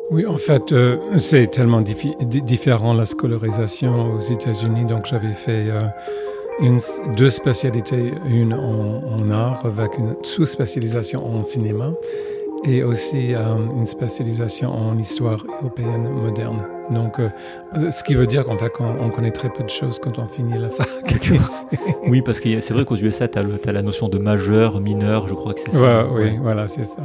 Oui, en fait, c'est tellement différent la scolarisation aux États-Unis. Donc, j'avais fait deux spécialités, une en art avec une sous-spécialisation en cinéma et aussi une spécialisation en histoire européenne moderne. Donc, ce qui veut dire qu'en fait, on connaît très peu de choses quand on finit la fac. Oui, parce que c'est vrai qu'aux USA, tu as la notion de majeur, mineur, je crois que c'est ça. Oui, voilà, c'est ça.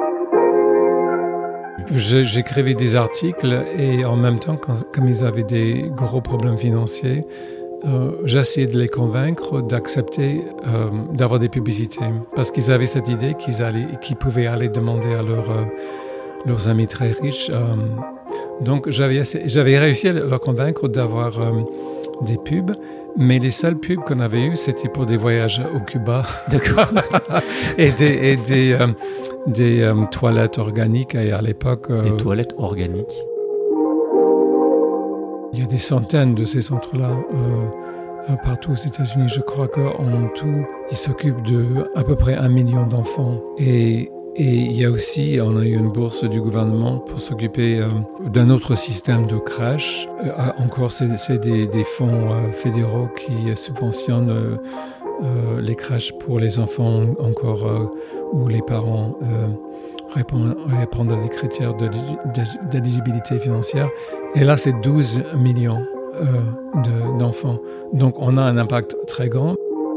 J'écrivais des articles et en même temps, comme ils avaient des gros problèmes financiers, j'essayais de les convaincre d'accepter d'avoir des publicités parce qu'ils avaient cette idée qu'ils pouvaient aller demander à leurs amis très riches. Donc j'avais réussi à leur convaincre d'avoir des pubs, mais les seules pubs qu'on avait eues, c'était pour des voyages au Cuba. D'accord. et des toilettes organiques. Et à l'époque... Des toilettes organiques. Il y a des centaines de ces centres-là partout aux États-Unis. Je crois qu'en tout, ils s'occupent de à peu près 1 million d'enfants. Et il y a aussi, on a eu une bourse du gouvernement pour s'occuper d'un autre système de crèche. Encore, c'est des fonds fédéraux qui subventionnent les crèches pour les enfants encore où les parents répondent à des critères d'éligibilité financière. Et là, c'est 12 millions d'enfants. Donc, on a un impact très grand.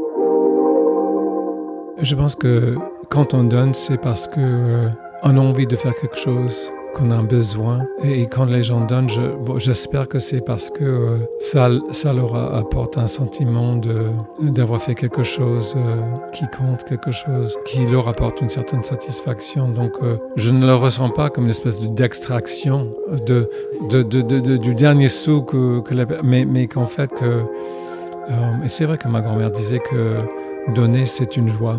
Je pense que quand on donne, c'est parce qu'on a envie de faire quelque chose, qu'on a besoin. Et quand les gens donnent, j'espère que c'est parce que ça leur apporte un sentiment d'avoir fait quelque chose qui compte, quelque chose qui leur apporte une certaine satisfaction. Donc, je ne le ressens pas comme une espèce d'extraction du dernier sou mais qu'en fait et c'est vrai que ma grand-mère disait que donner, c'est une joie.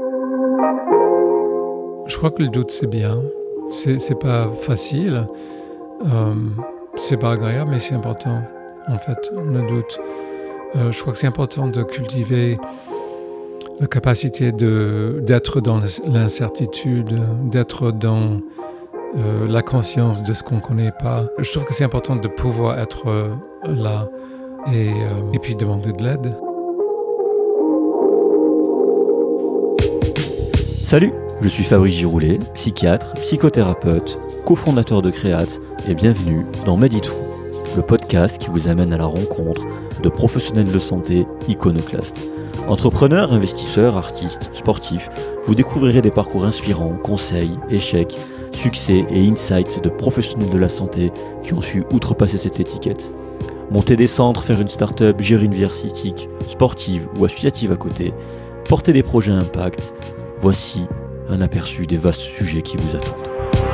Je crois que le doute, c'est bien. C'est pas facile, c'est pas agréable, mais c'est important, en fait, le doute. Je crois que c'est important de cultiver la capacité d'être dans l'incertitude, d'être dans la conscience de ce qu'on connaît pas. Je trouve que c'est important de pouvoir être là et puis demander de l'aide. Salut, je suis Fabrice Giroulet, psychiatre, psychothérapeute, cofondateur de Créate et bienvenue dans Meditfou, le podcast qui vous amène à la rencontre de professionnels de santé iconoclastes. Entrepreneurs, investisseurs, artistes, sportifs, vous découvrirez des parcours inspirants, conseils, échecs, succès et insights de professionnels de la santé qui ont su outrepasser cette étiquette. Monter des centres, faire une start-up, gérer une vie artistique, sportive ou associative à côté, porter des projets à impact, voici un aperçu des vastes sujets qui vous attendent.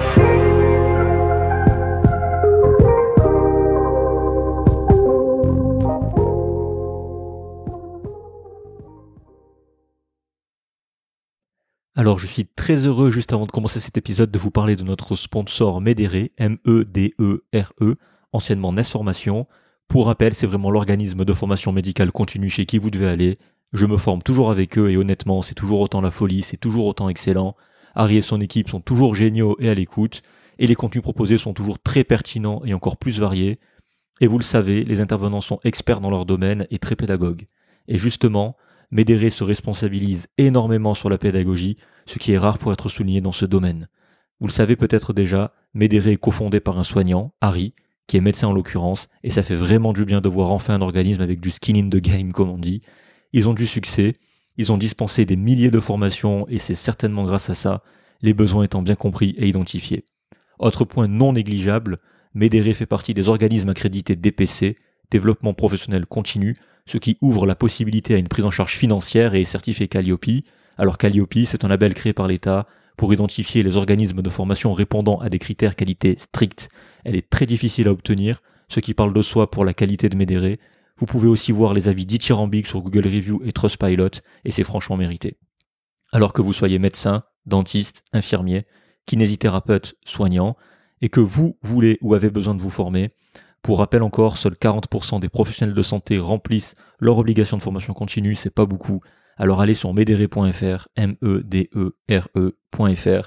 Alors, je suis très heureux, juste avant de commencer cet épisode, de vous parler de notre sponsor Medere, M-E-D-E-R-E, anciennement NES Formation. Pour rappel, c'est vraiment l'organisme de formation médicale continue chez qui vous devez aller. Je me forme toujours avec eux et honnêtement, c'est toujours autant la folie, c'est toujours autant excellent. Harry et son équipe sont toujours géniaux et à l'écoute, et les contenus proposés sont toujours très pertinents et encore plus variés. Et vous le savez, les intervenants sont experts dans leur domaine et très pédagogues. Et justement, Medere se responsabilise énormément sur la pédagogie, ce qui est rare pour être souligné dans ce domaine. Vous le savez peut-être déjà, Medere est cofondé par un soignant, Harry, qui est médecin en l'occurrence, et ça fait vraiment du bien de voir enfin un organisme avec du skin in the game, comme on dit. Ils ont du succès, ils ont dispensé des milliers de formations, et c'est certainement grâce à ça, les besoins étant bien compris et identifiés. Autre point non négligeable, Medere fait partie des organismes accrédités DPC, développement professionnel continu, ce qui ouvre la possibilité à une prise en charge financière et est certifié Calliope. Alors Calliope, c'est un label créé par l'État pour identifier les organismes de formation répondant à des critères qualité stricts. Elle est très difficile à obtenir, ce qui parle de soi pour la qualité de Medere. Vous pouvez aussi voir les avis dithyrambiques sur Google Review et Trustpilot, et c'est franchement mérité. Alors que vous soyez médecin, dentiste, infirmier, kinésithérapeute, soignant, et que vous voulez ou avez besoin de vous former, pour rappel encore, seuls 40% des professionnels de santé remplissent leur obligation de formation continue, c'est pas beaucoup. Alors allez sur medere.fr, medere.fr,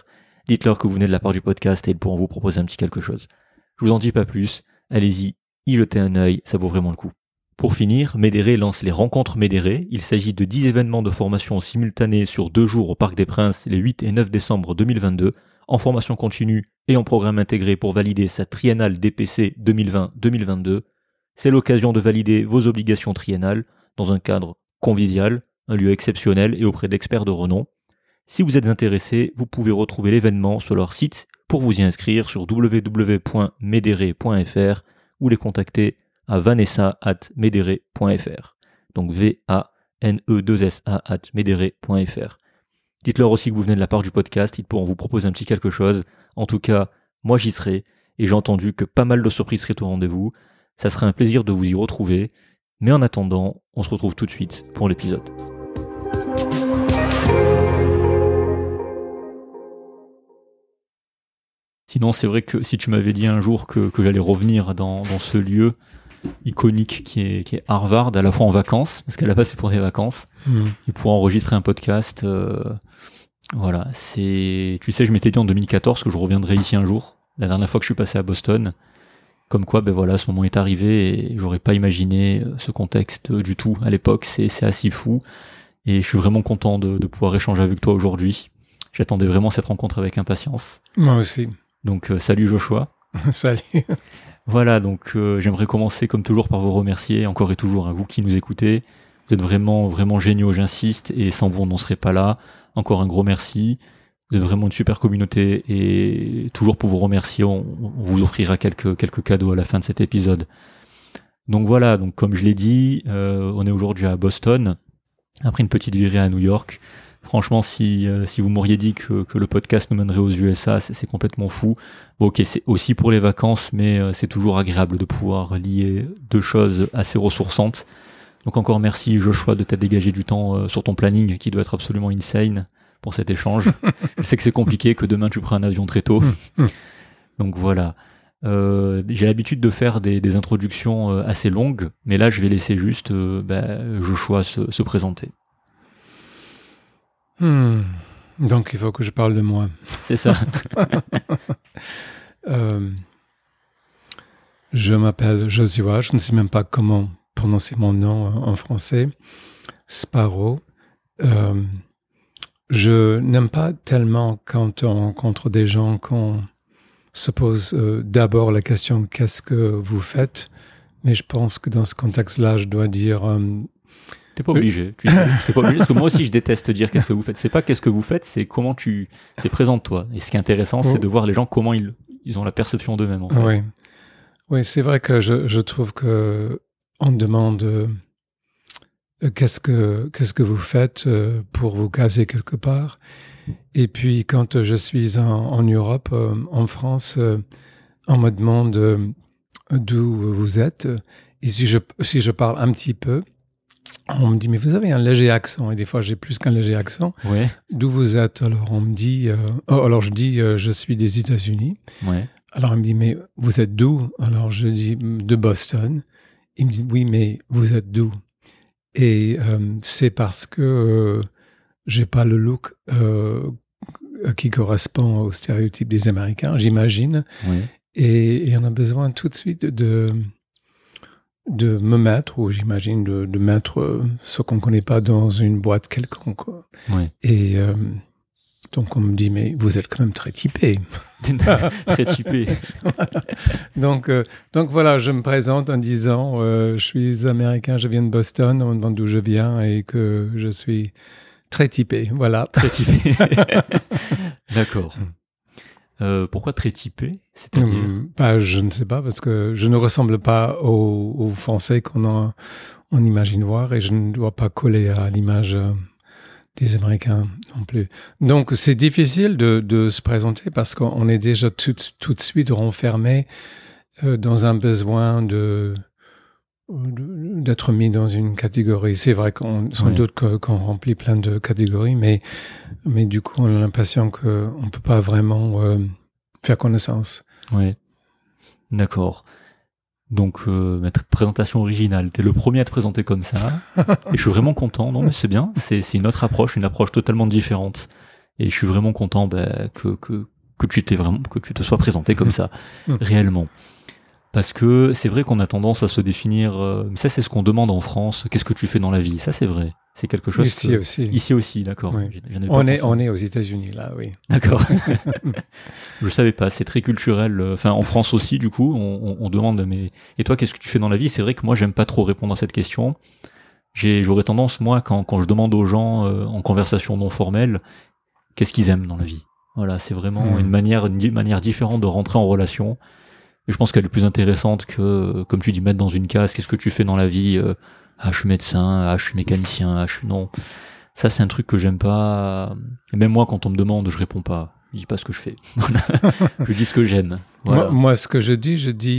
Dites-leur que vous venez de la part du podcast et ils pourront vous proposer un petit quelque chose. Je vous en dis pas plus, allez-y, y jetez un œil, ça vaut vraiment le coup. Pour finir, Médéré lance les rencontres Médéré. Il s'agit de 10 événements de formation simultanés sur 2 jours au Parc des Princes les 8 et 9 décembre 2022, en formation continue et en programme intégré pour valider sa triennale DPC 2020-2022. C'est l'occasion de valider vos obligations triennales dans un cadre convivial, un lieu exceptionnel et auprès d'experts de renom. Si vous êtes intéressé, vous pouvez retrouver l'événement sur leur site pour vous y inscrire sur www.medere.fr ou les contacter à vanessa@medere.fr. Donc VANE2SA@medere.fr. Dites-leur aussi que vous venez de la part du podcast, ils pourront vous proposer un petit quelque chose. En tout cas, moi j'y serai et j'ai entendu que pas mal de surprises seraient au rendez-vous. Ça serait un plaisir de vous y retrouver. Mais en attendant, on se retrouve tout de suite pour l'épisode. Sinon, c'est vrai que si tu m'avais dit un jour que j'allais revenir dans ce lieu iconique qui est Harvard, à la fois en vacances, parce qu'à la base c'est pour des vacances, et pour enregistrer un podcast, voilà, tu sais, je m'étais dit en 2014 que je reviendrais ici un jour, la dernière fois que je suis passé à Boston, comme quoi, ben voilà, ce moment est arrivé et j'aurais pas imaginé ce contexte du tout à l'époque, c'est assez fou, et je suis vraiment content de pouvoir échanger avec toi aujourd'hui. J'attendais vraiment cette rencontre avec impatience. Moi aussi. Donc salut Joshua. Salut. Voilà, donc j'aimerais commencer comme toujours par vous remercier, encore et toujours, à vous qui nous écoutez. Vous êtes vraiment, vraiment géniaux, j'insiste, et sans vous on n'en serait pas là. Encore un gros merci. Vous êtes vraiment une super communauté, et toujours pour vous remercier, on vous offrira quelques cadeaux à la fin de cet épisode. Donc voilà, donc comme je l'ai dit, on est aujourd'hui à Boston, après une petite virée à New York. Franchement, si vous m'auriez dit que le podcast nous mènerait aux USA, c'est complètement fou. Bon, ok, c'est aussi pour les vacances, mais c'est toujours agréable de pouvoir lier deux choses assez ressourçantes. Donc encore merci Joshua de t'être dégagé du temps sur ton planning qui doit être absolument insane pour cet échange. Je sais que c'est compliqué, que demain tu prends un avion très tôt. Donc voilà. J'ai l'habitude de faire des introductions assez longues, mais là je vais laisser juste Joshua se présenter. Donc il faut que je parle de moi. C'est ça. Je m'appelle Joshua, je ne sais même pas comment prononcer mon nom en français. Sparrow. Je n'aime pas tellement quand on rencontre des gens qu'on se pose d'abord la question « Qu'est-ce que vous faites ?» Mais je pense que dans ce contexte-là, je dois dire... T'es pas obligé. T'es pas obligé, parce que moi aussi je déteste dire qu'est-ce que vous faites. C'est pas qu'est-ce que vous faites, c'est comment c'est présente-toi. Et ce qui est intéressant, c'est de voir les gens comment ils ont la perception d'eux-mêmes. En fait. Oui, c'est vrai que je trouve que on demande qu'est-ce que vous faites pour vous caser quelque part. Et puis quand je suis en Europe, en France, on me demande d'où vous êtes. Et si je parle un petit peu, on me dit, mais vous avez un léger accent, et des fois j'ai plus qu'un léger accent. Ouais. D'où vous êtes? Alors on me dit, alors je dis, je suis des États-Unis. Ouais. Alors on me dit, mais vous êtes d'où? Alors je dis, de Boston. Ils me disent, oui, mais vous êtes d'où? Et c'est parce que j'ai pas le look qui correspond au stéréotype des Américains, j'imagine. Ouais. Et on a besoin tout de suite de me mettre, ou j'imagine de mettre ce qu'on ne connaît pas dans une boîte quelconque. Ouais. Et donc on me dit, mais vous êtes quand même très typé. Très typé. Donc voilà, je me présente en disant, je suis américain, je viens de Boston, on me demande d'où je viens et que je suis très typé. Voilà. Très typé. D'accord. Pourquoi très typé? C'est-à-dire je ne sais pas, parce que je ne ressemble pas aux Français on imagine voir, et je ne dois pas coller à l'image des Américains non plus. Donc c'est difficile de se présenter parce qu'on est déjà tout de suite renfermé dans un besoin d'être mis dans une catégorie. C'est vrai sans doute qu'on remplit plein de catégories, mais du coup, on a l'impression qu'on ne peut pas vraiment faire connaissance. Oui, d'accord. Donc, présentation originale. T'es le premier à te présenter comme ça. Et je suis vraiment content. Non, mais c'est bien. C'est une autre approche, une approche totalement différente. Et je suis vraiment content que tu te sois présenté comme ça, réellement. Parce que c'est vrai qu'on a tendance à se définir, ça c'est ce qu'on demande en France, qu'est-ce que tu fais dans la vie? Ça c'est vrai. C'est quelque chose ici aussi. Ici aussi, d'accord. Oui. On est aux États-Unis là, oui. D'accord. Je savais pas, c'est très culturel. Enfin, en France aussi, du coup, on demande, mais et toi, qu'est-ce que tu fais dans la vie? C'est vrai que moi, j'aime pas trop répondre à cette question. J'aurais tendance, moi, quand je demande aux gens en conversation non formelle, qu'est-ce qu'ils aiment dans la vie? Voilà, c'est vraiment une manière différente de rentrer en relation. Et je pense qu'elle est plus intéressante que, comme tu dis, mettre dans une case, qu'est-ce que tu fais dans la vie? Ah, je suis médecin, ah, je suis mécanicien, ah, non. Ça, c'est un truc que j'aime pas. Et même moi, quand on me demande, je réponds pas. Je dis pas ce que je fais. Je dis ce que j'aime. Voilà. Moi, ce que je dis,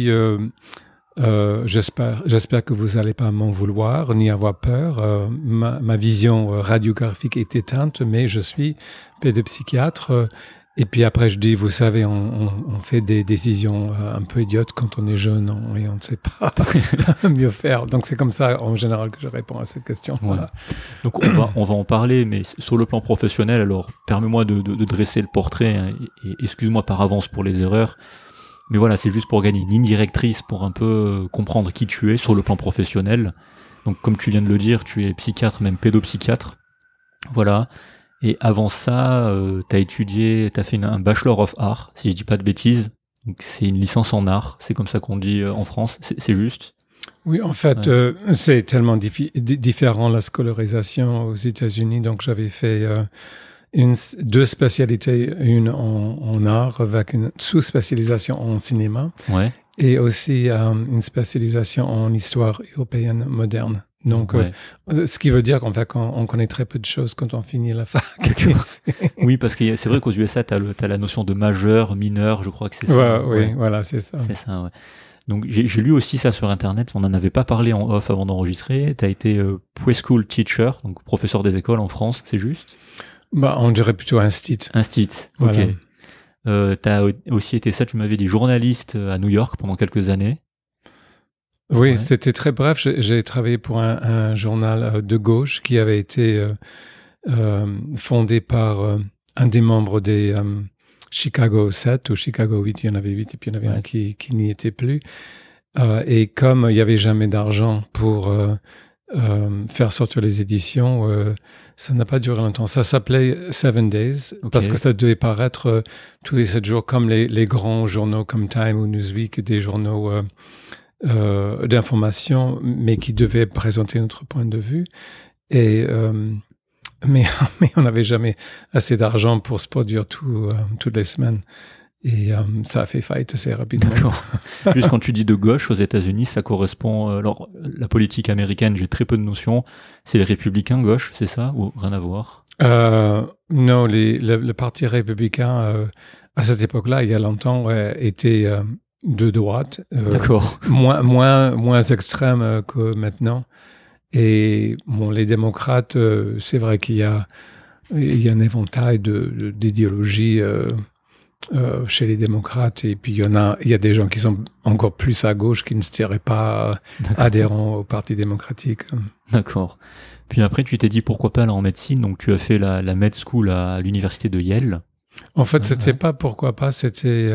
j'espère que vous n'allez pas m'en vouloir ni avoir peur. Ma vision radiographique est éteinte, mais je suis pédopsychiatre. Et puis après, je dis, vous savez, on fait des décisions un peu idiotes quand on est jeune et on ne sait pas mieux faire. Donc c'est comme ça, en général, que je réponds à cette question. Ouais. Voilà. Donc on va en parler, mais sur le plan professionnel, alors permets-moi de dresser le portrait, hein, et excuse-moi par avance pour les erreurs. Mais voilà, c'est juste pour gagner une ligne directrice, pour un peu comprendre qui tu es sur le plan professionnel. Donc comme tu viens de le dire, tu es psychiatre, même pédopsychiatre. Voilà. Et avant ça, t'as fait un Bachelor of Art, si je dis pas de bêtises. Donc c'est une licence en art, c'est comme ça qu'on dit en France, c'est juste? Oui, en fait, c'est tellement différent la scolarisation aux États-Unis. Donc j'avais fait deux spécialités, une en art avec une sous-spécialisation en cinéma, et aussi une spécialisation en histoire européenne moderne. Donc, ce qui veut dire qu'en fait, on connaît très peu de choses quand on finit la fac. Oui, parce que c'est vrai qu'aux USA, t'as la notion de majeur, mineur, je crois que c'est ça. Oui, voilà, c'est ça. C'est ça, ouais. Donc, j'ai lu aussi ça sur Internet, on n'en avait pas parlé en off avant d'enregistrer. T'as été preschool teacher, donc professeur des écoles en France, c'est juste? On dirait plutôt instit. Instit, ok. Voilà. T'as aussi été ça, tu m'avais dit, journaliste à New York pendant quelques années. Oui, c'était très bref. J'ai travaillé pour un journal de gauche qui avait été fondé par un des membres des Chicago 7 ou Chicago 8. Il y en avait 8 et puis il y en avait un qui n'y était plus. Et comme il n'y avait jamais d'argent pour faire sortir les éditions, ça n'a pas duré longtemps. Ça s'appelait 7 Days parce que ça devait paraître tous les 7 jours comme les grands journaux comme Time ou Newsweek, des journaux d'information, mais qui devaient présenter notre point de vue. Et mais on n'avait jamais assez d'argent pour se produire toutes les semaines. Et ça a fait faillite assez rapidement. D'accord. Juste quand tu dis de gauche aux États-Unis, ça correspond. Alors, la politique américaine, j'ai très peu de notions. C'est les républicains gauche, c'est ça, ou rien à voir? Non, le parti républicain à cette époque-là, il y a longtemps, était de droite. D'accord. Moins extrême que maintenant. Et les démocrates, c'est vrai qu'il y a un éventail d'idéologies chez les démocrates, et puis il y a des gens qui sont encore plus à gauche qui ne se diraient pas adhérents au Parti démocratique. D'accord. Puis après, tu t'es dit pourquoi pas aller en médecine, donc tu as fait la med school à l'université de Yale. En fait, c'était pas pourquoi pas, c'était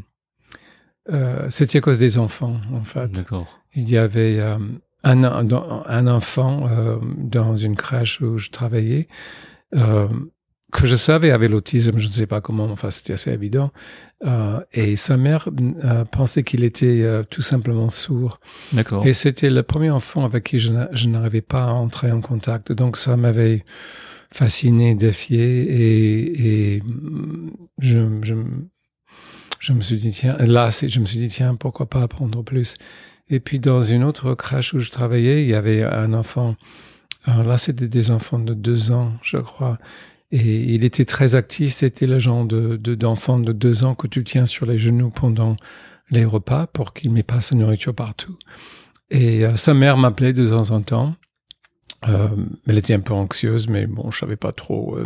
à cause des enfants, en fait. D'accord. Il y avait un enfant dans une crèche où je travaillais, que je savais avait l'autisme, je ne sais pas comment, enfin c'était assez évident, et sa mère pensait qu'il était tout simplement sourd. D'accord. Et c'était le premier enfant avec qui je n'arrivais pas à entrer en contact, donc ça m'avait fasciné, défié, et je me suis dit tiens, pourquoi pas apprendre plus. Et puis dans une autre crèche où je travaillais, il y avait un enfant, alors là c'était des enfants de 2 ans, je crois. Et il était très actif, c'était le genre d'enfant de 2 ans que tu tiens sur les genoux pendant les repas pour qu'il met pas sa nourriture partout. Et sa mère m'appelait de temps en temps. Elle était un peu anxieuse, mais bon, je savais pas trop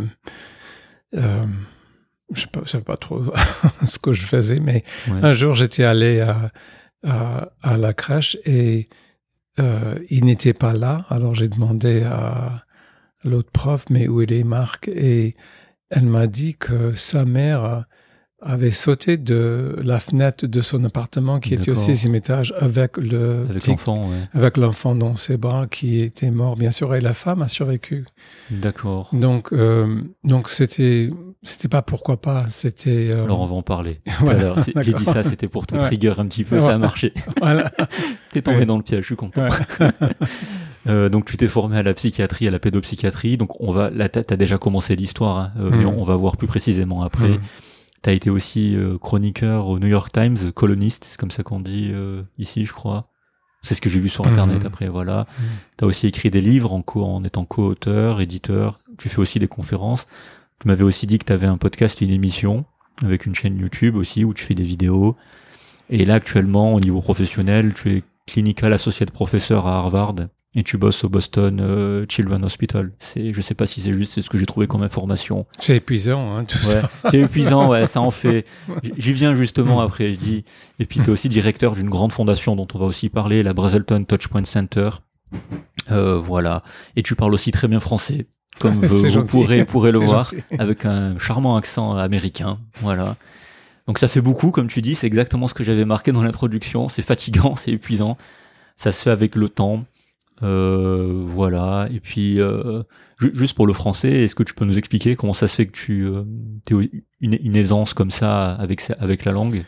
ce que je faisais. Mais un jour, j'étais allé à la crèche et il n'était pas là. Alors j'ai demandé à l'autre prof, mais où est Marc? Et elle m'a dit que sa mère avait sauté de la fenêtre de son appartement qui était au 6e étage avec l'enfant dans ses bras qui était mort, bien sûr, et la femme a survécu. D'accord. Donc c'était pas pourquoi pas, c'était... Alors on va en parler. Voilà, j'ai dit ça, c'était pour te trigger un petit peu, ça a marché. Voilà. T'es tombé dans le piège, je suis content. Donc tu t'es formé à la psychiatrie, à la pédopsychiatrie, donc t'as déjà commencé l'histoire, hein, mais on va voir plus précisément après. T'as été aussi chroniqueur au New York Times, columniste, c'est comme ça qu'on dit ici, je crois. C'est ce que j'ai vu sur Internet après, voilà. T'as aussi écrit des livres en étant co-auteur, éditeur. Tu fais aussi des conférences. Tu m'avais aussi dit que t'avais un podcast et une émission avec une chaîne YouTube aussi où tu fais des vidéos. Et là, actuellement, au niveau professionnel, tu es clinical associate professeur à Harvard et tu bosses au Boston Children's Hospital. Je sais pas si c'est juste, c'est ce que j'ai trouvé comme information. C'est épuisant, hein, tout ça. C'est épuisant, ouais, ça en fait. J'y viens justement après, je dis. Et puis t'es aussi directeur d'une grande fondation dont on va aussi parler, la Brazelton Touchpoint Center. Voilà. Et tu parles aussi très bien français, comme vous pourrez le voir, avec un charmant accent américain. Voilà. Donc ça fait beaucoup, comme tu dis, c'est exactement ce que j'avais marqué dans l'introduction. C'est fatigant, c'est épuisant. Ça se fait avec le temps. Voilà. Et puis, juste pour le français, est-ce que tu peux nous expliquer comment ça se fait que tu aies une aisance comme ça avec la langue?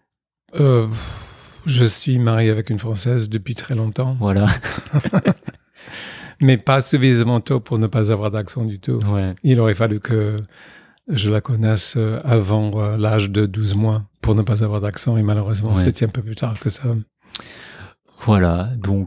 Je suis marié avec une Française depuis très longtemps. Voilà. Mais pas suffisamment tôt pour ne pas avoir d'accent du tout. Ouais. Il aurait fallu que je la connaisse avant l'âge de 12 mois pour ne pas avoir d'accent. Et malheureusement, c'était un peu plus tard que ça. Voilà, donc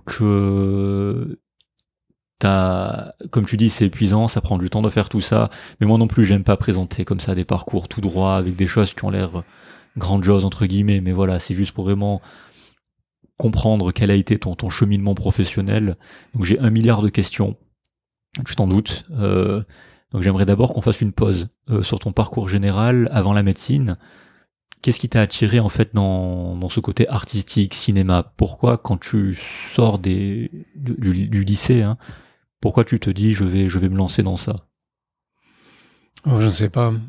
comme tu dis, c'est épuisant, ça prend du temps de faire tout ça, mais moi non plus, j'aime pas présenter comme ça des parcours tout droit avec des choses qui ont l'air grandioses entre guillemets, mais voilà, c'est juste pour vraiment comprendre quel a été ton cheminement professionnel. Donc j'ai 1 milliard de questions, tu t'en doutes. Donc j'aimerais d'abord qu'on fasse une pause sur ton parcours général avant la médecine. Qu'est-ce qui t'a attiré en fait dans ce côté artistique, cinéma? Pourquoi quand tu sors du lycée, hein, pourquoi tu te dis je vais me lancer dans ça? Je ne sais pas.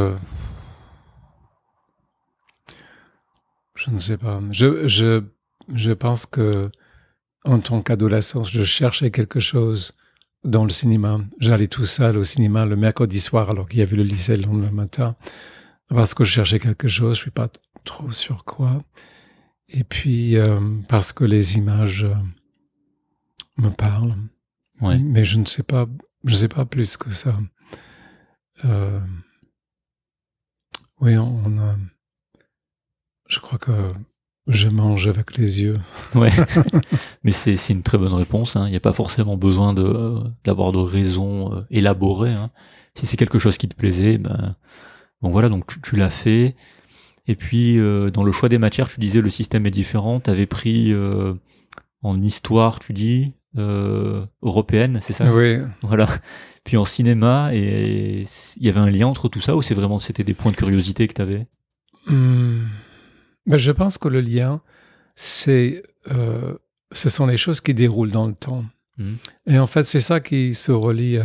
Je ne sais pas. Je pense que en tant qu'adolescent, je cherchais quelque chose dans le cinéma. J'allais tout seul au cinéma le mercredi soir alors qu'il y avait le lycée le lendemain matin. Parce que je cherchais quelque chose, je ne suis pas trop sûr quoi. Et puis, parce que les images me parlent. Ouais. Mais je ne sais pas plus que ça. Oui, je crois que je mange avec les yeux. Ouais. Mais c'est une très bonne réponse, hein. Il n'y a pas forcément besoin d'avoir de raisons élaborées, hein. Si c'est quelque chose qui te plaisait, bon voilà, donc tu l'as fait. Et puis dans le choix des matières, tu disais le système est différent. Tu avais pris en histoire, tu dis européenne, c'est ça? Oui. Voilà. Puis en cinéma, et il y avait un lien entre tout ça ou c'était des points de curiosité que tu avais? Je pense que le lien, ce sont les choses qui déroulent dans le temps. Et en fait, c'est ça qui se relie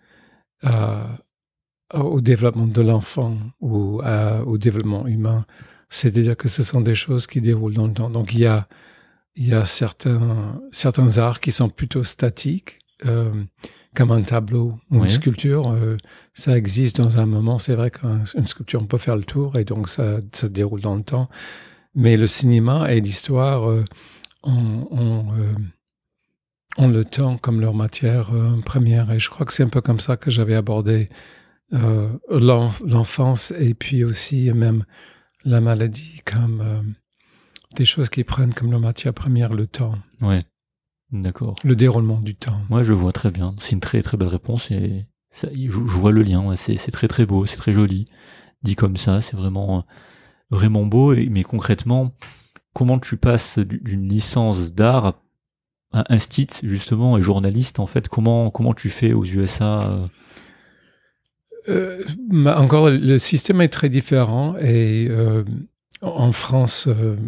au développement de l'enfant ou au développement humain. C'est-à-dire que ce sont des choses qui déroulent dans le temps. Donc, il y a certains arts qui sont plutôt statiques, comme un tableau ou une sculpture. Ça existe dans un moment. C'est vrai qu'une sculpture, on peut faire le tour et donc ça déroule dans le temps. Mais le cinéma et l'histoire ont le temps comme leur matière première. Et je crois que c'est un peu comme ça que j'avais abordé l'enfance et puis aussi même la maladie comme des choses qui prennent comme leur matière première le temps. Ouais, d'accord. Le déroulement du temps. Ouais, je vois très bien. C'est une très très belle réponse et ça, je vois le lien. Ouais. C'est très très beau, c'est très joli. Dit comme ça, c'est vraiment vraiment beau. Mais concrètement, comment tu passes d'une licence d'art à instit justement et journaliste en fait? Comment tu fais aux USA? Encore, le système est très différent et en France,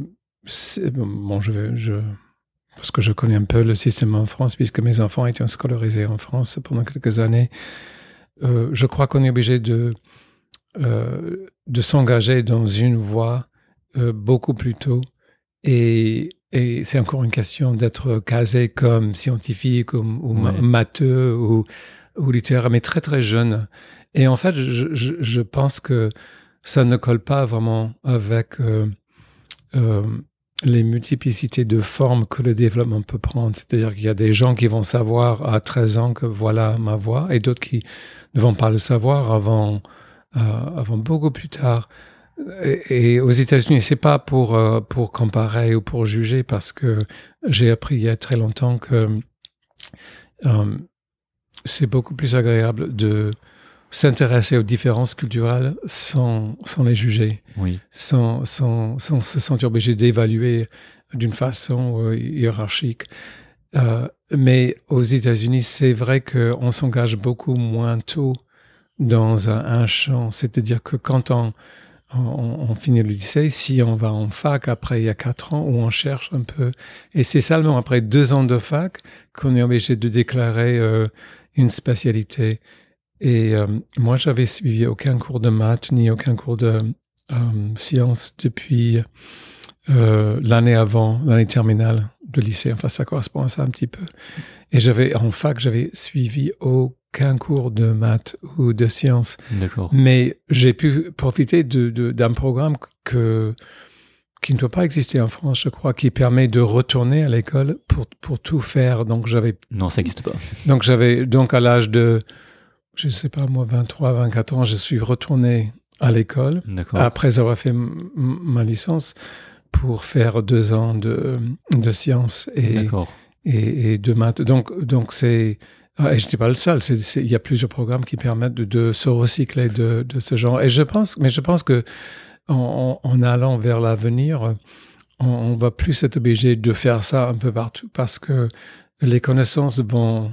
parce que je connais un peu le système en France, puisque mes enfants étaient scolarisés en France pendant quelques années, je crois qu'on est obligé de de s'engager dans une voie beaucoup plus tôt. Et c'est encore une question d'être casé comme scientifique ou matheux ou littéraire, mais très, très jeune. Et en fait, je pense que ça ne colle pas vraiment avec les multiplicités de formes que le développement peut prendre. C'est-à-dire qu'il y a des gens qui vont savoir à 13 ans que voilà ma voie et d'autres qui ne vont pas le savoir avant beaucoup plus tard. Et aux États-Unis, c'est pas pour comparer ou pour juger, parce que j'ai appris il y a très longtemps que c'est beaucoup plus agréable de s'intéresser aux différences culturelles sans les juger, sans se sentir obligé d'évaluer d'une façon hiérarchique. Mais aux États-Unis, c'est vrai qu'on s'engage beaucoup moins tôt dans un champ. C'est-à-dire que quand on finit le lycée, si on va en fac après il y a 4 ans, où on cherche un peu. Et c'est seulement après 2 ans de fac qu'on est obligé de déclarer une spécialité. Et moi, j'avais suivi aucun cours de maths ni aucun cours de sciences depuis l'année avant, l'année terminale de lycée. Enfin, ça correspond à ça un petit peu. Et en fac, j'avais suivi aucun cours de maths ou de sciences. D'accord. Mais j'ai pu profiter d'un programme qui ne doit pas exister en France, je crois, qui permet de retourner à l'école pour tout faire. Donc, Non, ça n'existe pas. Donc, à l'âge de, je ne sais pas, moi, 23, 24 ans, je suis retourné à l'école. D'accord. Après avoir fait ma licence pour faire 2 ans de sciences et de maths. Donc c'est... Et je n'étais pas le seul. Il y a plusieurs programmes qui permettent de se recycler de ce genre. Et je pense que en allant vers l'avenir, on va plus être obligé de faire ça un peu partout, parce que les connaissances vont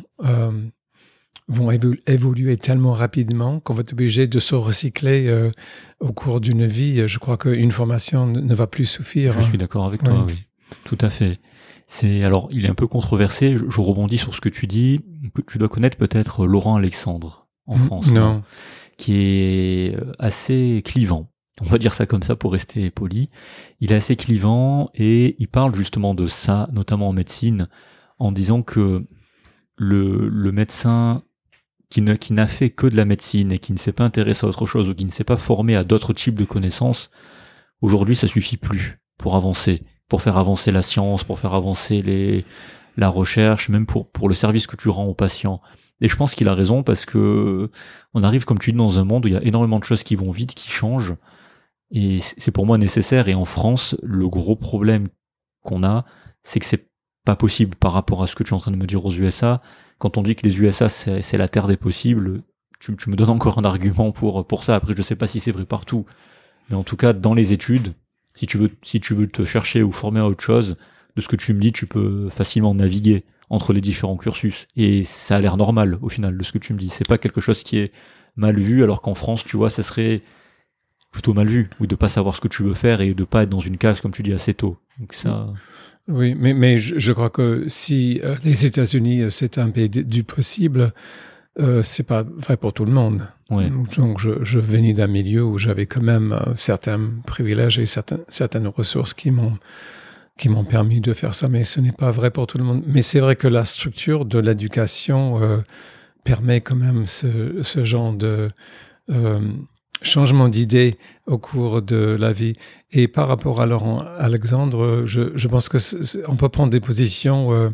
évoluer tellement rapidement qu'on va être obligé de se recycler au cours d'une vie. Je crois qu'une formation ne va plus suffire. Je suis d'accord avec toi, oui. Tout à fait. Alors, il est un peu controversé. Je rebondis sur ce que tu dis. Tu dois connaître peut-être Laurent Alexandre en France. Non. Qui est assez clivant. On va dire ça comme ça pour rester poli. Il est assez clivant et il parle justement de ça, notamment en médecine, en disant que le médecin qui n'a fait que de la médecine et qui ne s'est pas intéressé à autre chose ou qui ne s'est pas formé à d'autres types de connaissances, aujourd'hui ça suffit plus pour avancer, pour faire avancer la science, pour faire avancer la recherche, même pour le service que tu rends aux patients. Et je pense qu'il a raison, parce que on arrive, comme tu dis, dans un monde où il y a énormément de choses qui vont vite, qui changent, et c'est pour moi nécessaire. Et en France, le gros problème qu'on a, c'est que c'est pas possible par rapport à ce que tu es en train de me dire aux USA. Quand on dit que les USA, c'est la terre des possibles, tu me donnes encore un argument pour ça. Après, je sais pas si c'est vrai partout, mais en tout cas, dans les études, si tu veux te chercher ou former à autre chose, de ce que tu me dis, tu peux facilement naviguer entre les différents cursus. Et ça a l'air normal, au final, de ce que tu me dis. C'est pas quelque chose qui est mal vu, alors qu'en France, tu vois, ça serait plutôt mal vu, ou de pas savoir ce que tu veux faire et de pas être dans une case, comme tu dis, assez tôt. Donc ça... Oui, mais je crois que si les États-Unis, c'est un pays du possible, c'est pas vrai pour tout le monde. Ouais. Donc, je venais d'un milieu où j'avais quand même certains privilèges et certaines ressources qui m'ont permis de faire ça, mais ce n'est pas vrai pour tout le monde. Mais c'est vrai que la structure de l'éducation permet quand même ce genre de changement d'idée au cours de la vie. Et par rapport à Laurent Alexandre, je pense que on peut prendre des positions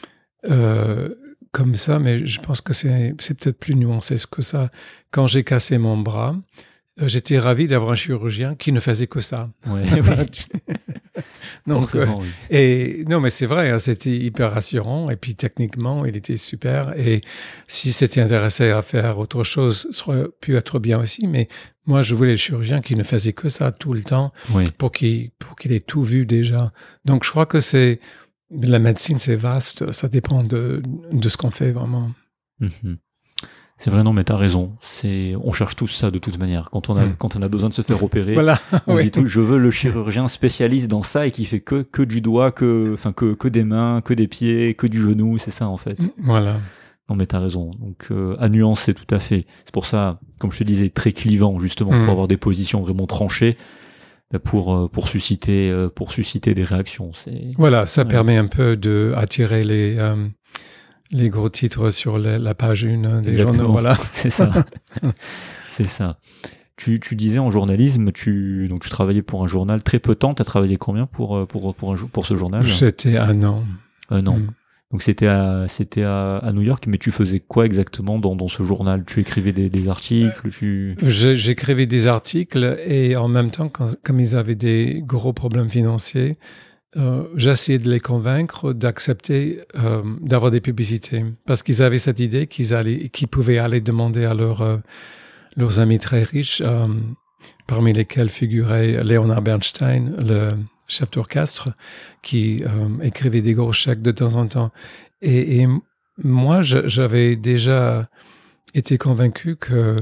comme ça, mais je pense que c'est peut-être plus nuancé que ça. Quand j'ai cassé mon bras, j'étais ravi d'avoir un chirurgien qui ne faisait que ça. Ouais, Donc, oui. Et non, mais c'est vrai, hein, c'était hyper rassurant. Et puis techniquement, il était super. Et si c'était intéressé à faire autre chose, ça aurait pu être bien aussi. Mais moi, je voulais le chirurgien qui ne faisait que ça tout le temps, pour qu'il ait tout vu déjà. Donc, je crois que la médecine, c'est vaste. Ça dépend de ce qu'on fait vraiment. Mm-hmm. C'est vrai, non, mais t'as raison. On cherche tous ça de toute manière. Quand on a besoin de se faire opérer, voilà, on dit tout, je veux le chirurgien spécialiste dans ça et qui fait que du doigt, que des mains, que des pieds, que du genou, c'est ça en fait. Voilà. Non, mais t'as raison. Donc, à nuancer tout à fait. C'est pour ça, comme je te disais, très clivant, justement, pour avoir des positions vraiment tranchées, pour susciter des réactions. Voilà, ça permet un peu de attirer les gros titres sur la page 1 des journaux. Voilà. C'est ça. C'est ça. Tu disais en journalisme, donc tu travaillais pour un journal très peu de temps. T'as travaillé combien pour ce journal? C'était 1 an. 1 an. Donc c'était à New York, mais tu faisais quoi exactement dans ce journal? Tu écrivais des articles? J'écrivais des articles et en même temps, comme ils avaient des gros problèmes financiers, j'essayais de les convaincre d'accepter d'avoir des publicités. Parce qu'ils avaient cette idée qu'ils pouvaient aller demander à leurs amis très riches, parmi lesquels figurait Leonard Bernstein, le chef d'orchestre, qui écrivait des gros chèques de temps en temps. Et moi, j'avais déjà été convaincu que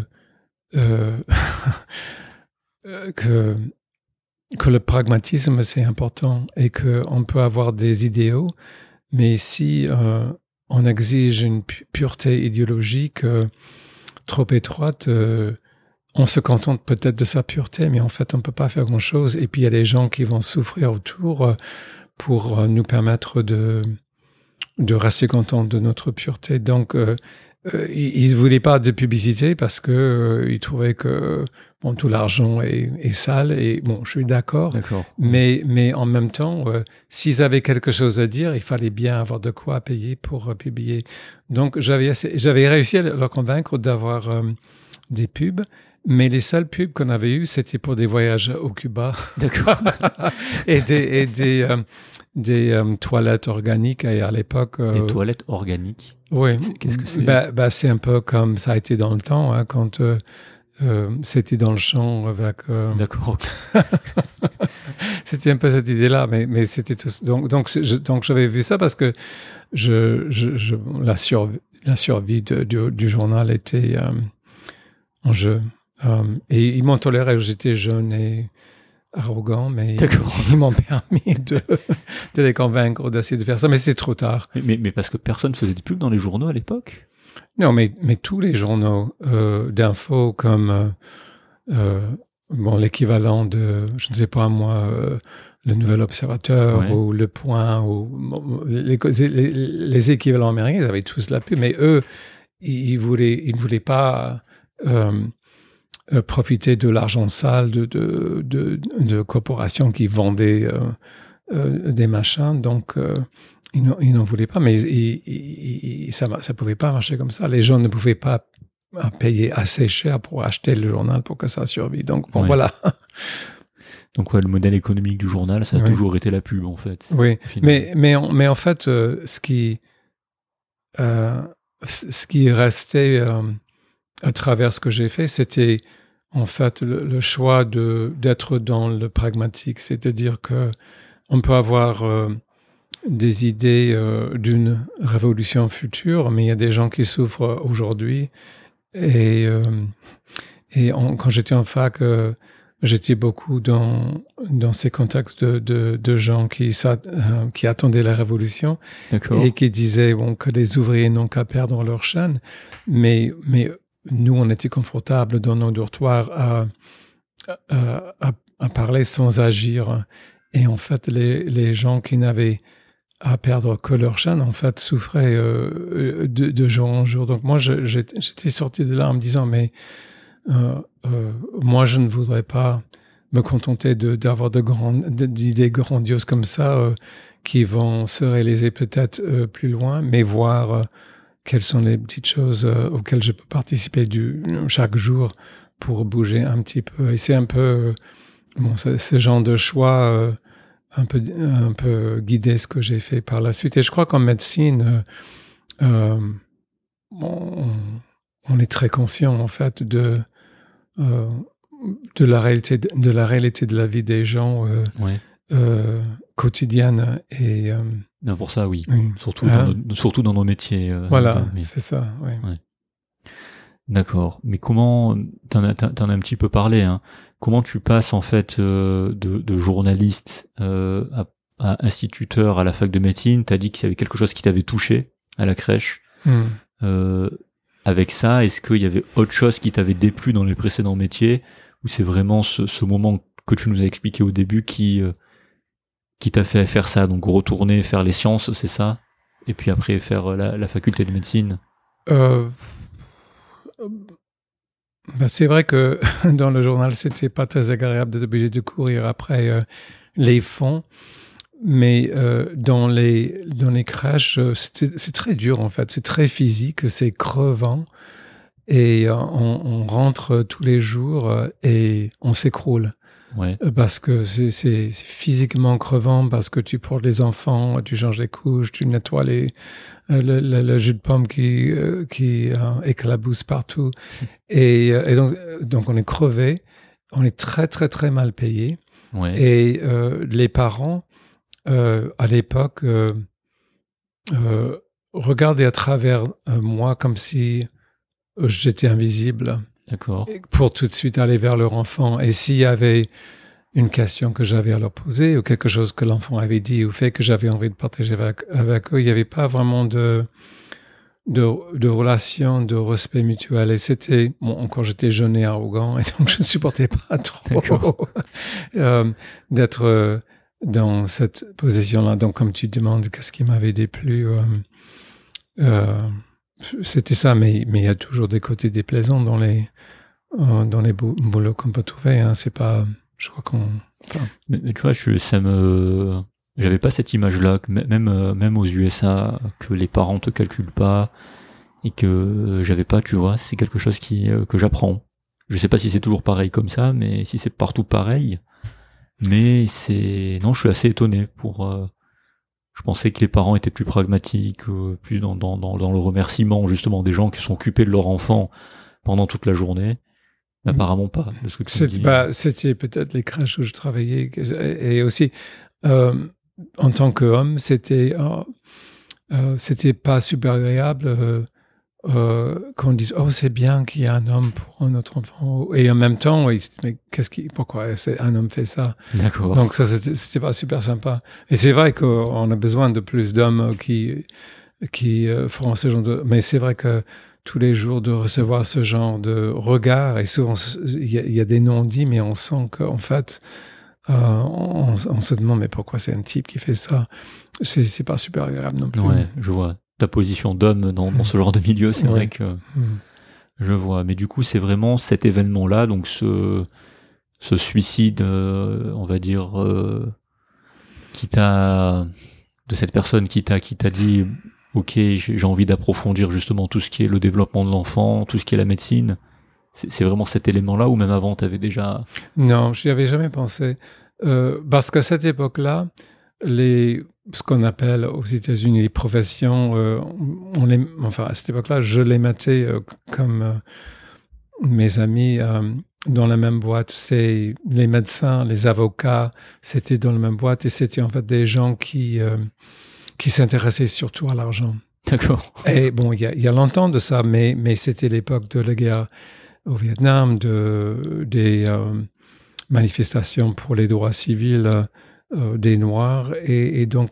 le pragmatisme, c'est important et qu'on peut avoir des idéaux, mais si on exige une pureté idéologique trop étroite, on se contente peut-être de sa pureté, mais en fait, on ne peut pas faire grand-chose. Et puis, il y a des gens qui vont souffrir autour pour nous permettre de rester contents de notre pureté. Donc, ils ne voulaient pas de publicité parce qu'ils trouvaient que tout l'argent est sale. Et bon, je suis d'accord. Mais en même temps, s'ils avaient quelque chose à dire, il fallait bien avoir de quoi payer pour publier. Donc, j'avais réussi à leur convaincre d'avoir des pubs. Mais les seules pubs qu'on avait eues, c'était pour des voyages au Cuba. D'accord. et des toilettes organiques. Et à l'époque... Des toilettes organiques? Oui. Qu'est-ce que c'est? C'est un peu comme ça a été dans le temps, hein, quand c'était dans le champ avec... D'accord, ok. C'était un peu cette idée-là, mais c'était tout... Donc j'avais vu ça parce que la survie du journal était en jeu. Et ils m'ont toléré, j'étais jeune et arrogant, mais ils m'ont permis de les convaincre d'essayer de faire ça, mais c'est trop tard. Mais parce que personne faisait des pubs dans les journaux à l'époque? Non, mais tous les journaux d'infos comme l'équivalent de, je ne sais pas moi, le Nouvel Observateur ou Le Point, ou les équivalents américains, ils avaient tous la pub, mais eux, ils ne voulaient pas... profiter de l'argent sale de corporations qui vendaient des machins, donc ils n'en voulaient pas, mais ça pouvait pas marcher comme ça. Les gens ne pouvaient pas payer assez cher pour acheter le journal pour que ça survive. Donc voilà. Donc le modèle économique du journal, ça a toujours été la pub en fait. Oui, mais en fait, ce qui restait à travers ce que j'ai fait, c'était en fait le choix d'être dans le pragmatique, c'est-à-dire que on peut avoir des idées d'une révolution future, mais il y a des gens qui souffrent aujourd'hui. Et quand j'étais en fac, j'étais beaucoup dans ces contextes de gens qui attendaient la révolution. D'accord. Et qui disaient que les ouvriers n'ont qu'à perdre leur chaîne, mais nous, on était confortables dans nos dortoirs à parler sans agir. Et en fait, les gens qui n'avaient à perdre que leur chaîne, en fait, souffraient de jour en jour. Donc moi, j'étais sorti de là en me disant, mais moi, je ne voudrais pas me contenter d'avoir d'idées grandioses comme ça qui vont se réaliser peut-être plus loin, mais voir... quelles sont les petites choses auxquelles je peux participer chaque jour pour bouger un petit peu. Et c'est un peu ce genre de choix un peu guidé ce que j'ai fait par la suite. Et je crois qu'en médecine, on est très conscient en fait de la réalité de la vie des gens quotidienne et non, pour ça, oui. Surtout, surtout dans nos métiers. Voilà, c'est ça, oui. Ouais. D'accord. Mais comment, t'en as un petit peu parlé, hein. Comment tu passes, en fait, de journaliste à instituteur à la fac de médecine? T'as dit qu'il y avait quelque chose qui t'avait touché à la crèche. avec ça, est-ce qu'il y avait autre chose qui t'avait déplu dans les précédents métiers, ou c'est vraiment ce moment que tu nous as expliqué au début qui t'a fait faire ça, donc retourner faire les sciences, c'est ça, et puis après faire la faculté de médecine? C'est vrai que dans le journal, c'était pas très agréable d'être obligé de courir après les fonds, mais dans les crèches, c'est très dur en fait, c'est très physique, c'est crevant, et on rentre tous les jours et on s'écroule. Ouais. Parce que c'est physiquement crevant, parce que tu portes les enfants, tu changes les couches, tu nettoies le jus de pomme qui éclabousse partout. Et donc on est crevé, on est très très très mal payé. Ouais. Et les parents, à l'époque, regardaient à travers moi comme si j'étais invisible. D'accord. Pour tout de suite aller vers leur enfant. Et s'il y avait une question que j'avais à leur poser ou quelque chose que l'enfant avait dit ou fait que j'avais envie de partager avec eux, il n'y avait pas vraiment de relation, de respect mutuel. Et c'était, encore j'étais jeune et arrogant, et donc je ne supportais pas trop d'être dans cette position-là. Donc comme tu demandes qu'est-ce qui m'avait déplu, c'était ça, mais il y a toujours des côtés déplaisants dans les boulots qu'on peut trouver. Hein. C'est pas, je crois qu'on. Enfin. Mais tu vois, j'avais pas cette image-là, que même aux USA, que les parents te calculent pas et que j'avais pas. Tu vois, c'est quelque chose que j'apprends. Je sais pas si c'est toujours pareil comme ça, mais si c'est partout pareil. Mais non, je suis assez étonné je pensais que les parents étaient plus pragmatiques, plus dans le remerciement justement des gens qui sont occupés de leur enfant pendant toute la journée. Mais apparemment pas. De ce que tu me dis. C'était peut-être les crèches où je travaillais, et aussi en tant qu'homme, c'était pas super agréable qu'on dise c'est bien qu'il y a un homme pour un autre enfant, et en même temps ils se disent mais pourquoi un homme fait ça. D'accord. Donc ça c'était pas super sympa, et c'est vrai qu'on a besoin de plus d'hommes qui feront ce genre de, mais c'est vrai que tous les jours de recevoir ce genre de regard, et souvent il y a des non-dits, mais on sent qu'en fait on se demande mais pourquoi c'est un type qui fait ça. C'est pas super agréable non plus. Ouais, je vois ta position d'homme dans ce genre de milieu, c'est vrai que je vois. Mais du coup, c'est vraiment cet événement-là, donc ce suicide, on va dire, de cette personne qui t'a dit, ok, j'ai envie d'approfondir justement tout ce qui est le développement de l'enfant, tout ce qui est la médecine. C'est vraiment cet élément-là, ou même avant, t'avais déjà... Non, j'y avais jamais pensé. Parce qu'à cette époque-là, ce qu'on appelle aux États-Unis les professions, à cette époque-là, je les mettais comme mes amis dans la même boîte. C'est les médecins, les avocats, c'était dans la même boîte, et c'était en fait des gens qui s'intéressaient surtout à l'argent. D'accord. Et bon, il y a longtemps de ça, mais c'était l'époque de la guerre au Vietnam, des manifestations pour les droits civils des Noirs, et donc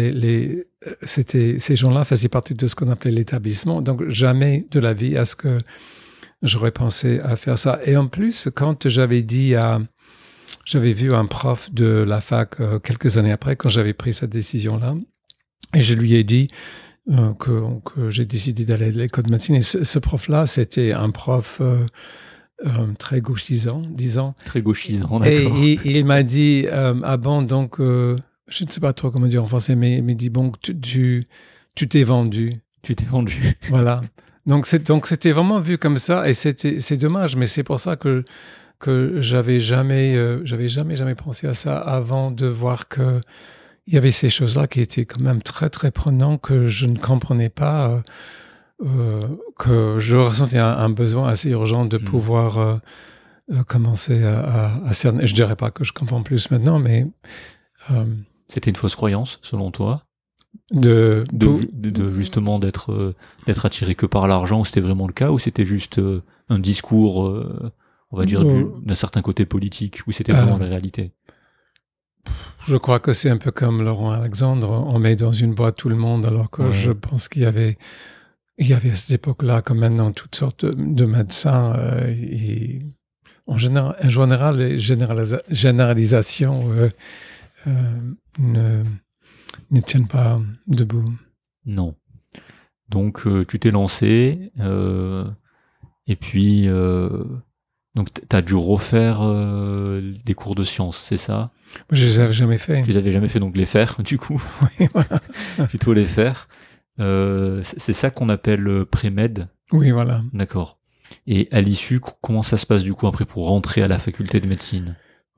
ces gens-là faisaient partie de ce qu'on appelait l'établissement. Donc jamais de la vie est-ce que j'aurais pensé à faire ça. Et en plus, quand j'avais vu un prof de la fac quelques années après, quand j'avais pris cette décision-là, et je lui ai dit que j'ai décidé d'aller à l'école de médecine. Et ce prof-là, c'était un prof très gauchisant, disons. Très gauchisant, d'accord. Et il m'a dit, ah bon, donc, je ne sais pas trop comment dire en français, mais il m'a dit, bon, tu t'es vendu. Tu t'es vendu. Voilà. Donc c'était vraiment vu comme ça, et c'est dommage, mais c'est pour ça que j'avais jamais pensé à ça avant de voir que il y avait ces choses-là qui étaient quand même très, très prenantes, que je ne comprenais pas, que je ressentais un besoin assez urgent de pouvoir commencer à cerner. Je dirais pas que je comprends plus maintenant, mais... C'était une fausse croyance, selon toi, de justement d'être attiré que par l'argent, ou c'était vraiment le cas, ou c'était juste un discours, on va dire, d'un certain côté politique, ou c'était vraiment la réalité? Je crois que c'est un peu comme Laurent Alexandre, on met dans une boîte tout le monde, alors que je pense qu'il y avait il y avait à cette époque-là, comme maintenant, toutes sortes de médecins. Et en général, les généralisations ne tiennent pas debout. Non. Donc, tu t'es lancé, et puis, donc, t'as dû refaire des cours de sciences, c'est ça? Moi, je les avais jamais fait. Tu les avais jamais fait, donc les faire, du coup. Oui, voilà. Plutôt les faire. C'est ça qu'on appelle pré-med. Oui, voilà. D'accord. Et à l'issue, comment ça se passe du coup après pour rentrer à la faculté de médecine?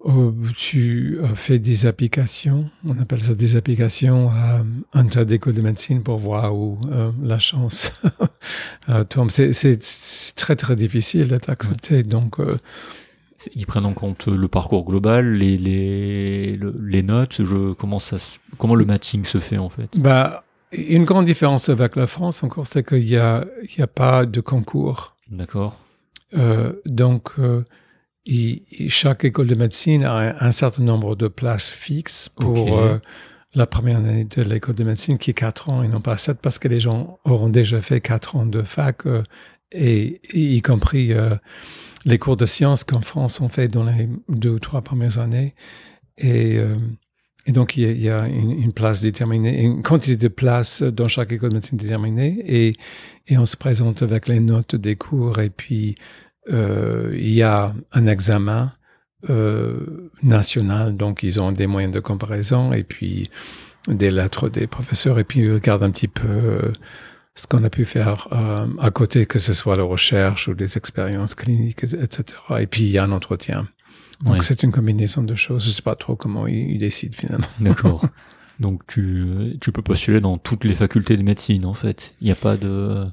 Tu fais des applications, on appelle ça des applications à un tas d'écoles de médecine pour voir où la chance tombe. C'est très très difficile d'être accepté. Ouais. Donc, ils prennent en compte le parcours global, les notes. Comment le matching se fait en fait? Bah, une grande différence avec la France encore, c'est qu'il y a pas de concours. D'accord. Donc chaque école de médecine a un certain nombre de places fixes pour la première année de l'école de médecine, qui est 4 ans et non pas 7, parce que les gens auront déjà fait 4 ans de fac, et y compris les cours de sciences qu'en France on fait dans les 2 ou 3 premières années. Et donc, il y a une place déterminée, une quantité de places dans chaque école de médecine déterminée, et on se présente avec les notes des cours, et puis il y a un examen national, donc ils ont des moyens de comparaison, et puis des lettres des professeurs, et puis ils regardent un petit peu ce qu'on a pu faire à côté, que ce soit la recherche ou des expériences cliniques, etc. Et puis il y a un entretien. Donc c'est une combinaison de choses. Je ne sais pas trop comment ils décident finalement. D'accord. Donc tu peux postuler dans toutes les facultés de médecine en fait. Il n'y a pas de...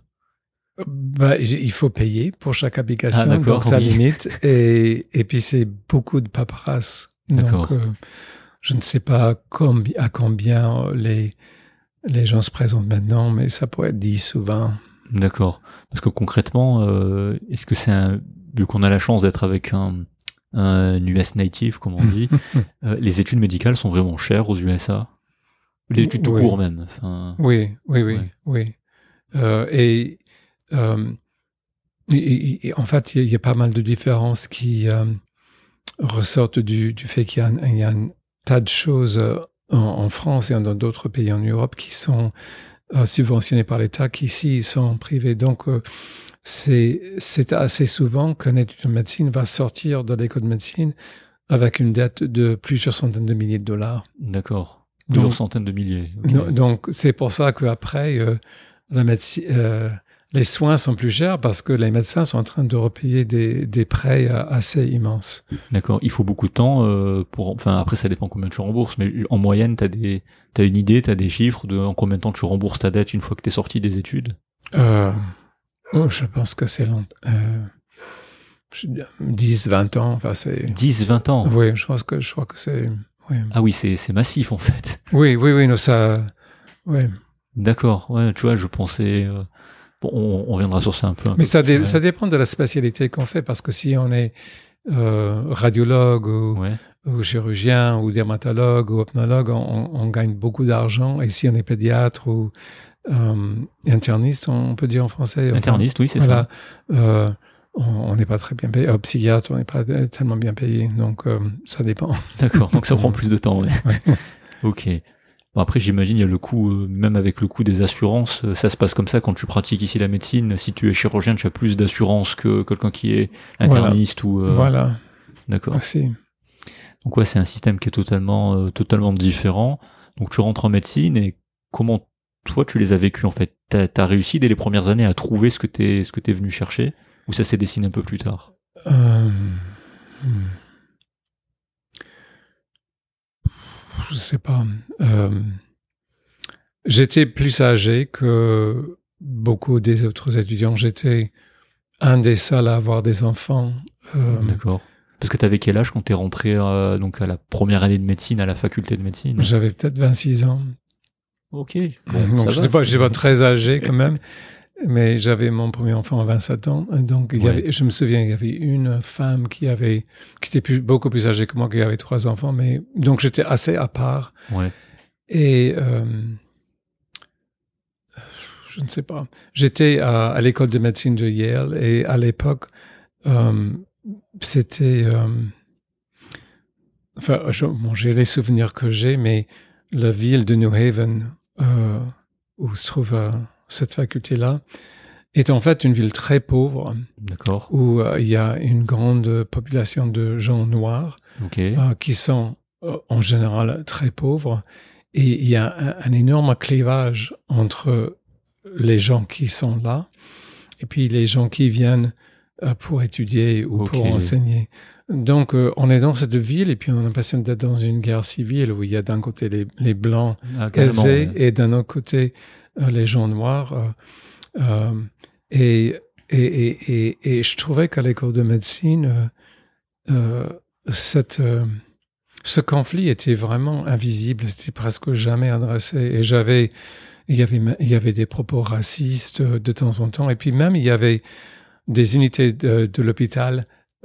il faut payer pour chaque application, donc ça limite. Et puis c'est beaucoup de paperasse. D'accord. Donc je ne sais pas à combien les gens se présentent maintenant, mais ça pourrait être 10 ou 20. D'accord. Parce que concrètement, est-ce que vu qu'on a la chance d'être avec un US native, comme on dit, les études médicales sont vraiment chères aux USA? Les études tout court même. Enfin... Oui. Et en fait, il y a pas mal de différences qui ressortent du fait qu'il y a un tas de choses en France et dans d'autres pays en Europe qui sont subventionnées par l'État, qui ici sont privées. Donc, c'est assez souvent qu'un étudiant de médecine va sortir de l'école de médecine avec une dette de plusieurs centaines de milliers de dollars. D'accord. Plusieurs centaines de milliers. Okay. Donc, c'est pour ça qu'après, la médecine... les soins sont plus chers parce que les médecins sont en train de repayer des prêts assez immenses. D'accord. Il faut beaucoup de temps enfin, après, ça dépend combien tu rembourses, mais en moyenne, t'as une idée, t'as des chiffres de en combien de temps tu rembourses ta dette une fois que t'es sorti des études? Je pense que c'est long. 10, 20 ans. Enfin, c'est... 10, 20 ans? Oui, je crois que c'est... Oui. Ah oui, c'est massif, en fait. Oui, non, ça... Oui. D'accord. Ouais, tu vois, je pensais... Bon, on reviendra sur ça un peu. Mais ça dépend de la spécialité qu'on fait, parce que si on est radiologue ou chirurgien ou dermatologue ou opnologue, on gagne beaucoup d'argent. Et si on est pédiatre ou interniste, on peut dire en français. Interniste, oui, c'est ça. On n'est pas très bien payé. Psychiatre, on n'est pas tellement bien payé. Donc, ça dépend. D'accord, donc ça prend plus de temps. Ouais. Ok. Bon, après, j'imagine, il y a le coût, même avec le coût des assurances, ça se passe comme ça quand tu pratiques ici la médecine. Si tu es chirurgien, tu as plus d'assurance que quelqu'un qui est interniste ou... Voilà. D'accord. Merci. Donc ouais, c'est un système qui est totalement différent. Donc tu rentres en médecine, et comment toi tu les as vécus en fait? T'as réussi dès les premières années à trouver ce que t'es venu chercher, ou ça s'est dessiné un peu plus tard? Je sais pas. J'étais plus âgé que beaucoup des autres étudiants. J'étais un des seuls à avoir des enfants. D'accord. Parce que tu avais quel âge quand tu es rentré donc à la première année de médecine, à la faculté de médecine? J'avais peut-être 26 ans. Ok. Bon, donc je n'étais pas très âgé quand même. Mais j'avais mon premier enfant à 27 ans. Donc, je me souviens, il y avait une femme qui était beaucoup plus âgée que moi, qui avait 3 enfants. Mais, donc, j'étais assez à part. Ouais. Et je ne sais pas. J'étais à l'école de médecine de Yale et à l'époque, c'était... j'ai les souvenirs que j'ai, mais la ville de New Haven, où se trouve cette faculté-là, est en fait une ville très pauvre. D'accord. Où il y a une grande population de gens noirs qui sont en général très pauvres. Et il y a un énorme clivage entre les gens qui sont là et puis les gens qui viennent pour étudier ou pour enseigner. Donc, on est dans cette ville et puis on a l'impression d'être dans une guerre civile où il y a d'un côté les Blancs aisés et d'un autre côté les gens noirs. Et je trouvais qu'à l'école de médecine, ce conflit était vraiment invisible, c'était presque jamais adressé. Et il y avait des propos racistes de temps en temps. Et puis même, il y avait des unités de l'hôpital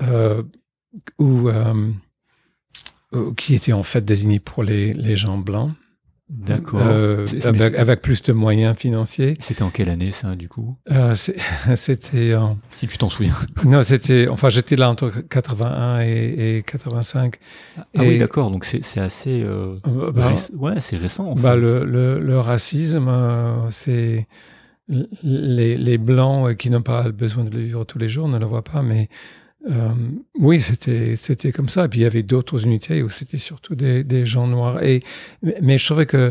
qui étaient en fait désignées pour les gens blancs. D'accord. Avec plus de moyens financiers. C'était en quelle année, ça, du coup? C'était si tu t'en souviens. Non, j'étais là entre 81 et 85. Oui, d'accord. Donc, c'est assez... c'est récent, en fait. Le racisme, c'est... Les Blancs qui n'ont pas besoin de le vivre tous les jours ne le voient pas, mais... oui, c'était comme ça. Et puis il y avait d'autres unités où c'était surtout des gens noirs. Mais je trouvais que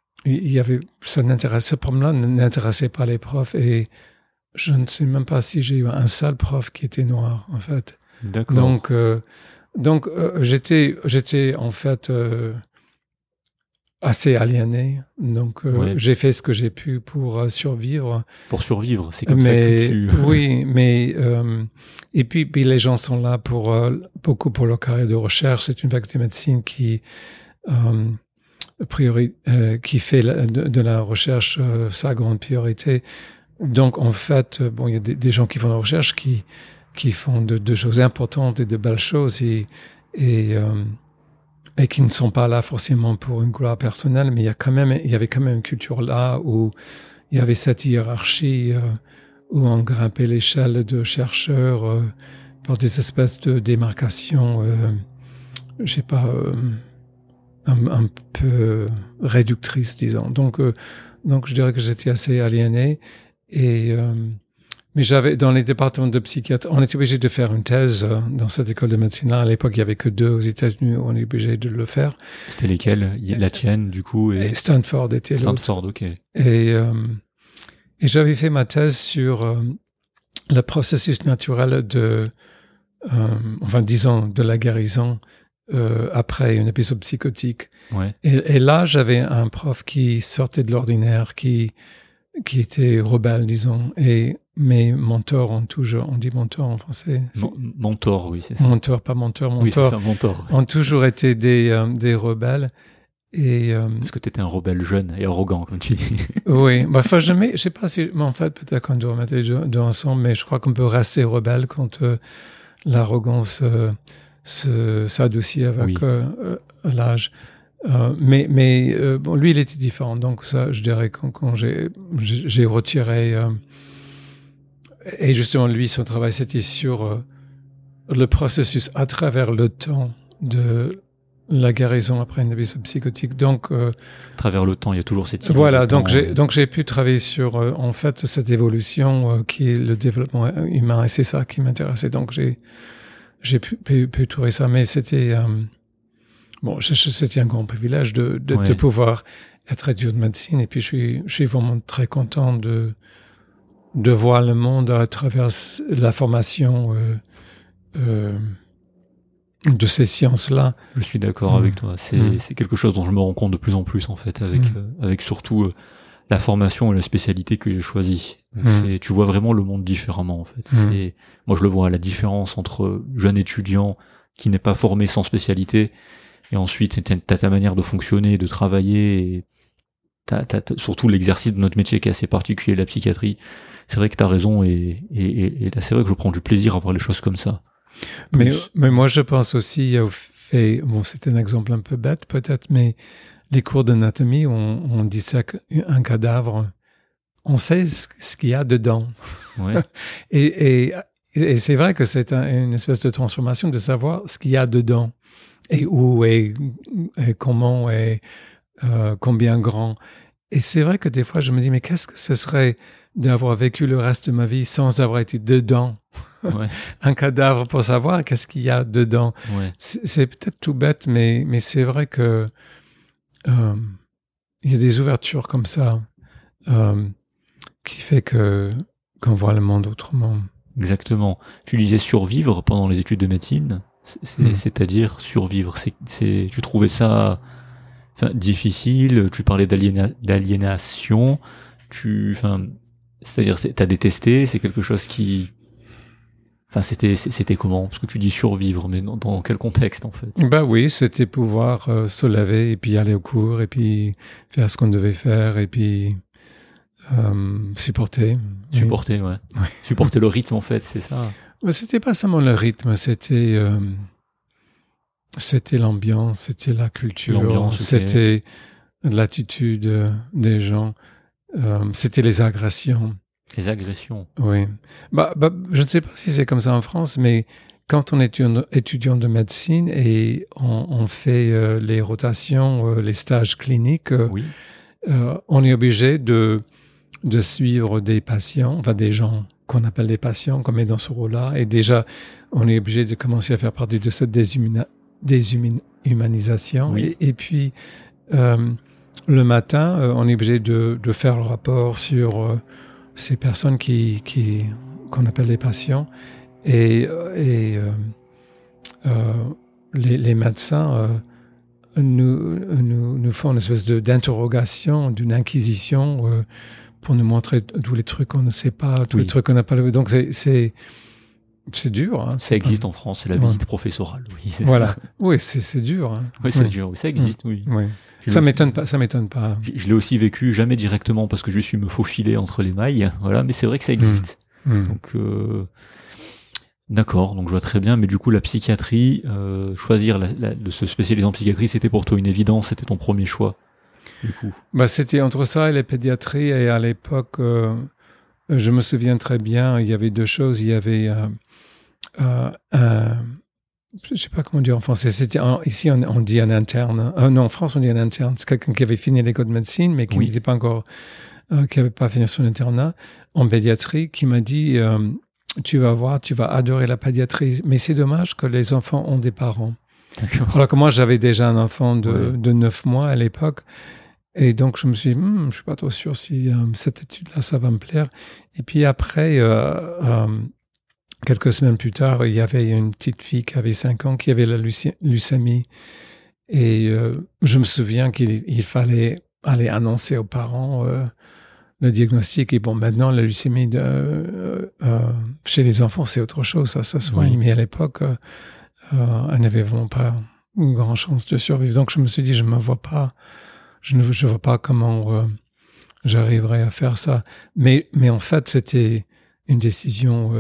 ce problème-là n'intéressait pas les profs. Et je ne sais même pas si j'ai eu un seul prof qui était noir, en fait. D'accord. Donc j'étais en fait assez aliéné. Donc j'ai fait ce que j'ai pu pour survivre. Pour survivre, c'est comme ça que tu... Oui, mais... et puis les gens sont là beaucoup pour leur carrière de recherche. C'est une faculté de médecine qui fait de la recherche sa grande priorité. Donc, en fait, il y a des gens qui font de la recherche qui font de choses importantes et de belles choses et qui ne sont pas là forcément pour une gloire personnelle, mais il y avait quand même une culture là où il y avait cette hiérarchie où on grimpait l'échelle de chercheurs par des espèces de démarcations, je sais pas, un peu réductrices, disons. Donc, je dirais que j'étais assez aliéné mais j'avais, dans les départements de psychiatrie, on était obligé de faire une thèse dans cette école de médecine-là. À l'époque, il n'y avait que 2 aux États-Unis où on est obligé de le faire. C'était lesquels? La tienne, du coup, et Stanford était l'autre. Stanford, ok. Et j'avais fait ma thèse sur le processus naturel de la guérison après un épisode psychotique. Ouais. Et là, j'avais un prof qui sortait de l'ordinaire, qui était rebelle, disons. Et mes mentors on dit mentor en français. Mentor, oui, c'est ça. Mentor, pas mentor. Oui, c'est ça, mentor. Ont toujours été des rebelles. Parce que tu étais un rebelle jeune et arrogant, comme tu dis. Oui, je sais pas si, mais en fait, peut-être qu'on doit mettre les deux ensemble, mais je crois qu'on peut rester rebelle quand l'arrogance s'adoucit avec l'âge. Mais lui, il était différent. Donc ça, je dirais quand j'ai retiré, et justement, lui, son travail, c'était sur le processus à travers le temps de la guérison après une épisode psychotique. Donc, à travers le temps, il y a toujours cette idée. Voilà, donc j'ai pu travailler sur en fait cette évolution qui est le développement humain, et c'est ça qui m'intéressait. Donc j'ai pu trouver ça, mais c'était c'était un grand privilège de pouvoir être étudiant de médecine, et puis je suis vraiment très content de voir le monde à travers la formation de ces sciences-là. Je suis d'accord avec toi. C'est quelque chose dont je me rends compte de plus en plus, en fait, avec surtout la formation et la spécialité que j'ai choisie. Tu vois vraiment le monde différemment, en fait. Moi, je le vois, la différence entre jeune étudiant qui n'est pas formé sans spécialité, et ensuite, t'as ta manière de fonctionner, de travailler, et t'as surtout l'exercice de notre métier qui est assez particulier, la psychiatrie. C'est vrai que t'as raison, et là, c'est vrai que je prends du plaisir à voir les choses comme ça. Mais moi, je pense aussi au fait, c'est un exemple un peu bête peut-être, mais les cours d'anatomie, on dissèque un cadavre on sait ce qu'il y a dedans. Ouais. Et c'est vrai que c'est une espèce de transformation de savoir ce qu'il y a dedans et où et comment et combien grand. Et c'est vrai que des fois, je me dis, mais qu'est-ce que ce serait d'avoir vécu le reste de ma vie sans avoir été dedans Ouais. un cadavre pour savoir qu'est-ce qu'il y a dedans. Ouais. C'est peut-être tout bête, mais c'est vrai que il y a des ouvertures comme ça qui fait qu'on voit le monde autrement. Exactement. Tu disais survivre pendant les études de médecine, c'est-à-dire survivre. Tu trouvais ça difficile, tu parlais d'aliénation, c'est-à-dire t'as détesté, c'est quelque chose qui... c'était comment? Parce que tu dis survivre, mais dans quel contexte, en fait? Bah oui, c'était pouvoir se lever et puis aller au cours et puis faire ce qu'on devait faire et puis supporter. Supporter, ouais. Supporter le rythme, en fait, c'est ça. Mais c'était pas seulement le rythme, c'était l'ambiance, c'était la culture, c'était l'attitude des gens, c'était les agressions. Les agressions. Oui. Je ne sais pas si c'est comme ça en France, mais quand on est étudiant de médecine et on fait les rotations, les stages cliniques, oui. On est obligé de suivre des patients, enfin des gens qu'on appelle des patients, qu'on met dans ce rôle-là. Et déjà, on est obligé de commencer à faire partie de cette déshumanisation. Oui. Et puis, le matin, on est obligé de faire le rapport sur ces personnes qu'on appelle les patients. Et les médecins nous font une espèce d'interrogation, d'une inquisition pour nous montrer tous les trucs qu'on ne sait pas, tous les trucs qu'on n'a pas. Donc c'est dur. Hein, ça existe en France, c'est la visite professorale. Oui, voilà. Oui, c'est dur. Hein. Oui, c'est dur. Oui, ça existe, oui. Ça m'étonne pas. Je l'ai aussi vécu, jamais directement parce que je suis me faufiler entre les mailles. Voilà, mais c'est vrai que ça existe. Donc, d'accord, donc je vois très bien. Mais du coup, la psychiatrie, choisir de se spécialiser en psychiatrie, c'était pour toi une évidence, c'était ton premier choix. Du coup. C'était entre ça et la pédiatrie. Et à l'époque, je me souviens très bien, il y avait deux choses. Il y avait je ne sais pas comment dire en français. Ici, on dit un interne. Non, en France, on dit un interne. C'est quelqu'un qui avait fini l'école de médecine, mais qui n'était pas encore, qui n'avait pas fini son internat en pédiatrie, qui m'a dit tu vas voir, tu vas adorer la pédiatrie. Mais c'est dommage que les enfants ont des parents. D'accord. Alors que moi, j'avais déjà un enfant de 9 mois à l'époque. Et donc, je me suis dit, je ne suis pas trop sûr si cette étude-là, ça va me plaire. Et puis après, quelques semaines plus tard, il y avait une petite fille qui avait 5 ans qui avait la leucémie. Et je me souviens qu'il fallait aller annoncer aux parents le diagnostic. Et bon, maintenant, la leucémie chez les enfants, c'est autre chose, ça se soigne. Mais à l'époque, elle n'avait vraiment pas une grande chance de survivre. Donc, je me suis dit, je ne vois pas comment j'arriverais à faire ça. Mais en fait, c'était une décision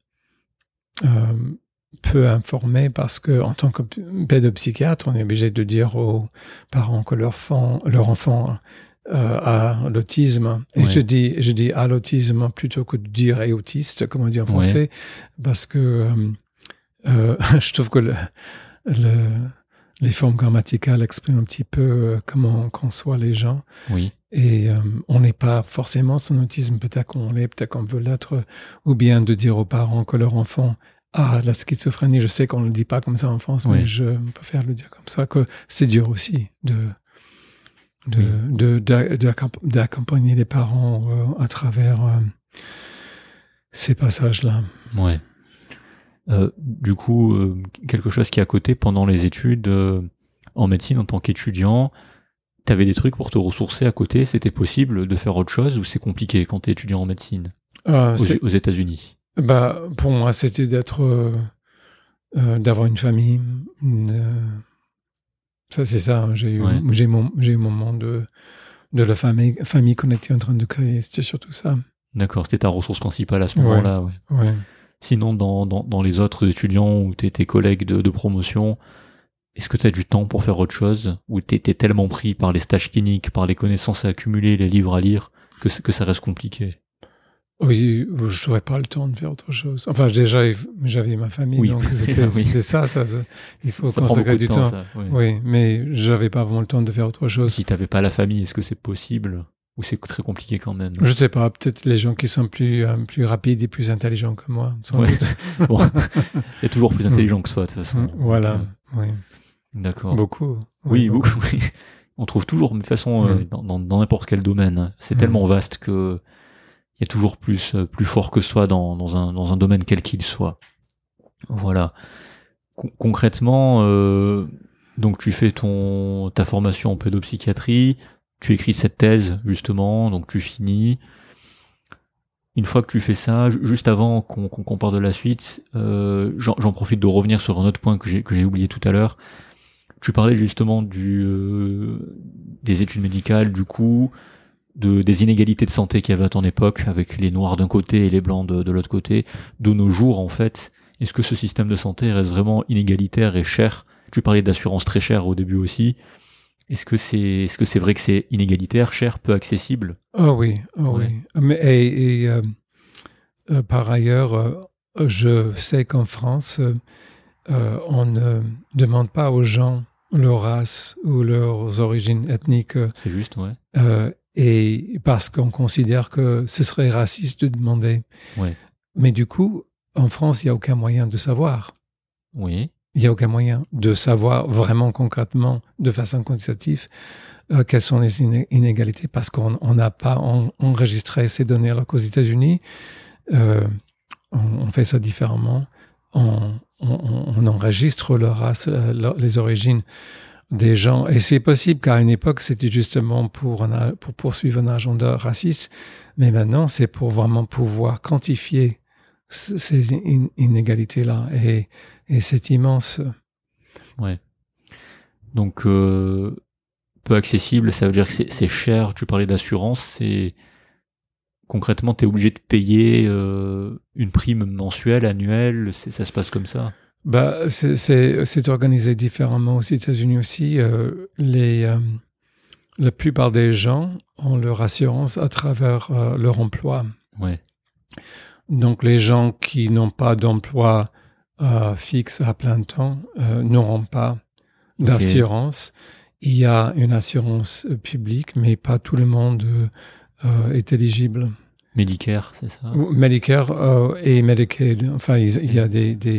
peu informée parce que, en tant que pédopsychiatre, on est obligé de dire aux parents que leur enfant a l'autisme. Et je dis à l'autisme plutôt que de dire est autiste, comme on dit en français, parce que je trouve que les formes grammaticales expriment un petit peu comment on conçoit les gens. Oui. Et on n'est pas forcément son autisme, peut-être qu'on l'est, peut-être qu'on veut l'être, ou bien de dire aux parents que leur enfant a la schizophrénie. Je sais qu'on ne le dit pas comme ça en France, mais je préfère le dire comme ça, que c'est dur aussi d'accompagner les parents à travers ces passages-là. Ouais. Du coup, quelque chose qui est à côté pendant les études en médecine en tant qu'étudiant, t'avais des trucs pour te ressourcer à côté, c'était possible de faire autre chose ou c'est compliqué quand t'es étudiant en médecine aux États-Unis? Pour moi, c'était d'avoir une famille. Ça, c'est ça. J'ai eu un moment de la famille qu'on était en train de créer. C'était surtout ça. D'accord, c'était ta ressource principale à ce moment-là. Ouais. Sinon, dans les autres étudiants ou tes collègues de promotion, est-ce que tu as du temps pour faire autre chose ou t'es tellement pris par les stages cliniques, par les connaissances à accumuler, les livres à lire, que ça reste compliqué. Oui, je n'aurais pas le temps de faire autre chose. Enfin, déjà, j'avais ma famille, donc c'était ça. Il faut consacrer du temps. Ça, oui, mais j'avais pas vraiment le temps de faire autre chose. Si tu n'avais pas la famille, est-ce que c'est possible ou c'est très compliqué quand même? Je ne sais pas. Peut-être les gens qui sont plus rapides et plus intelligents que moi, sans doute. Bon, il y a toujours plus intelligent que soi, de toute façon. Voilà, oui. D'accord. Beaucoup. Oui, beaucoup. Oui. On trouve toujours, mais de toute façon, dans n'importe quel domaine, c'est tellement vaste que il y a toujours plus fort que soi dans un domaine quel qu'il soit. Voilà. Concrètement, donc tu fais ta formation en pédopsychiatrie, tu écris cette thèse justement, donc tu finis. Une fois que tu fais ça, juste avant qu'on parle de la suite, j'en profite de revenir sur un autre point que j'ai oublié tout à l'heure. Tu parlais justement des études médicales, du coup, des inégalités de santé qu'il y avait à ton époque, avec les noirs d'un côté et les blancs de l'autre côté. De nos jours, en fait, est-ce que ce système de santé reste vraiment inégalitaire et cher? Tu parlais d'assurance très chère au début aussi. Est-ce que c'est vrai que c'est inégalitaire, cher, peu accessible? Oh oui, oui. Mais par ailleurs, je sais qu'en France, on ne demande pas aux gens leur race ou leurs origines ethniques. C'est juste, ouais. Et parce qu'on considère que ce serait raciste de demander. Ouais. Mais du coup, en France, il n'y a aucun moyen de savoir. Oui. Il n'y a aucun moyen de savoir vraiment concrètement, de façon quantitative, quelles sont les inégalités, parce qu'on n'a pas enregistré ces données, alors qu'aux États-Unis, on fait ça différemment. On enregistre leur race, les origines des gens. Et c'est possible qu'à une époque, c'était justement pour poursuivre un agenda raciste, mais maintenant, c'est pour vraiment pouvoir quantifier ces inégalités-là. Et c'est immense. Ouais. Donc, peu accessible, ça veut dire que c'est cher. Tu parlais d'assurance, concrètement, tu es obligé de payer une prime mensuelle, annuelle, ça se passe comme ça? Bah, c'est organisé différemment aux États-Unis aussi. La plupart des gens ont leur assurance à travers leur emploi. Ouais. Donc, les gens qui n'ont pas d'emploi fixe à plein temps n'auront pas d'assurance. Il y a une assurance publique, mais pas tout le monde est éligible. Medicare, c'est ça? Medicare et Medicaid. Enfin, il y a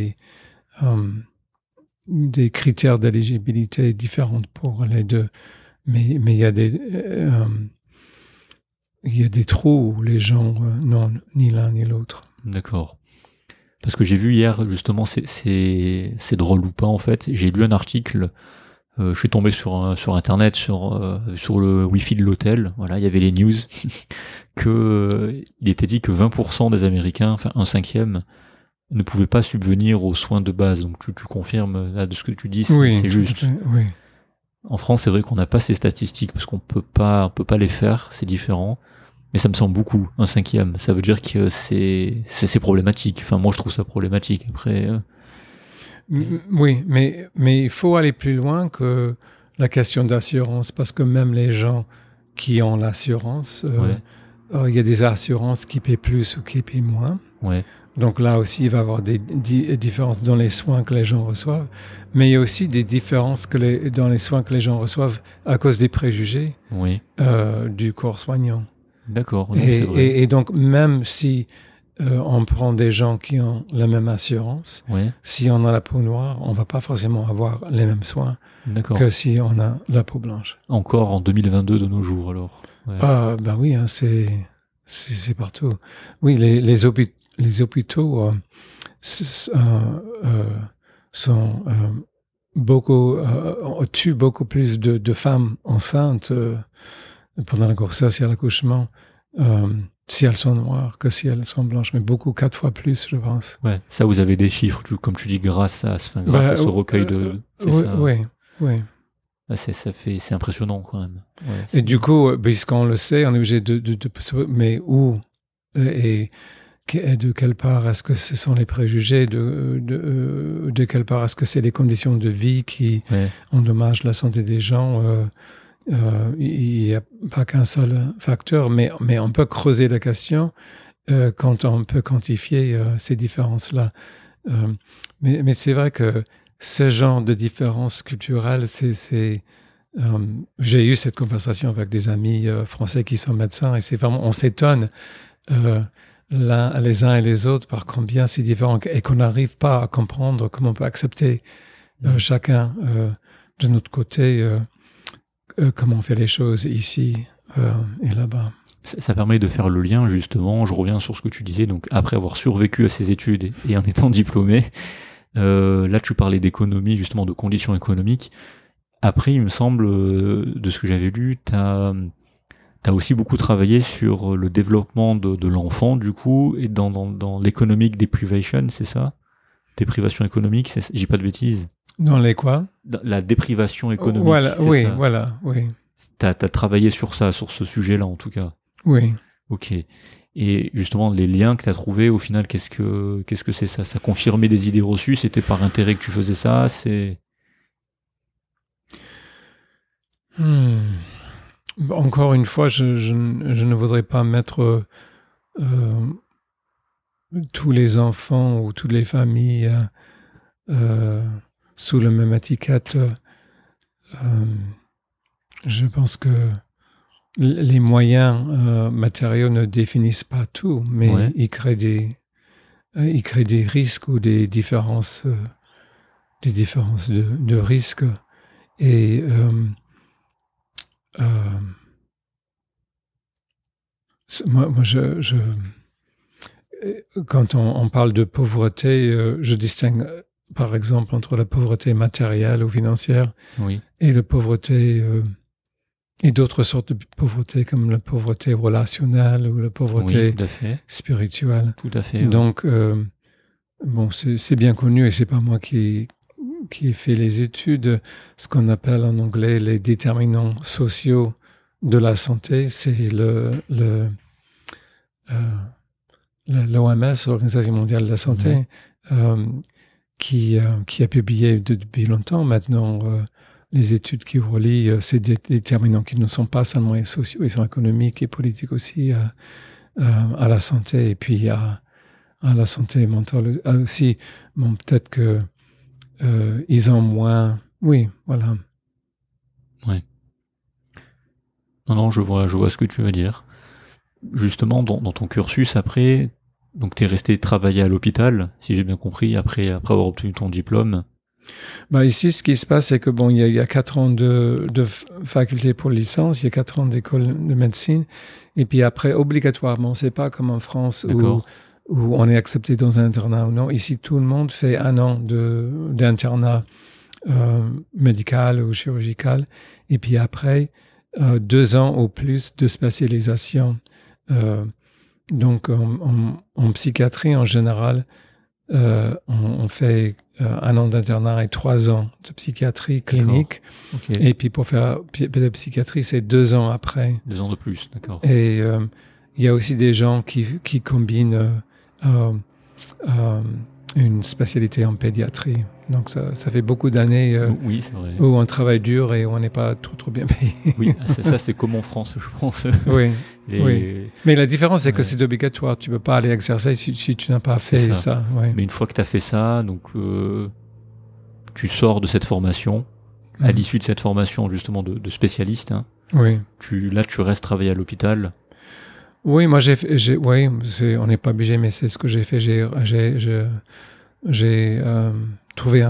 des critères d'éligibilité différents pour les deux. Mais il y a des trous où les gens n'ont ni l'un ni l'autre. D'accord. Parce que j'ai vu hier, justement, c'est drôle ou pas, en fait. J'ai lu un article, je suis tombé sur Internet, sur le Wi-Fi de l'hôtel. Voilà, il y avait les news, il était dit que 20% des Américains, enfin un cinquième, ne pouvaient pas subvenir aux soins de base. Donc tu confirmes, là, de ce que tu dis, c'est juste. Oui. En France, c'est vrai qu'on n'a pas ces statistiques, parce qu'on peut pas les faire, c'est différent. Mais ça me semble beaucoup, un cinquième. Ça veut dire que c'est problématique. Enfin, moi, je trouve ça problématique. Après. Oui, mais il faut aller plus loin que la question d'assurance, parce que même les gens qui ont l'assurance, il y a des assurances qui paient plus ou qui paient moins. Ouais. Donc là aussi, il va y avoir des différences dans les soins que les gens reçoivent, mais il y a aussi des différences dans les soins que les gens reçoivent à cause des préjugés du corps soignant. D'accord. Et donc, même si on prend des gens qui ont la même assurance, si on a la peau noire, on ne va pas forcément avoir les mêmes soins que si on a la peau blanche. Encore en 2022 de nos jours, alors. Ouais. Ben oui, hein, c'est partout. Oui, les hôpitaux sont tuent beaucoup plus de femmes enceintes pendant la grossesse et à l'accouchement, si elles sont noires que si elles sont blanches, mais 4 fois plus, je pense. Ouais, ça, vous avez des chiffres, comme tu dis, grâce à ce recueil de... Oui. C'est impressionnant, quand même. Ouais, et du coup, puisqu'on le sait, on est obligé mais où et de quelle part est-ce que ce sont les préjugés, de quelle part est-ce que c'est les conditions de vie qui endommagent la santé des gens, Il n'y a pas qu'un seul facteur, mais on peut creuser la question quand on peut quantifier ces différences-là. Mais c'est vrai que ce genre de différences culturelles, j'ai eu cette conversation avec des amis français qui sont médecins et c'est vraiment, on s'étonne les uns et les autres par combien c'est différent et qu'on n'arrive pas à comprendre comment on peut accepter chacun de notre côté comment on fait les choses ici et là-bas. Ça permet de faire le lien, justement. Je reviens sur ce que tu disais. Donc, après avoir survécu à ces études et en étant diplômé, là, tu parlais d'économie, justement, de conditions économiques. Après, il me semble, de ce que j'avais lu, t'as aussi beaucoup travaillé sur le développement de l'enfant, du coup, et dans l'économic deprivation, c'est ça? Déprivation économique, j'ai pas de bêtises. Dans les quoi? La déprivation économique. Voilà, oui, ça. voilà, oui. T'as travaillé sur ça, sur ce sujet-là, en tout cas. Oui. Ok. Et justement, les liens que tu as trouvés, au final, qu'est-ce que c'est ça? Ça confirmait des idées reçues? C'était par intérêt que tu faisais ça? Encore une fois, je ne voudrais pas mettre tous les enfants ou toutes les familles sous la même étiquette. Je pense que les moyens matériaux ne définissent pas tout, mais ils créent des risques ou des différences de risques. Et moi quand on parle de pauvreté, je distingue par exemple entre la pauvreté matérielle ou financière et la pauvreté et d'autres sortes de pauvreté comme la pauvreté relationnelle ou la pauvreté spirituelle. Tout à fait. Donc, c'est bien connu et c'est pas moi qui ai fait les études. Ce qu'on appelle en anglais les déterminants sociaux de la santé, c'est l'OMS, l'Organisation mondiale de la santé, qui a publié depuis longtemps maintenant les études qui relient ces déterminants qui ne sont pas seulement sociaux, ils sont économiques et politiques aussi à la santé et puis à la santé mentale aussi. Bon, peut-être que ils ont moins... Oui, voilà. Ouais. Non, je vois ce que tu veux dire. Justement, dans ton cursus après, donc tu es resté travailler à l'hôpital, si j'ai bien compris, après avoir obtenu ton diplôme. Ici, ce qui se passe, c'est que il y a 4 ans de faculté pour licence, il y a 4 ans d'école de médecine, et puis après, obligatoirement, c'est pas comme en France où on est accepté dans un internat ou non. Ici, tout le monde fait 1 an d'internat médical ou chirurgical, et puis après, 2 ans ou plus de spécialisation. Donc, en psychiatrie, en général, on fait 1 an d'internat et 3 ans de psychiatrie clinique. Okay. Et puis, pour faire de psychiatrie, c'est 2 ans après. 2 ans de plus, d'accord. Et il y a aussi des gens qui combinent une spécialité en pédiatrie. Donc, ça fait beaucoup d'années oui, c'est vrai. où on travaille dur et où on n'est pas trop bien payé. Oui, ça c'est comme en France, je pense. Oui. Mais la différence, c'est que c'est obligatoire. Tu ne peux pas aller exercer si tu n'as pas fait ça. Ouais. Mais une fois que tu as fait ça, donc tu sors de cette formation. À l'issue de cette formation, justement, de spécialiste, hein, tu restes travailler à l'hôpital. Oui, moi on n'est pas obligé, mais c'est ce que j'ai fait. J'ai trouvé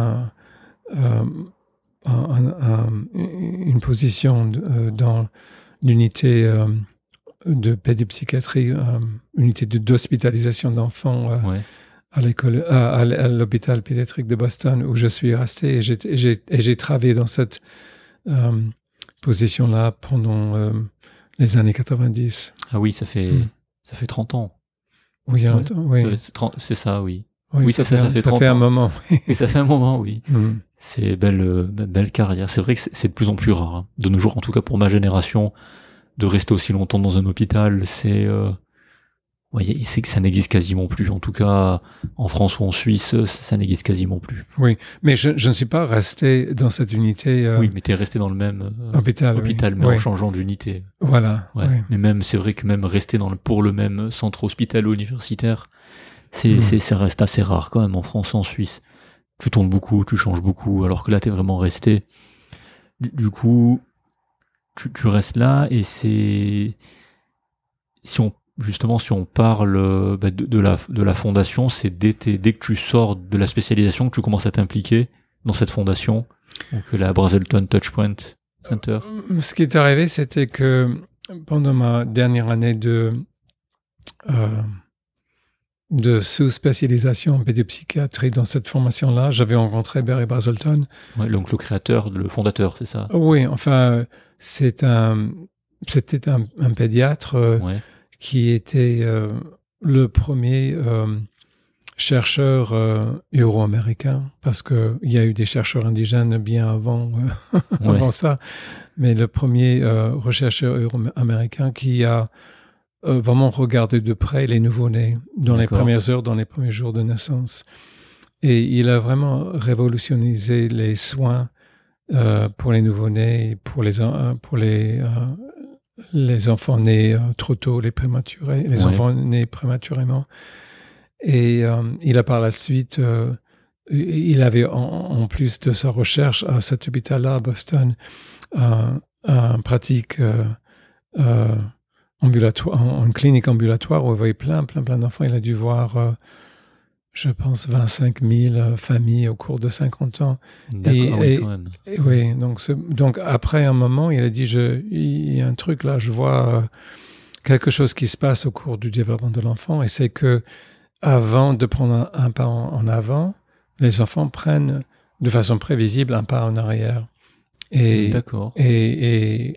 une position dans l'unité de pédopsychiatrie, unité d'hospitalisation d'enfants à l'hôpital pédiatrique de Boston où je suis resté et j'ai travaillé dans cette position-là pendant les années 90. Ah oui, ça fait 30 ans. Oui, c'est ça, oui. Oui, ça fait 30 ans. Un moment. Et ça fait un moment, oui. C'est belle carrière. C'est vrai que c'est de plus en plus rare. Hein. De nos jours, en tout cas pour ma génération, de rester aussi longtemps dans un hôpital, il sait que ça n'existe quasiment plus. En tout cas, en France ou en Suisse, ça n'existe quasiment plus. Oui, mais je ne suis pas resté dans cette unité. Oui, mais tu es resté dans le même hôpital, mais oui. en changeant d'unité. Voilà. Ouais. Oui. Mais même, c'est vrai que même rester pour le même centre hospitalo-universitaire, ça reste assez rare quand même en France, en Suisse. Tu tournes beaucoup, tu changes beaucoup, alors que là, tu es vraiment resté. Du coup, tu restes là, et c'est... Si on parle de la fondation, c'est dès que tu sors de la spécialisation que tu commences à t'impliquer dans cette fondation, donc la Brazelton Touchpoint Center. Ce qui est arrivé, c'était que pendant ma dernière année de sous-spécialisation en pédopsychiatrie dans cette formation-là, j'avais rencontré Barry Brazelton. Ouais, donc le fondateur, c'est ça? Oui, enfin, c'était un pédiatre qui était le premier chercheur euro-américain, parce qu'il y a eu des chercheurs indigènes bien avant, avant ça, mais le premier chercheur euro-américain qui a vraiment regardé de près les nouveau-nés dans les premières heures, dans les premiers jours de naissance. Et il a vraiment révolutionnisé les soins pour les nouveau-nés, pour les enfants nés trop tôt, les prématurés, les enfants nés prématurément. Et il a par la suite, il avait en plus de sa recherche à cet hôpital-là à Boston, un pratique ambulatoire, en clinique ambulatoire où il voyait plein d'enfants. Il a dû voir, je pense, 25 000 familles au cours de 50 ans. D'accord, quand même. Oui, donc après un moment, il a dit, il y a un truc là, je vois quelque chose qui se passe au cours du développement de l'enfant, et c'est que avant de prendre un pas en avant, les enfants prennent de façon prévisible un pas en arrière. D'accord. Et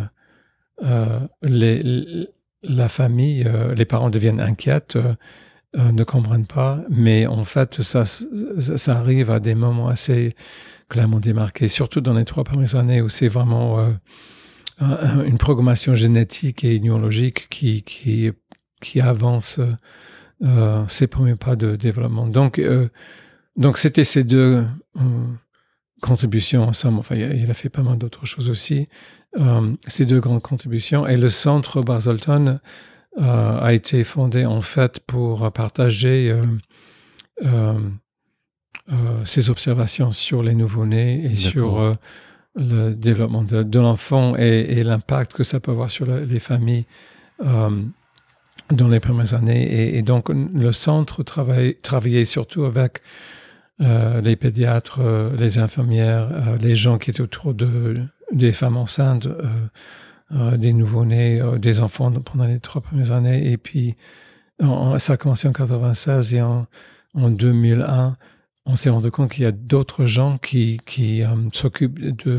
la famille, les parents deviennent inquiets, ne comprennent pas, mais en fait, ça arrive à des moments assez clairement démarqués, surtout dans les 3 premières années où c'est vraiment une programmation génétique et neurologique qui avance ses premiers pas de développement. Donc c'était ces deux contributions ensemble. Enfin, il a fait pas mal d'autres choses aussi. Ces deux grandes contributions. Et le centre Brazelton a été fondé en fait pour partager ses observations sur les nouveau-nés et sur le développement de l'enfant et l'impact que ça peut avoir sur les familles dans les premières années. Et donc, le centre travaillait surtout avec les pédiatres, les infirmières, les gens qui étaient autour des femmes enceintes, des nouveau-nés, des enfants pendant les 3 premières années. Et puis, ça a commencé en 1996 et en 2001, on s'est rendu compte qu'il y a d'autres gens qui s'occupent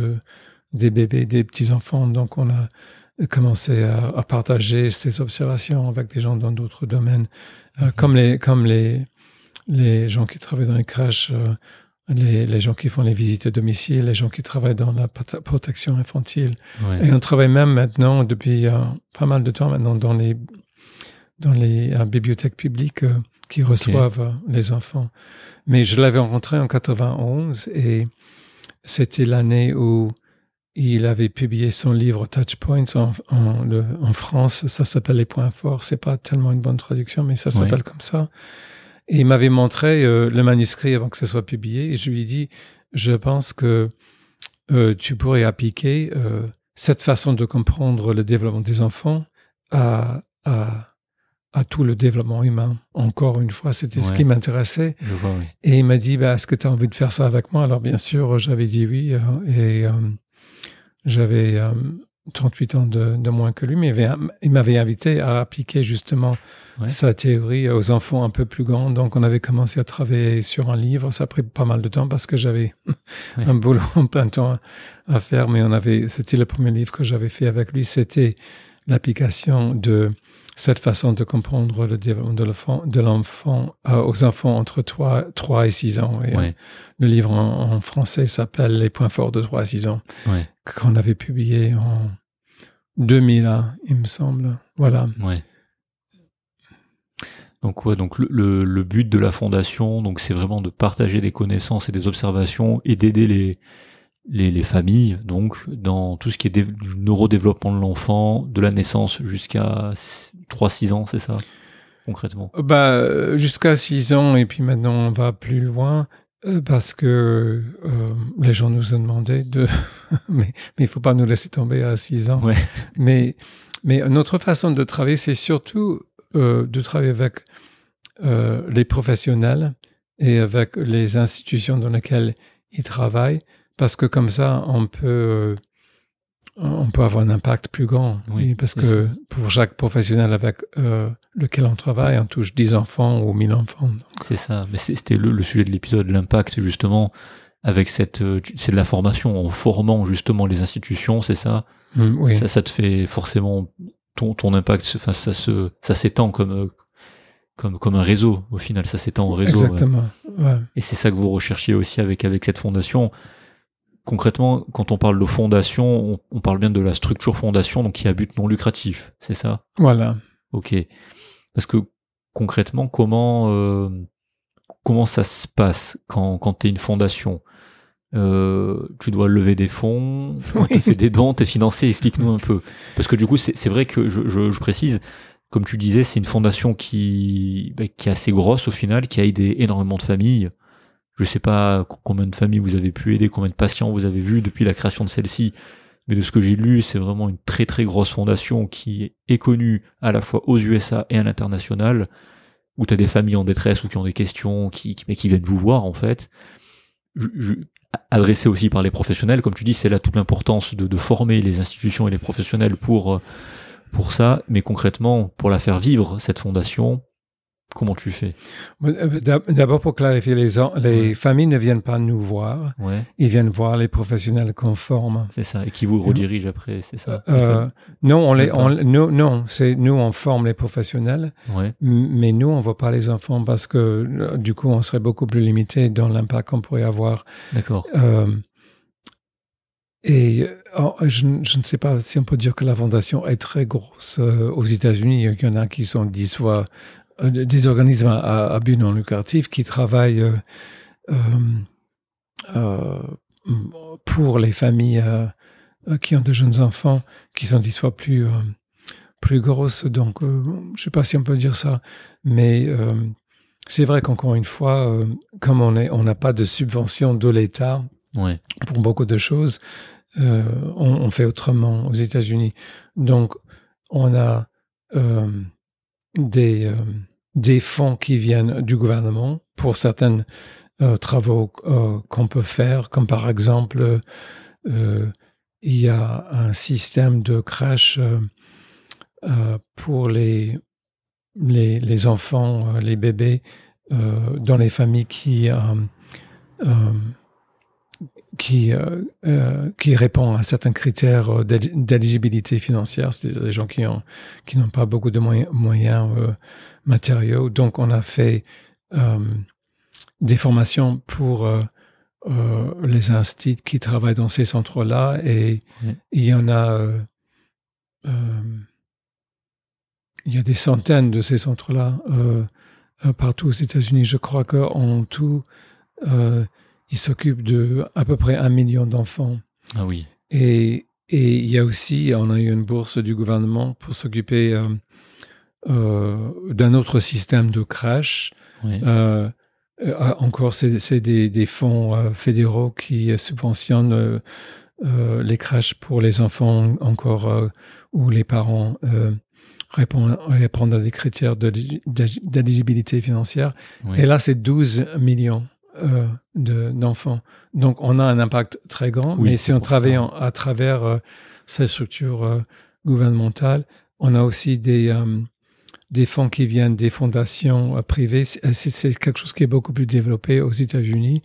des bébés, des petits-enfants. Donc, on a commencé à partager ces observations avec des gens dans d'autres domaines, comme les gens qui travaillent dans les crèches, les gens qui font les visites à domicile, les gens qui travaillent dans la protection infantile. Ouais. Et on travaille même maintenant, depuis pas mal de temps maintenant, dans les bibliothèques publiques qui reçoivent les enfants. Mais je l'avais rencontré en 91 et c'était l'année où il avait publié son livre Touchpoints en France. Ça s'appelle Les Points Forts. C'est pas tellement une bonne traduction, mais ça s'appelle comme ça. Et il m'avait montré le manuscrit avant que ça soit publié. Et je lui ai dit, je pense que tu pourrais appliquer cette façon de comprendre le développement des enfants à tout le développement humain. Encore une fois, c'était ce qui m'intéressait. Je vois, oui. Et il m'a dit, est-ce que tu as envie de faire ça avec moi? Alors, bien sûr, j'avais dit oui. Et j'avais 38 ans de moins que lui, mais il m'avait invité à appliquer justement sa théorie aux enfants un peu plus grands. Donc, on avait commencé à travailler sur un livre. Ça a pris pas mal de temps parce que j'avais un boulot en plein temps à faire, mais c'était le premier livre que j'avais fait avec lui. C'était l'application de cette façon de comprendre le développement de l'enfant aux enfants entre 3 et 6 ans. Et, le livre en français s'appelle « Les points forts de 3 à 6 ans », qu'on avait publié en 2001, il me semble. Voilà. Donc le but de la fondation, donc c'est vraiment de partager des connaissances et des observations et d'aider les familles, donc dans tout ce qui est du neurodéveloppement de l'enfant, de la naissance jusqu'à 3-6 ans, c'est ça, concrètement? Jusqu'à 6 ans, et puis maintenant on va plus loin, parce que les gens nous ont demandé de... mais il faut pas nous laisser tomber à 6 ans. Ouais. Mais notre façon de travailler, c'est surtout de travailler avec les professionnels et avec les institutions dans lesquelles ils travaillent, parce que comme ça, on peut avoir un impact plus grand. Oui, parce que pour chaque professionnel avec lequel on travaille, on touche 10 enfants ou 1000 enfants. Donc. C'est ça. Mais c'était le sujet de l'épisode, l'impact, justement, avec c'est de la formation, en formant justement les institutions, c'est ça? Oui. Ça te fait forcément ton impact, enfin, ça s'étend comme un réseau, au final, ça s'étend au réseau. Exactement. Ouais. Et c'est ça que vous recherchiez aussi avec cette fondation. Concrètement, quand on parle de fondation, on parle bien de la structure fondation, donc qui a but non lucratif, c'est ça? Voilà. Ok. Parce que concrètement, comment ça se passe quand tu es une fondation? Tu dois lever des fonds, on te fait des dons, t'es financé, explique-nous un peu. Parce que du coup, c'est vrai que je précise, comme tu disais, c'est une fondation qui est assez grosse au final, qui a aidé énormément de familles. Je sais pas combien de familles vous avez pu aider, combien de patients vous avez vus depuis la création de celle-ci, mais de ce que j'ai lu, c'est vraiment une très très grosse fondation qui est connue à la fois aux USA et à l'international, où tu as des familles en détresse ou qui ont des questions, qui viennent vous voir en fait. Adressé aussi par les professionnels, comme tu dis, c'est là toute l'importance de former les institutions et les professionnels pour ça, mais concrètement, pour la faire vivre, cette fondation, comment tu fais? D'abord, pour clarifier, les familles ne viennent pas nous voir, ils viennent voir les professionnels qu'on forme. C'est ça, et qui vous redirigent après, c'est ça? Non, nous, on forme les professionnels, mais nous, on ne voit pas les enfants parce que du coup, on serait beaucoup plus limité dans l'impact qu'on pourrait avoir. D'accord. Je ne sais pas si on peut dire que la fondation est très grosse aux États-Unis. Il y en a qui sont 10 fois des organismes à but non lucratif qui travaillent pour les familles qui ont de jeunes enfants qui sont 10 fois plus grosses. Donc, je ne sais pas si on peut dire ça, mais c'est vrai qu'encore une fois, comme on n'a pas de subvention de l'État pour beaucoup de choses, on fait autrement aux États-Unis. Donc, on a des fonds qui viennent du gouvernement pour certains travaux qu'on peut faire, comme par exemple, il y a un système de crèche pour les enfants, les bébés, dans les familles qui répondent à certains critères d'éligibilité financière, c'est-à-dire des gens qui n'ont pas beaucoup de moyens matériaux. Donc, on a fait des formations pour les instituts qui travaillent dans ces centres-là, et il y en a il y a des centaines de ces centres-là partout aux États-Unis. Je crois qu'en tout, ils s'occupent de à peu près 1 million d'enfants. Ah oui. Et il y a aussi, on a eu une bourse du gouvernement pour s'occuper d'un autre système de crèche. Encore, c'est des fonds fédéraux qui subventionnent les crèches pour les enfants encore où les parents répondent à des critères d'éligibilité financière. Et là, c'est 12 millions d'enfants. Donc, on a un impact très grand, mais si on travaille à travers ces structures gouvernementales, on a aussi des fonds qui viennent des fondations privées. C'est quelque chose qui est beaucoup plus développé aux États-Unis.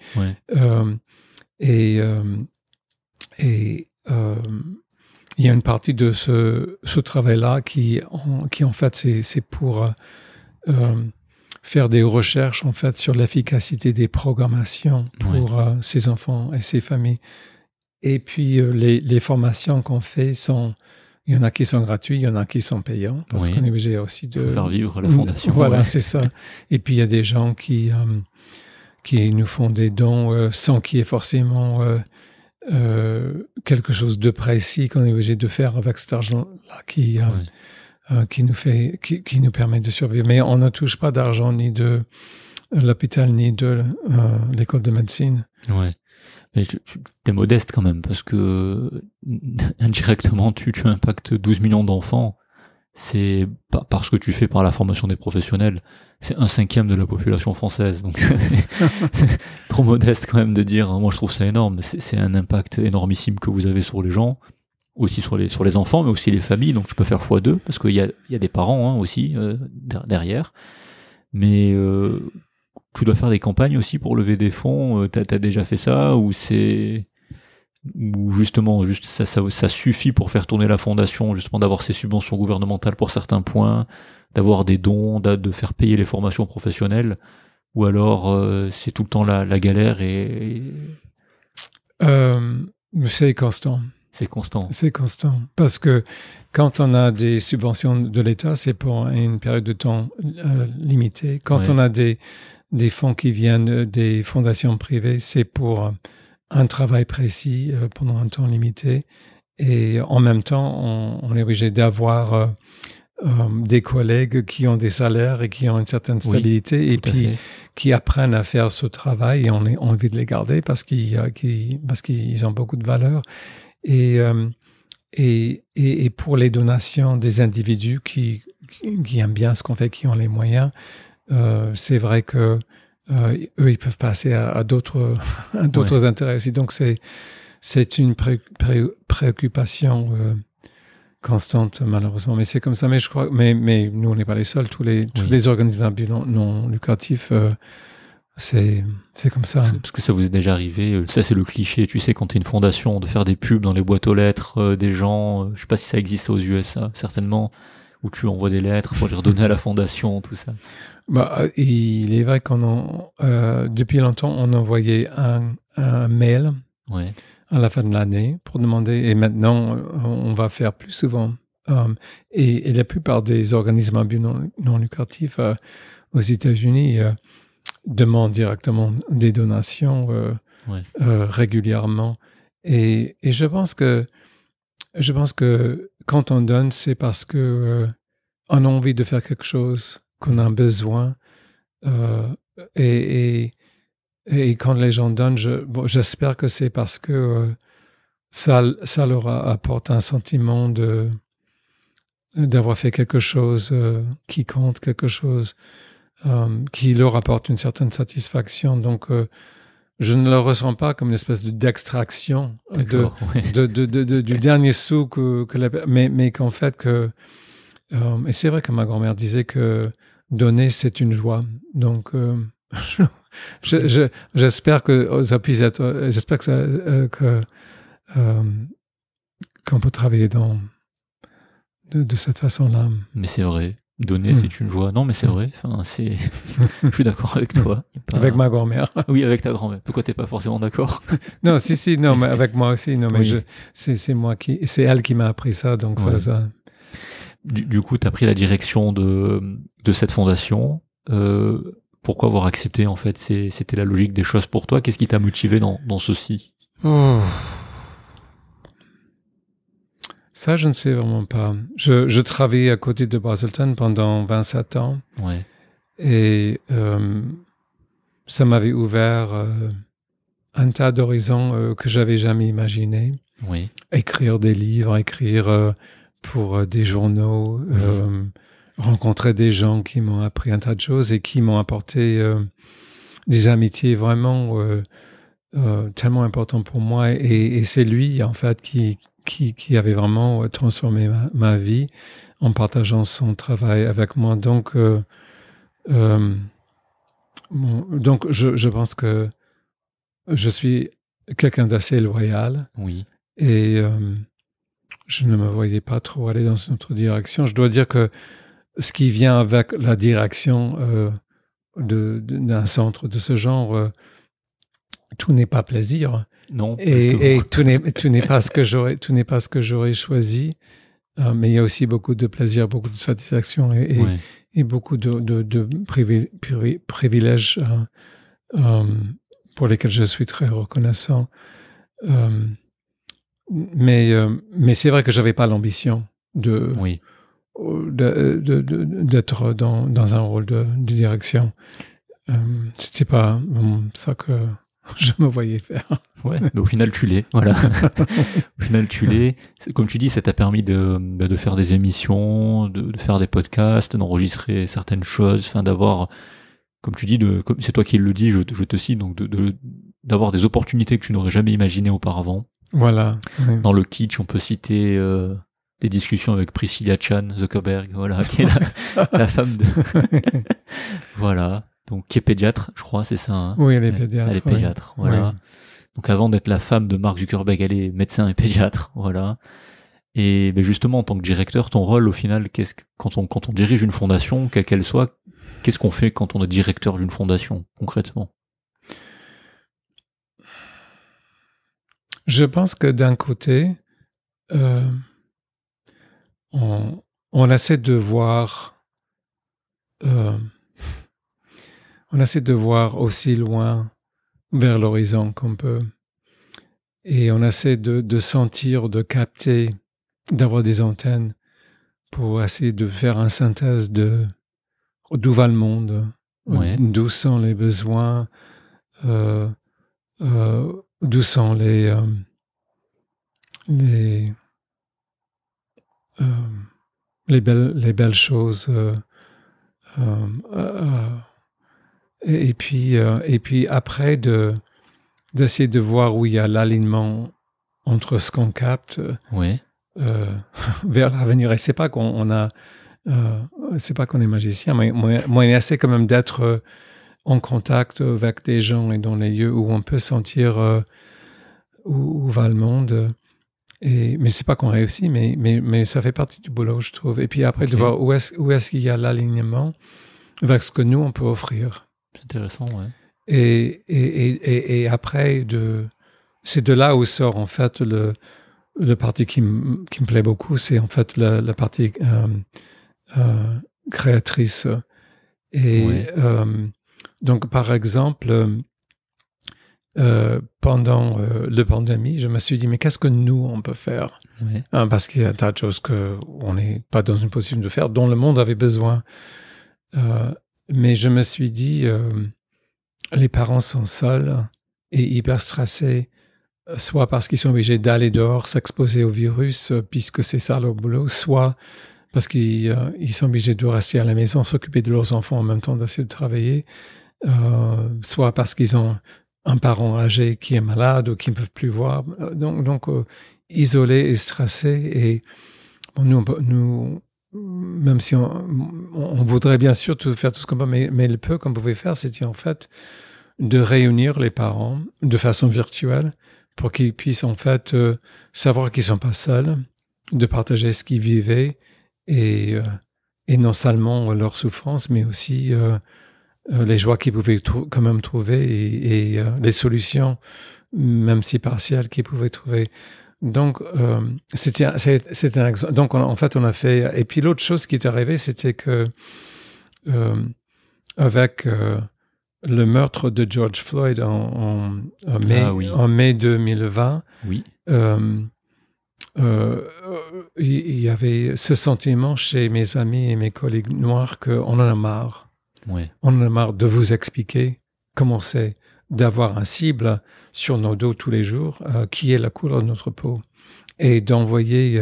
Il y a une partie de ce travail-là qui en fait, c'est pour faire des recherches en fait sur l'efficacité des programmations pour ces enfants et ces familles. Et puis les formations qu'on fait sont Il y en a qui sont gratuits, il y en a qui sont payants, parce qu'on est obligé aussi de... Faut faire vivre la fondation. Voilà, c'est ça. Et puis, il y a des gens qui nous font des dons sans qu'il y ait forcément quelque chose de précis qu'on est obligé de faire avec cet argent-là qui nous permet de survivre. Mais on ne touche pas d'argent ni de l'hôpital ni de l'école de médecine. Ouais. Mais tu es modeste quand même, parce que indirectement, tu impactes 12 millions d'enfants. C'est pas parce que tu fais par la formation des professionnels, c'est 1/5 de la population française. Donc, c'est trop modeste quand même de dire, moi je trouve ça énorme. C'est un impact énormissime que vous avez sur les gens, aussi sur les enfants, mais aussi les familles. Donc tu peux faire x2, parce qu'il y a des parents aussi derrière. Mais tu dois faire des campagnes aussi pour lever des fonds. T'as déjà fait ça, ou justement juste ça suffit pour faire tourner la fondation, justement d'avoir ces subventions gouvernementales pour certains points, d'avoir des dons, de faire payer les formations professionnelles, ou alors c'est tout le temps la galère c'est constant. C'est constant. C'est constant. Parce que quand on a des subventions de l'État, c'est pour une période de temps limitée. Quand on a des fonds qui viennent des fondations privées, c'est pour un travail précis pendant un temps limité. Et en même temps, on est obligé d'avoir des collègues qui ont des salaires et qui ont une certaine stabilité et puis qui apprennent à faire ce travail, et on a envie de les garder parce qu'ils ont beaucoup de valeur. Et pour les donations des individus qui aiment bien ce qu'on fait, qui ont les moyens, c'est vrai que eux, ils peuvent passer à d'autres intérêts aussi. Donc, c'est une préoccupation constante, malheureusement. Mais c'est comme ça. Mais je crois, mais nous, on n'est pas les seuls. Tous les organismes à but non lucratif, c'est comme ça. Parce que ça vous est déjà arrivé. Ça, c'est le cliché. Tu sais, quand t'es une fondation, de faire des pubs dans les boîtes aux lettres des gens. Je sais pas si ça existe aux USA, certainement, où tu envoies des lettres pour les redonner à la fondation, tout ça. Il est vrai depuis longtemps, on envoyait un mail à la fin de l'année pour demander, et maintenant, on va faire plus souvent. Et la plupart des organismes à but non lucratif aux États-Unis demandent directement des donations régulièrement. Et je pense que quand on donne, c'est parce que on a envie de faire quelque chose, qu'on a besoin. Et quand les gens donnent, j'espère que c'est parce que ça leur apporte un sentiment d'avoir fait quelque chose qui compte, quelque chose qui leur apporte une certaine satisfaction. Donc, je ne le ressens pas comme une espèce d'extraction du dernier sou mais qu'en fait et c'est vrai que ma grand-mère disait que donner, c'est une joie. Donc, j'espère que ça puisse être. J'espère qu'on peut travailler de cette façon-là. Mais c'est vrai. Donner, c'est une joie. Non, mais c'est vrai. Enfin, je suis d'accord avec toi. Avec ma grand-mère. Oui, avec ta grand-mère. Pourquoi t'es pas forcément d'accord? Non, si, non, mais avec moi aussi. Non, mais c'est elle qui m'a appris ça, donc ça. Du coup, tu as pris la direction de cette fondation. Pourquoi avoir accepté, en fait? C'était la logique des choses pour toi. Qu'est-ce qui t'a motivé dans ceci? Ça, je ne sais vraiment pas. Je travaillais à côté de Brazelton pendant 27 ans. Ouais. Et ça m'avait ouvert un tas d'horizons que j'avais jamais imaginé. Oui. Écrire des livres, écrire pour des journaux, rencontrer des gens qui m'ont appris un tas de choses et qui m'ont apporté des amitiés vraiment tellement importantes pour moi. Et c'est lui, en fait, qui avait vraiment transformé ma vie en partageant son travail avec moi. Donc, je pense que je suis quelqu'un d'assez loyal. Oui. Et je ne me voyais pas trop aller dans une autre direction. Je dois dire que ce qui vient avec la direction d'un centre de ce genre, tout n'est pas plaisir. Non. Et tout n'est pas ce que j'aurais choisi. Mais il y a aussi beaucoup de plaisir, beaucoup de satisfaction et beaucoup de privilèges pour lesquels je suis très reconnaissant. Mais c'est vrai que j'avais pas l'ambition d'être dans un rôle de direction. C'était pas ça que je me voyais faire. Ouais, mais au final tu l'es, voilà. Au final tu l'es. Comme tu dis, ça t'a permis de faire des émissions, de faire des podcasts, d'enregistrer certaines choses, enfin d'avoir, comme tu dis, comme c'est toi qui le dis, je te cite, donc d'avoir des opportunités que tu n'aurais jamais imaginées auparavant. Voilà. Oui. Dans le kitsch, on peut citer des discussions avec Priscilla Chan Zuckerberg, voilà, qui est la femme de... Voilà. Donc, qui est pédiatre, je crois, c'est ça. Hein. Oui, elle est pédiatre. Elle est pédiatre, voilà. Oui. Donc, avant d'être la femme de Mark Zuckerberg, elle est médecin et pédiatre, voilà. Et ben justement, en tant que directeur, ton rôle, au final, quand on dirige une fondation, quelle qu'elle soit, qu'est-ce qu'on fait quand on est directeur d'une fondation, concrètement ? Je pense que d'un côté, on essaie de voir... on essaie de voir aussi loin vers l'horizon qu'on peut. Et on essaie de sentir, de capter, d'avoir des antennes pour essayer de faire une synthèse d'où va le monde, d'où sont les besoins, d'où sont les belles choses. Et puis après d'essayer de voir où il y a l'alignement entre ce qu'on capte vers l'avenir. Et c'est pas qu'on est magicien, mais on essaie quand même d'être en contact avec des gens et dans les lieux où on peut sentir où va le monde. Mais c'est pas qu'on réussit, mais ça fait partie du boulot, je trouve. Et puis après de voir où est-ce qu'il y a l'alignement avec ce que nous on peut offrir. C'est intéressant, ouais. Et après, c'est de là où sort en fait le parti qui me plaît beaucoup, c'est en fait la partie créatrice. Et donc, par exemple, pendant la pandémie, je me suis dit, mais qu'est-ce que nous, on peut faire ? Parce qu'il y a un tas de choses qu'on n'est pas dans une position de faire, dont le monde avait besoin. Mais je me suis dit, les parents sont seuls et hyper stressés, soit parce qu'ils sont obligés d'aller dehors, s'exposer au virus, puisque c'est ça leur boulot, soit parce qu'ils sont obligés de rester à la maison, s'occuper de leurs enfants en même temps d'essayer de travailler, soit parce qu'ils ont un parent âgé qui est malade ou qui ne peuvent plus voir. Donc isolés et stressés. Et bon, nous même si on voudrait bien sûr faire tout ce qu'on peut, mais le peu qu'on pouvait faire, c'était en fait de réunir les parents de façon virtuelle pour qu'ils puissent en fait savoir qu'ils ne sont pas seuls, de partager ce qu'ils vivaient et non seulement leur souffrance, mais aussi les joies qu'ils pouvaient quand même trouver et les solutions, même si partielles, qu'ils pouvaient trouver. Donc, c'était un exemple. Donc, en fait, on a fait... Et puis, l'autre chose qui est arrivée, c'était que avec le meurtre de George Floyd en mai 2020, il y avait ce sentiment chez mes amis et mes collègues noirs qu'on en a marre. On en a marre de vous expliquer comment c'est d'avoir un cible sur nos dos tous les jours, qui est la couleur de notre peau, et d'envoyer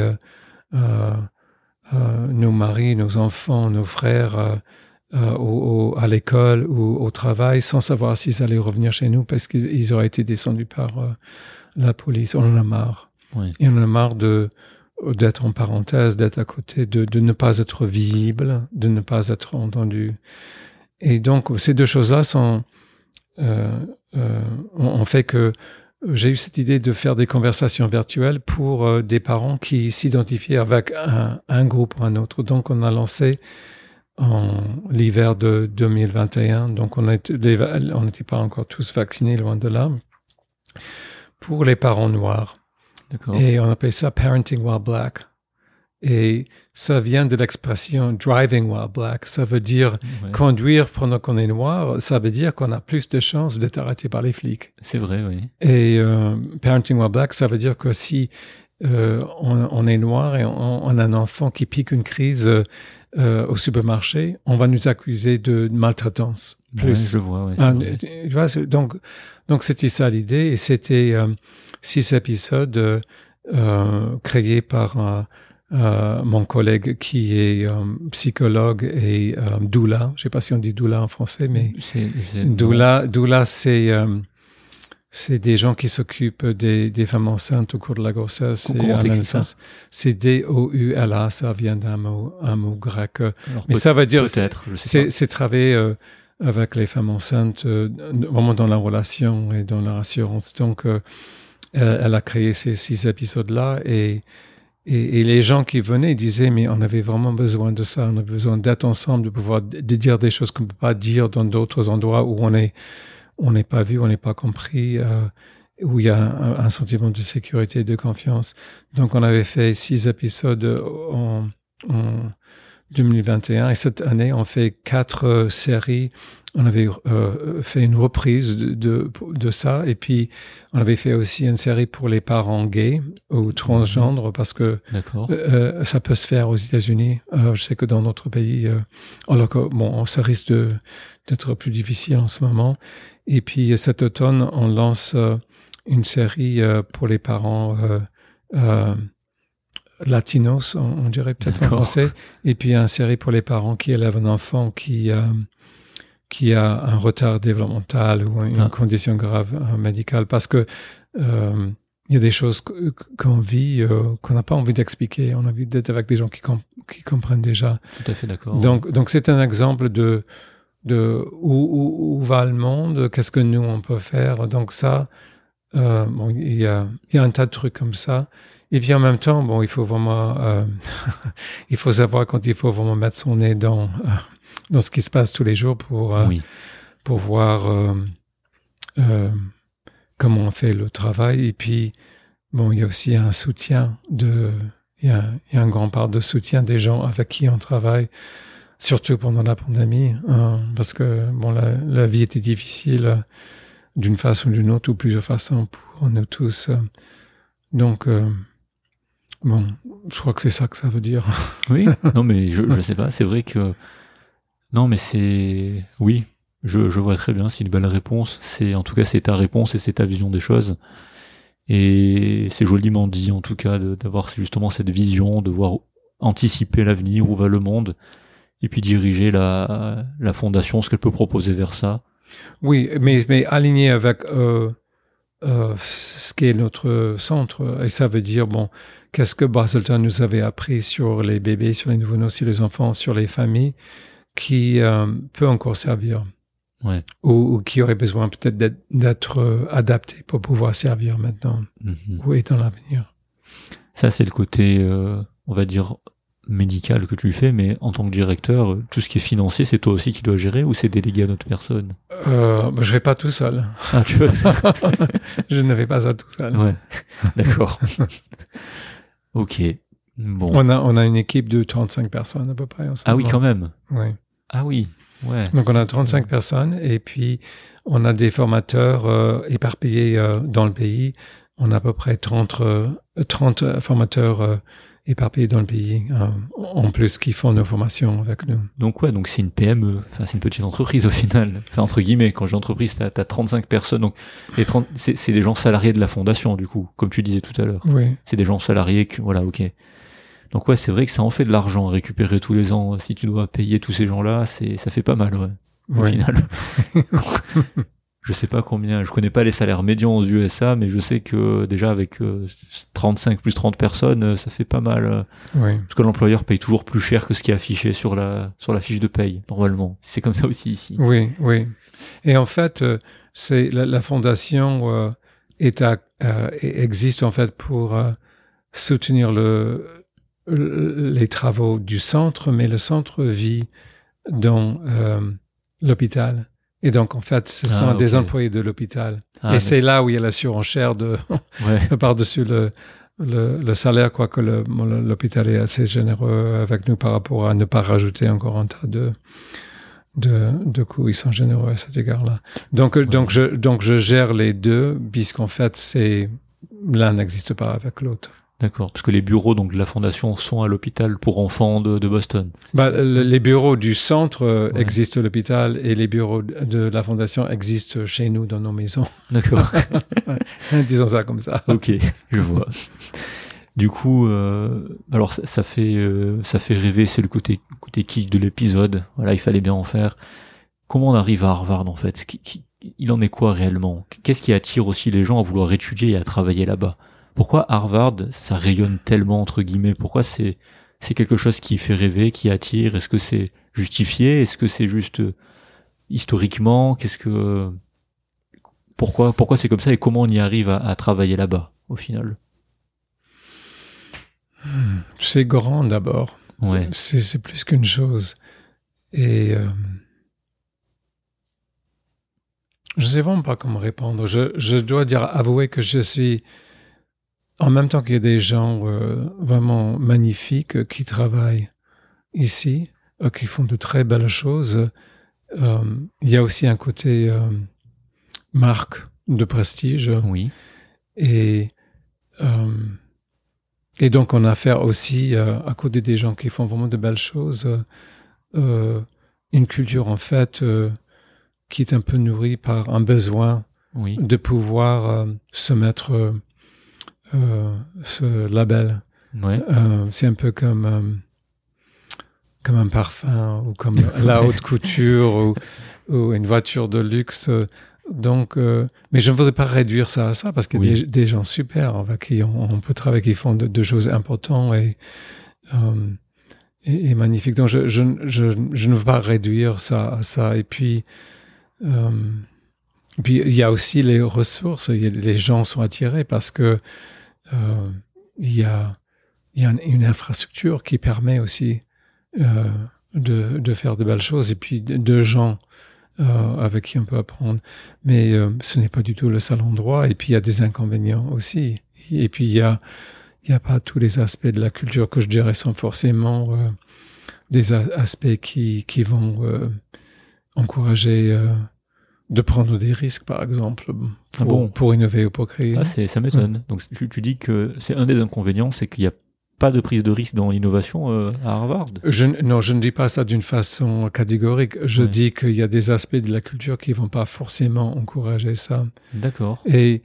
nos maris, nos enfants, nos frères à l'école ou au travail sans savoir s'ils allaient revenir chez nous parce qu'ils auraient été descendus par la police. On en a marre. Et on en a marre d'être en parenthèse, d'être à côté, de ne pas être visible, de ne pas être entendu. Et donc, ces deux choses-là ont fait que j'ai eu cette idée de faire des conversations virtuelles pour des parents qui s'identifiaient avec un groupe ou un autre. Donc, on a lancé en l'hiver de 2021, donc on n'était pas encore tous vaccinés, loin de là, pour les parents noirs. D'accord. Et on appelle ça Parenting While Black. Et ça vient de l'expression driving while black. Ça veut dire conduire pendant qu'on est noir. Ça veut dire qu'on a plus de chances d'être arrêté par les flics. C'est vrai, oui. Et parenting while black, ça veut dire que si on est noir et on a un enfant qui pique une crise au supermarché, on va nous accuser de maltraitance. Plus. Ouais, je vois, ouais, tu vois, donc c'était ça l'idée. Et c'était 6 épisodes créés par mon collègue qui est psychologue et doula. Je ne sais pas si on dit doula en français, mais doula, c'est des gens qui s'occupent des femmes enceintes au cours de la grossesse et à la naissance. C'est D-O-U-L-A, ça vient d'un mot grec. Alors, mais ça veut dire, c'est travailler avec les femmes enceintes, vraiment dans la relation et dans la rassurance. Donc, elle a créé ces 6 épisodes-là et les gens qui venaient disaient, mais on avait vraiment besoin de ça, on avait besoin d'être ensemble, de pouvoir de dire des choses qu'on ne peut pas dire dans d'autres endroits où on n'est pas vu, on n'est pas compris, où il y a un sentiment de sécurité et de confiance. Donc, on avait fait 6 épisodes en 2021 et cette année, on fait 4 séries. On avait fait une reprise de ça et puis on avait fait aussi une série pour les parents gays ou transgenres parce que ça peut se faire aux États-Unis. Je sais que dans notre pays, alors que bon, ça risque d'être plus difficile en ce moment. Et puis cet automne, on lance une série pour les parents latinos, on dirait peut-être en français, et puis une série pour les parents qui élèvent un enfant qui a un retard développemental ou une condition grave médicale, parce que il y a des choses qu'on vit qu'on n'a pas envie d'expliquer. On a envie d'être avec des gens qui comprennent déjà. Tout à fait d'accord. Donc c'est un exemple de où va le monde, qu'est-ce que nous on peut faire. Donc ça, bon, il y a un tas de trucs comme ça. Et puis en même temps, bon, il faut vraiment, il faut savoir quand il faut vraiment mettre son nez dans ce qui se passe tous les jours pour voir comment on fait le travail. Et puis, bon, il y a aussi un soutien il y a un grand part de soutien des gens avec qui on travaille, surtout pendant la pandémie, parce que, bon, la vie était difficile d'une façon ou d'une autre, ou plusieurs façons pour nous tous. Donc, bon, je crois que c'est ça que ça veut dire. Oui, non, mais je sais pas, c'est vrai que non, mais c'est... Oui, je vois très bien, c'est une belle réponse. En tout cas, c'est ta réponse et c'est ta vision des choses. Et c'est joliment dit, en tout cas, d'avoir justement cette vision, de voir anticiper l'avenir, où va le monde, et puis diriger la fondation, ce qu'elle peut proposer vers ça. Oui, mais aligné avec ce qu'est notre centre. Et ça veut dire, bon, qu'est-ce que Brazelton nous avait appris sur les bébés, sur les nouveau-nés, sur les enfants, sur les familles, qui peut encore servir, ou qui aurait besoin peut-être d'être adapté pour pouvoir servir maintenant, ou dans l'avenir. Ça, c'est le côté, on va dire, médical que tu fais, mais en tant que directeur, tout ce qui est financier, c'est toi aussi qui dois gérer, ou c'est délégué à d'autres personnes? Je vais pas tout seul. Ah, tu veux? Je ne fais pas ça tout seul. Ouais, d'accord. Ok. Bon. On a une équipe de 35 personnes à peu près. Ah oui, quand même. Oui. Ah oui, ouais. Donc on a 35 personnes et puis on a des formateurs éparpillés dans le pays. On a à peu près 30 formateurs éparpillés dans le pays, en plus qui font nos formations avec nous. Donc ouais, donc c'est une PME, enfin c'est une petite entreprise au final. Enfin entre guillemets, quand j'ai entreprise, t'as 35 personnes, donc c'est des gens salariés de la fondation du coup, comme tu disais tout à l'heure. Oui. C'est des gens salariés voilà, ok. Donc ouais, c'est vrai que ça en fait de l'argent à récupérer tous les ans. Si tu dois payer tous ces gens-là, ça fait pas mal, ouais. Au final. Je sais pas combien, je connais pas les salaires médians aux USA, mais je sais que déjà avec 35 plus 30 personnes, ça fait pas mal. Parce que l'employeur paye toujours plus cher que ce qui est affiché sur la fiche de paye, normalement. C'est comme ça aussi ici. Oui. Et en fait, c'est la fondation existe en fait pour soutenir les travaux du centre, mais le centre vit dans l'hôpital. Et donc, en fait, ce sont des employés de l'hôpital. Et c'est là où il y a la surenchère par-dessus le salaire, quoique l'hôpital est assez généreux avec nous par rapport à ne pas rajouter encore un tas de coûts. Ils sont généreux à cet égard-là. Donc je gère les deux, puisqu'en fait, l'un n'existe pas avec l'autre. D'accord, parce que les bureaux donc de la fondation sont à l'hôpital pour enfants de Boston. Les bureaux du centre existent à l'hôpital et les bureaux de la fondation existent chez nous dans nos maisons. D'accord. Disons ça comme ça. Ok, je vois. Du coup, alors ça fait rêver, c'est le côté kitsch de l'épisode. Voilà, il fallait bien en faire. Comment on arrive à Harvard en fait? Il en est quoi réellement? Qu'est-ce qui attire aussi les gens à vouloir étudier et à travailler là-bas? Pourquoi Harvard, ça rayonne tellement, entre guillemets? Pourquoi c'est quelque chose qui fait rêver, qui attire? Est-ce que c'est justifié? Est-ce que c'est juste historiquement? Pourquoi c'est comme ça et comment on y arrive à travailler là-bas, au final? C'est grand d'abord. Ouais. C'est plus qu'une chose. Et je sais vraiment pas comment répondre. Je dois avouer que je suis... En même temps qu'il y a des gens vraiment magnifiques qui travaillent ici, qui font de très belles choses, il y a aussi un côté marque de prestige. Oui. Et donc, on a affaire aussi, à côté des gens qui font vraiment de belles choses, une culture, en fait, qui est un peu nourrie par un besoin de pouvoir se mettre... ce label. Ouais. C'est un peu comme un parfum ou comme la haute couture ou une voiture de luxe. Donc, mais je ne voudrais pas réduire ça à ça parce qu'il y a des gens super avec qui on peut travailler, qui font de choses importantes et magnifiques. Donc, je ne veux pas réduire ça à ça. Et puis, il y a aussi les ressources. Les gens sont attirés parce que il y a une infrastructure qui permet aussi de faire de belles choses et puis de gens avec qui on peut apprendre. Mais ce n'est pas du tout le seul endroit. Et puis, il y a des inconvénients aussi. Et puis, il y a pas tous les aspects de la culture que je dirais sont forcément des aspects qui vont encourager... de prendre des risques, par exemple, pour innover ou pour créer. Ça m'étonne. Donc, tu dis que c'est un des inconvénients, c'est qu'il n'y a pas de prise de risque dans l'innovation à Harvard? Non, je ne dis pas ça d'une façon catégorique. Je dis qu'il y a des aspects de la culture qui ne vont pas forcément encourager ça. D'accord. Et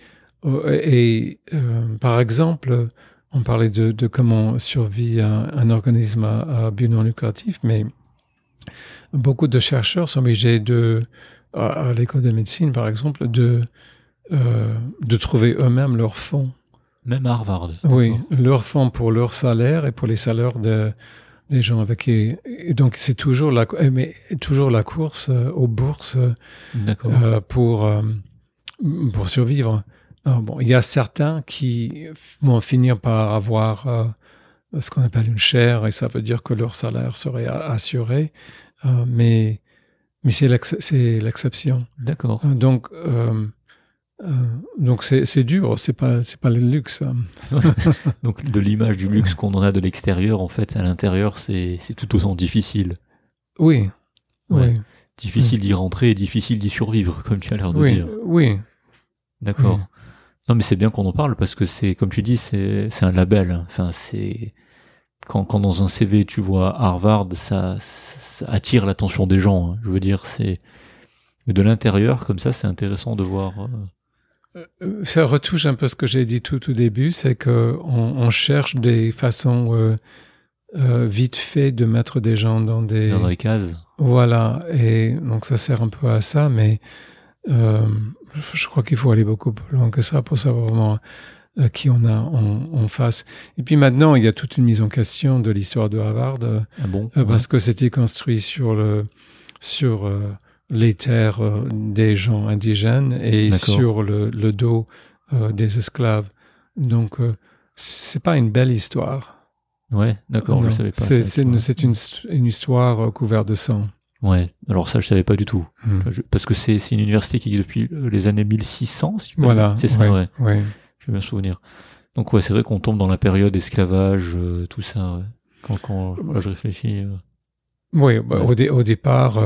par exemple, on parlait de comment survit un organisme à but non lucratif, mais beaucoup de chercheurs sont obligés à l'école de médecine, par exemple, de trouver eux-mêmes leurs fonds. Même à Harvard. Oui, leurs fonds pour leur salaire et pour les salaires des gens avec qui... Et donc, c'est toujours la course aux bourses pour survivre. Alors, bon, il y a certains qui vont finir par avoir ce qu'on appelle une chaire, et ça veut dire que leur salaire serait assuré, mais c'est l'exception. D'accord. Donc c'est dur, c'est pas le luxe. Donc de l'image du luxe qu'on en a de l'extérieur, en fait, à l'intérieur, c'est tout autant difficile. Oui. Ouais. Oui. Difficile d'y rentrer et difficile d'y survivre, comme tu as l'air de dire. Oui. D'accord. Oui. Non, mais c'est bien qu'on en parle parce que c'est, comme tu dis, c'est un label. Enfin, c'est quand dans un CV tu vois Harvard, ça attire l'attention des gens. Je veux dire, c'est de l'intérieur comme ça, c'est intéressant de voir. Ça retouche un peu ce que j'ai dit tout au début, c'est que on cherche des façons vite fait de mettre des gens dans des cases. Voilà, et donc ça sert un peu à ça, mais je crois qu'il faut aller beaucoup plus loin que ça pour savoir vraiment qui on a en face. Et puis maintenant, il y a toute une mise en question de l'histoire de Harvard, parce que c'était construit sur les terres des gens indigènes et sur le dos des esclaves. Donc, c'est pas une belle histoire. Ouais, d'accord, je savais pas. C'est une histoire couverte de sang. Ouais, alors ça je savais pas du tout. Parce que c'est une université qui existe depuis les années 1600, si tu veux. Voilà, c'est ça, ouais. Ouais. Je vais bien souvenir. Donc ouais, c'est vrai qu'on tombe dans la période esclavage, tout ça. Ouais. Quand là, je réfléchis. Oui, bah, au départ,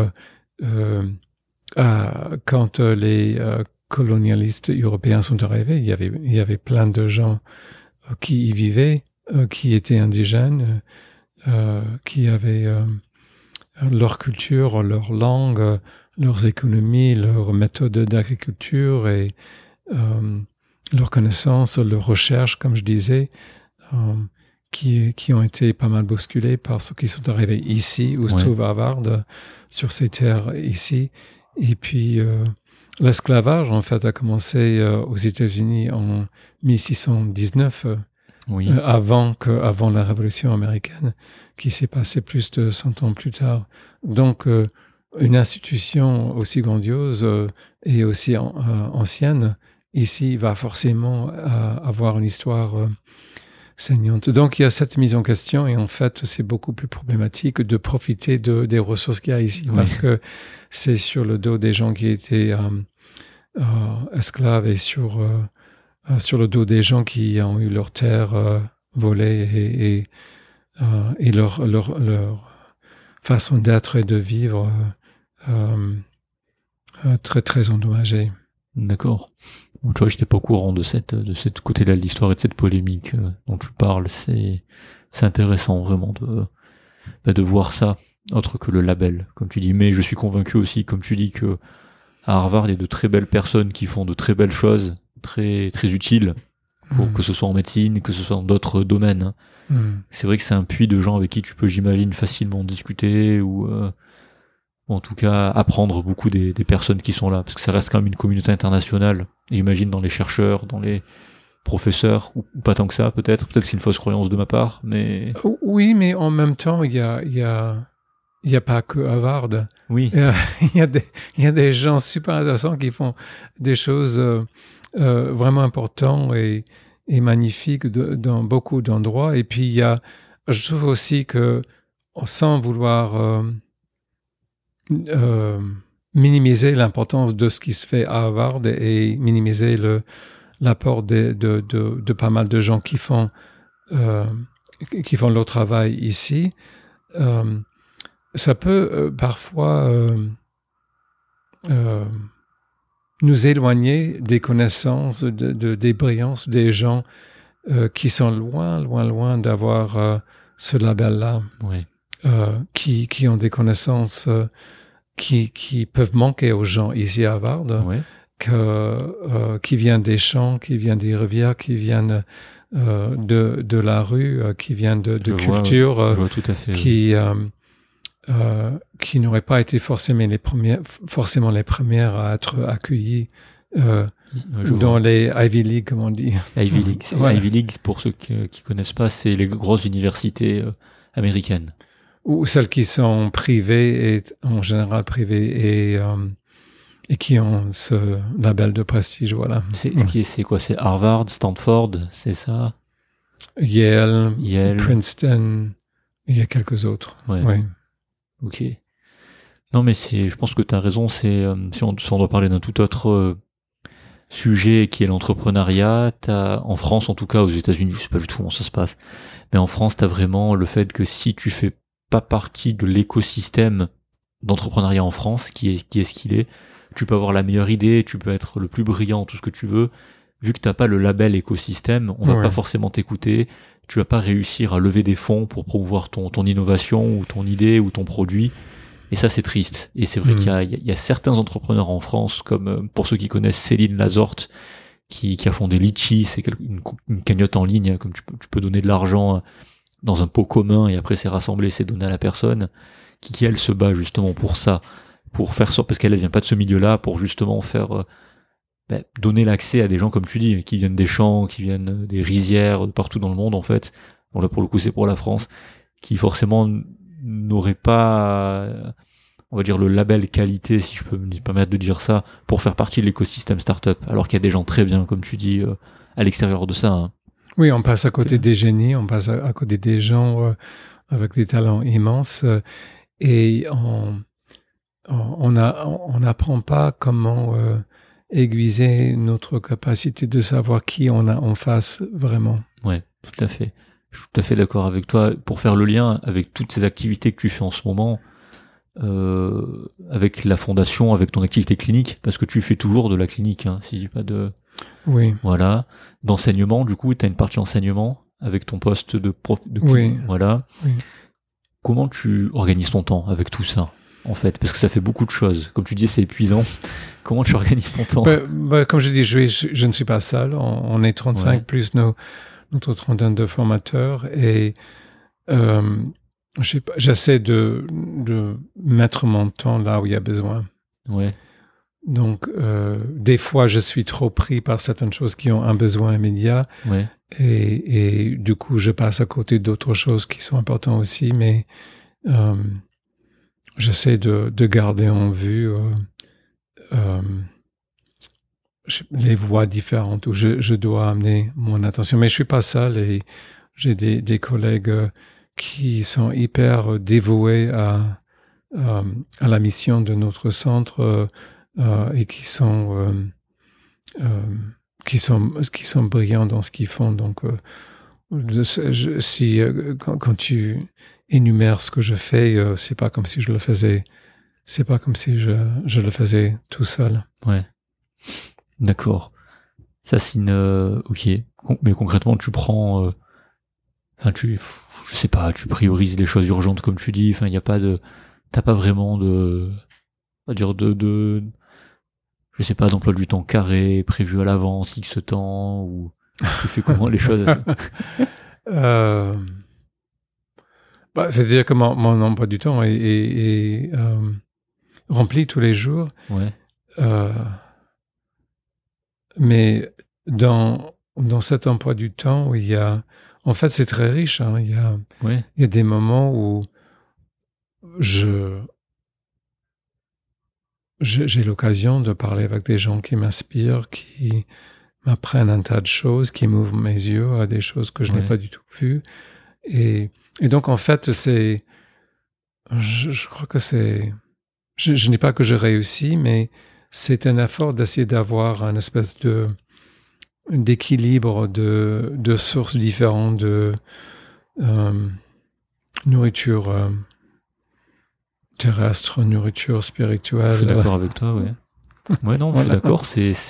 quand les colonialistes européens sont arrivés, il y avait plein de gens qui y vivaient, qui étaient indigènes, qui avaient leur culture, leur langue, leurs économies, leurs méthodes d'agriculture et leurs connaissances, leurs recherches, comme je disais, qui ont été pas mal bousculées par ceux qui sont arrivés ici, où se trouve Harvard, sur ces terres ici. Et puis, l'esclavage, en fait, a commencé aux États-Unis en 1619, avant la Révolution américaine, qui s'est passée plus de 100 ans plus tard. Donc, une institution aussi grandiose et aussi ancienne, ici, va forcément avoir une histoire saignante. Donc, il y a cette mise en question et en fait, c'est beaucoup plus problématique de profiter des ressources qu'il y a ici parce que c'est sur le dos des gens qui étaient esclaves et sur le dos des gens qui ont eu leurs terres volées et leur façon d'être et de vivre très, très endommagée. D'accord. Donc, tu vois, j'étais pas au courant de cette côté-là de l'histoire et de cette polémique dont tu parles. C'est intéressant vraiment de voir ça, autre que le label, comme tu dis. Mais je suis convaincu aussi, comme tu dis, que à Harvard, il y a de très belles personnes qui font de très belles choses, très, très utiles, pour que ce soit en médecine, que ce soit dans d'autres domaines. C'est vrai que c'est un puits de gens avec qui tu peux, j'imagine, facilement discuter ou en tout cas apprendre beaucoup des personnes qui sont là, parce que ça reste quand même une communauté internationale. Et j'imagine dans les chercheurs, dans les professeurs, ou pas tant que ça, peut-être que c'est une fausse croyance de ma part, mais... Oui, mais en même temps, il y a pas que Harvard. Oui. Il y a des gens super intéressants qui font des choses vraiment importantes et magnifiques dans beaucoup d'endroits. Et puis, je trouve aussi que, sans vouloir minimiser l'importance de ce qui se fait à Harvard et minimiser l'apport de pas mal de gens qui font leur travail ici, ça peut parfois nous éloigner des connaissances, des brillances des gens qui sont loin d'avoir ce label-là, qui ont des connaissances qui peuvent manquer aux gens ici à Harvard, qui viennent des champs, qui viennent des rivières, qui viennent de la rue, qui viennent de cultures, tout à fait, qui n'auraient pas été forcément les premières à être accueillies dans les Ivy League, comme on dit. Ivy League, Ivy League, pour ceux qui connaissent pas, c'est les grosses universités américaines. Ou celles qui sont privées, et en général privées, et qui ont ce label de prestige, voilà. C'est quoi? C'est Harvard, Stanford, c'est ça? Yale, Princeton, il y a quelques autres. Ouais. Ok. Non, mais je pense que tu as raison. Si on doit parler d'un tout autre sujet qui est l'entrepreneuriat, en France, en tout cas, aux États-Unis, je sais pas du tout comment ça se passe, mais en France, tu as vraiment le fait que si tu fais pas partie de l'écosystème d'entrepreneuriat en France, qui est ce qu'il est, tu peux avoir la meilleure idée, tu peux être le plus brillant, tout ce que tu veux, vu que t'as pas le label écosystème, on va pas forcément t'écouter, tu vas pas réussir à lever des fonds pour promouvoir ton innovation ou ton idée ou ton produit, et ça c'est triste. Et c'est vrai qu'il y a certains entrepreneurs en France, comme pour ceux qui connaissent Céline Lazorte, qui a fondé Litchi, c'est une cagnotte en ligne, comme tu peux donner de l'argent dans un pot commun et après c'est rassemblé, c'est donné à la personne, qui elle se bat justement pour ça, pour faire ça, parce qu'elle vient pas de ce milieu-là, pour justement faire donner l'accès à des gens comme tu dis, qui viennent des champs, qui viennent des rizières, de partout dans le monde en fait. Bon là pour le coup c'est pour la France, qui forcément n'auraient pas, on va dire, le label qualité, si je peux me permettre de dire ça, pour faire partie de l'écosystème startup, alors qu'il y a des gens très bien, comme tu dis, à l'extérieur de ça. Hein. Oui, on passe à côté des génies, on passe à côté des gens avec des talents immenses, et on n'apprend pas comment aiguiser notre capacité de savoir qui on a en face vraiment. Ouais, tout à fait. Je suis tout à fait d'accord avec toi. Pour faire le lien avec toutes ces activités que tu fais en ce moment, avec la fondation, avec ton activité clinique, parce que tu fais toujours de la clinique, hein, si j'ai pas de... Oui. Voilà. D'enseignement, du coup, tu as une partie enseignement avec ton poste de prof de Oui. Voilà. Oui. Comment tu organises ton temps avec tout ça, en fait? Parce que ça fait beaucoup de choses. Comme tu dis, c'est épuisant. Comment tu organises ton temps? Comme je dis, je ne suis pas seul. On est 35 plus notre trentaine de formateurs et j'essaie de mettre mon temps là où il y a besoin. Ouais. Donc, des fois, je suis trop pris par certaines choses qui ont un besoin immédiat. Ouais. Et du coup, je passe à côté d'autres choses qui sont importantes aussi, mais j'essaie de garder en vue les voies différentes où je dois amener mon attention. Mais je suis pas seul et j'ai des collègues qui sont hyper dévoués à la mission de notre centre et qui sont brillants dans ce qu'ils font. Donc, quand tu énumères ce que je fais, c'est pas comme si je le faisais. C'est pas comme si je le faisais tout seul. Ouais. D'accord. Ça, c'est ok. Mais concrètement, tu prends... je sais pas, tu priorises les choses urgentes comme tu dis. Enfin, il y a pas de... T'as pas vraiment de... On va dire je sais pas, d'emploi du temps carré, prévu à l'avance, X temps, ou tu fais comment les choses? C'est-à-dire que mon emploi du temps est rempli tous les jours. Ouais. Mais dans cet emploi du temps où il y a... En fait, c'est très riche. Hein, il y a des moments où j'ai l'occasion de parler avec des gens qui m'inspirent, qui m'apprennent un tas de choses, qui m'ouvrent mes yeux à des choses que je n'ai pas du tout vues. Et donc, en fait, je crois que c'est... Je ne dis pas que je réussis, mais c'est un effort d'essayer d'avoir un espèce d'équilibre de sources différentes de nourriture terrestre, nourriture spirituelle. Je suis d'accord avec toi, ouais. Ouais, non, voilà. Je suis d'accord,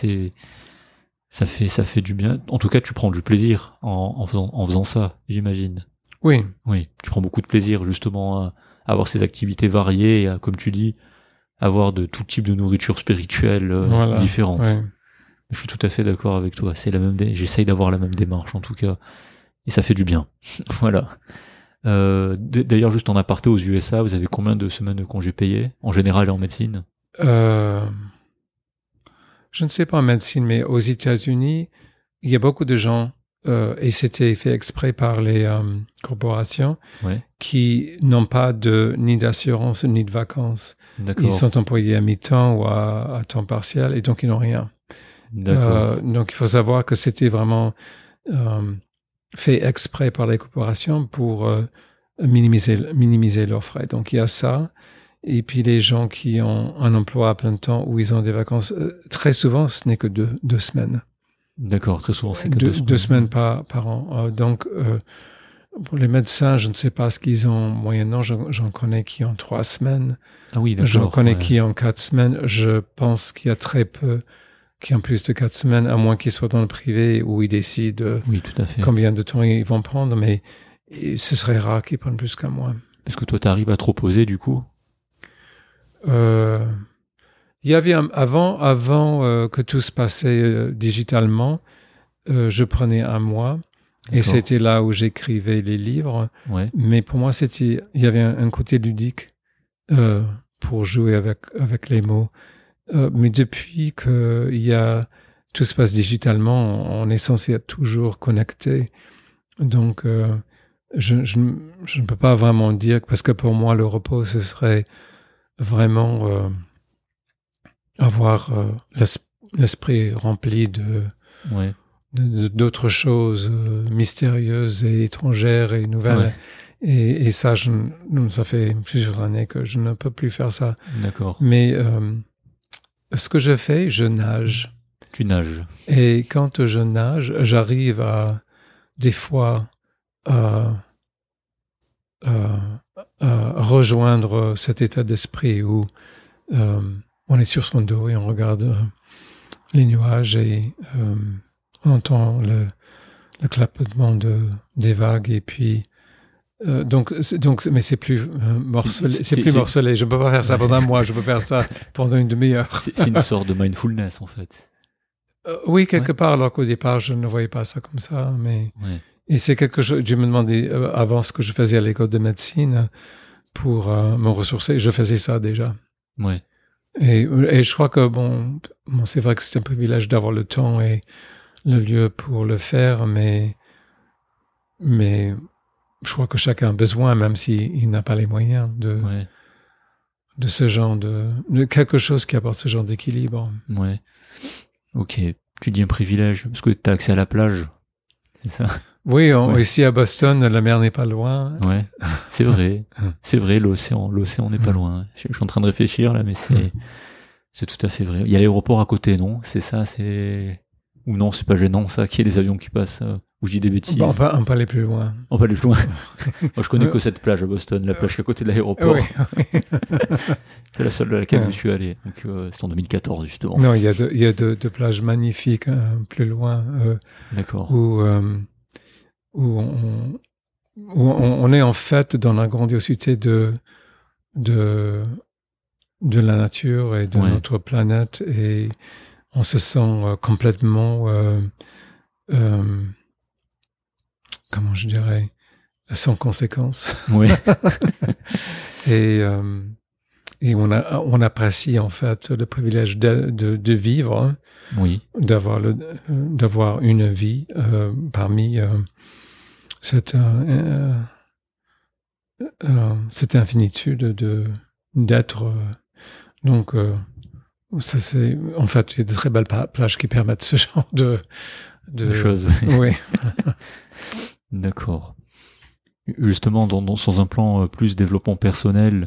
ça fait du bien. En tout cas, tu prends du plaisir en faisant ça, j'imagine. Oui. Oui, tu prends beaucoup de plaisir justement à avoir ces activités variées et à, comme tu dis, avoir de tout type de nourriture spirituelle différente. Ouais. Je suis tout à fait d'accord avec toi. C'est la même. J'essaye d'avoir la même démarche en tout cas, et ça fait du bien. Voilà. D'ailleurs, juste en aparté, aux USA, vous avez combien de semaines de congés payés en général et en médecine? Je ne sais pas en médecine, mais aux États-Unis, il y a beaucoup de gens, et c'était fait exprès par les corporations, qui n'ont pas ni d'assurance ni de vacances. Ils sont employés à mi-temps ou à temps partiel, et donc ils n'ont rien. Donc il faut savoir que c'était vraiment fait exprès par les corporations pour minimiser leurs frais. Donc il y a ça. Et puis les gens qui ont un emploi à plein temps où ils ont des vacances, très souvent ce n'est que deux semaines. D'accord, très souvent c'est que 2 semaines par an. Donc pour les médecins, je ne sais pas ce qu'ils ont moyennement. J'en connais qui ont 3 semaines. Ah oui, d'accord. J'en connais qui ont 4 semaines. Je pense qu'il y a très peu qui ont plus de 4 semaines, à moins qu'ils soient dans le privé où ils décident tout à fait. Combien de temps ils vont prendre. Mais ce serait rare qu'ils prennent plus qu'un mois. Est-ce que toi, tu arrives à te reposer du coup? Il y avait avant que tout se passait digitalement, je prenais un mois. Et c'était là où j'écrivais les livres. Ouais. Mais pour moi, il y avait un côté ludique pour jouer avec les mots. Mais depuis que tout se passe digitalement, on est censé être toujours connecté. Donc, je ne peux pas vraiment dire, parce que pour moi, le repos, ce serait vraiment avoir l'esprit rempli d'autres choses mystérieuses et étrangères et nouvelles. Ouais. Et ça, ça fait plusieurs années que je ne peux plus faire ça. D'accord. Mais ce que je fais, je nage. Tu nages. Et quand je nage, j'arrive à, des fois, à rejoindre cet état d'esprit où on est sur son dos et on regarde les nuages et on entend le clapotement des vagues et puis mais c'est plus morcelé. C'est plus morcelé. Je ne peux pas faire ça pendant un mois. Je peux faire ça pendant une demi-heure. C'est une sorte de mindfulness en fait. Oui, quelque part. Alors qu'au départ, je ne voyais pas ça comme ça, mais et c'est quelque chose. Je me demandais avant ce que je faisais à l'école de médecine pour me ressourcer. Je faisais ça déjà. Ouais. Et je crois que bon, c'est vrai que c'est un privilège d'avoir le temps et le lieu pour le faire, mais je crois que chacun a besoin, même s'il n'a pas les moyens de ce genre de quelque chose qui apporte ce genre d'équilibre. Ouais. Ok. Tu dis un privilège parce que tu as accès à la plage, c'est ça? Oui, ici à Boston, la mer n'est pas loin. Ouais, c'est vrai. C'est vrai, l'océan n'est pas loin. Je suis en train de réfléchir là, mais c'est tout à fait vrai. Il y a l'aéroport à côté, non? C'est ça, ou non, c'est pas gênant ça, qu'il y ait des avions qui passent, ou je dis des bêtises. On peut aller plus loin. On peut aller plus loin. Moi, je connais que cette plage à Boston, la plage qui est à côté de l'aéroport. Oui. C'est la seule à laquelle je suis allé. Donc, c'est en 2014, justement. Non, il y a deux plages magnifiques plus loin. D'accord. Où on est en fait dans la grandiosité de la nature et de notre planète et on se sent complètement comment je dirais sans conséquence. Oui. et on apprécie en fait le privilège de vivre, d'avoir une vie parmi cette infinitude d'être. Donc, ça c'est en fait il y a de très belles plages qui permettent ce genre de choses. Oui. D'accord. Justement, sans un plan plus développement personnel,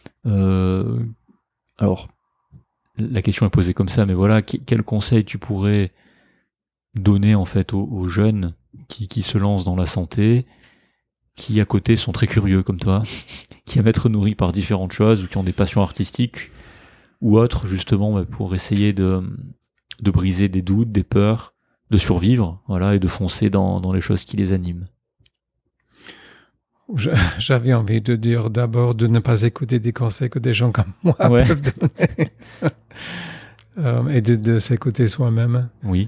alors la question est posée comme ça, mais voilà, quel conseil tu pourrais donner en fait aux jeunes qui se lancent dans la santé, qui à côté sont très curieux comme toi, qui aiment être nourris par différentes choses ou qui ont des passions artistiques ou autres, justement pour essayer de briser des doutes, des peurs, de survivre, voilà, et de foncer dans les choses qui les animent. J'avais envie de dire d'abord de ne pas écouter des conseils que des gens comme moi peuvent donner et de s'écouter soi-même. Oui.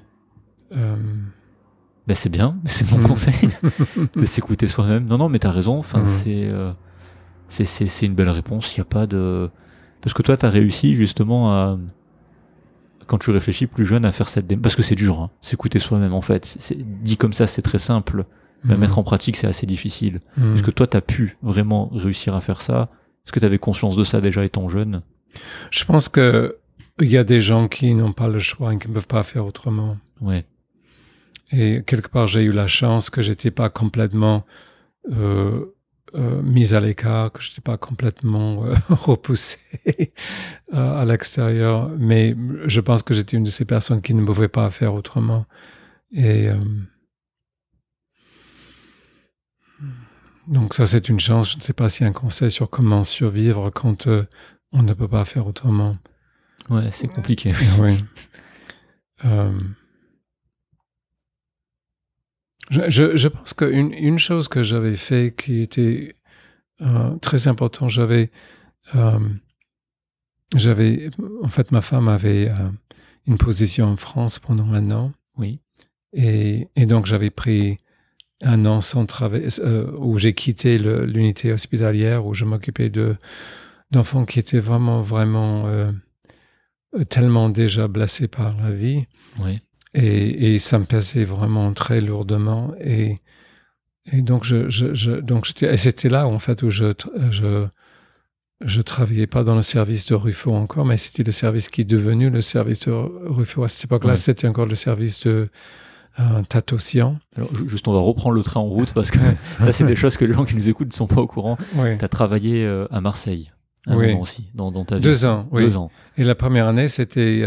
Ben c'est bien, c'est mon conseil de s'écouter soi-même. Non, mais t'as raison. Enfin, c'est une belle réponse. Il y a pas de parce que toi, t'as réussi justement à quand tu réfléchis plus jeune à faire cette parce que c'est dur, hein, s'écouter soi-même en fait. Dit comme ça, c'est très simple. Mais mettre en pratique, c'est assez difficile. Est-ce que toi, t'as pu vraiment réussir à faire ça? Est-ce que t'avais conscience de ça déjà étant jeune? Je pense que il y a des gens qui n'ont pas le choix et qui ne peuvent pas faire autrement. Ouais. Et quelque part, j'ai eu la chance que j'étais pas complètement mise à l'écart, que j'étais pas complètement repoussé à l'extérieur. Mais je pense que j'étais une de ces personnes qui ne pouvaient pas faire autrement. Et donc ça, c'est une chance. Je ne sais pas s'il y a un conseil sur comment survivre quand on ne peut pas faire autrement. Ouais, c'est compliqué. Oui. Je pense qu'une chose que j'avais fait qui était très importante, en fait, ma femme avait une position en France pendant 1 an. Oui. Et donc, j'avais pris 1 an sans travail, où j'ai quitté l'unité hospitalière, où je m'occupais d'enfants qui étaient vraiment tellement déjà blessés par la vie. Oui. Et ça me pesait vraiment très lourdement. Et donc, c'était là, en fait, où je travaillais pas dans le service de Ruffo encore, mais c'était le service qui est devenu le service de Ruffo. À cette époque-là, c'était encore le service de Tatossian. Alors, juste, on va reprendre le train en route parce que ça, c'est des choses que les gens qui nous écoutent ne sont pas au courant. Oui. Tu as travaillé à Marseille. à un Oui. moment aussi, dans ta vie. 2 ans, oui. 2 ans. Et la première année, c'était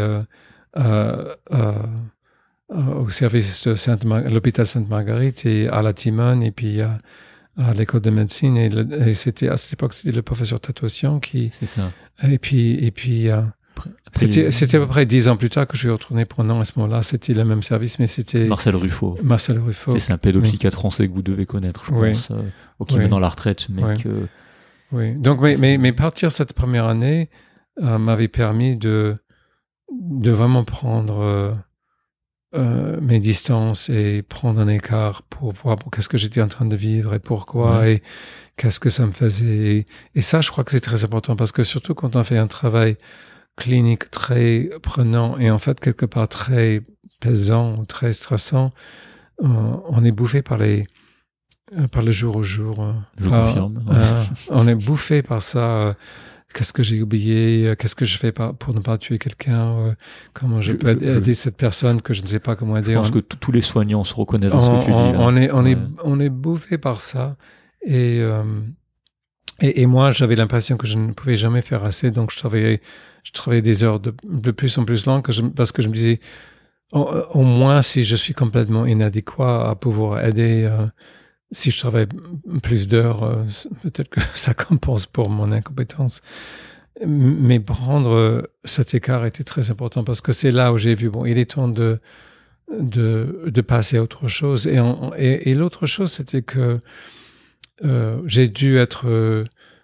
au service de l'hôpital Sainte-Marguerite et à la Timone et puis à l'école de médecine. Et c'était, à cette époque, c'était le professeur Tatossian qui... C'est ça. Et puis c'était à peu près 10 ans plus tard que je suis retourné pour un an. À ce moment-là, c'était le même service, mais c'était... Marcel Ruffo. C'est un pédopsychiatre français que vous devez connaître, je pense, qui est maintenant à la retraite, mais que... Oui, donc mais partir cette première année m'avait permis de vraiment prendre mes distances et prendre un écart pour voir qu'est-ce que j'étais en train de vivre et pourquoi et qu'est-ce que ça me faisait. Et ça, je crois que c'est très important parce que surtout quand on fait un travail clinique très prenant et en fait quelque part très pesant ou très stressant, on est bouffé par le jour au jour. Je confirme. On est bouffé par ça. Qu'est-ce que j'ai oublié? Qu'est-ce que je fais pour ne pas tuer quelqu'un? Comment je peux aider cette personne que je ne sais pas comment aider? Je pense que tous les soignants se reconnaissent dans ce que tu dis. Là. On est bouffé par ça. Et moi, j'avais l'impression que je ne pouvais jamais faire assez. Donc, je travaillais des heures de plus en plus longues parce que je me disais, au moins, si je suis complètement inadéquat à pouvoir aider, si je travaille plus d'heures, peut-être que ça compense pour mon incompétence. Mais prendre cet écart était très important parce que c'est là où j'ai vu, il est temps de passer à autre chose. Et l'autre chose, c'était que j'ai dû être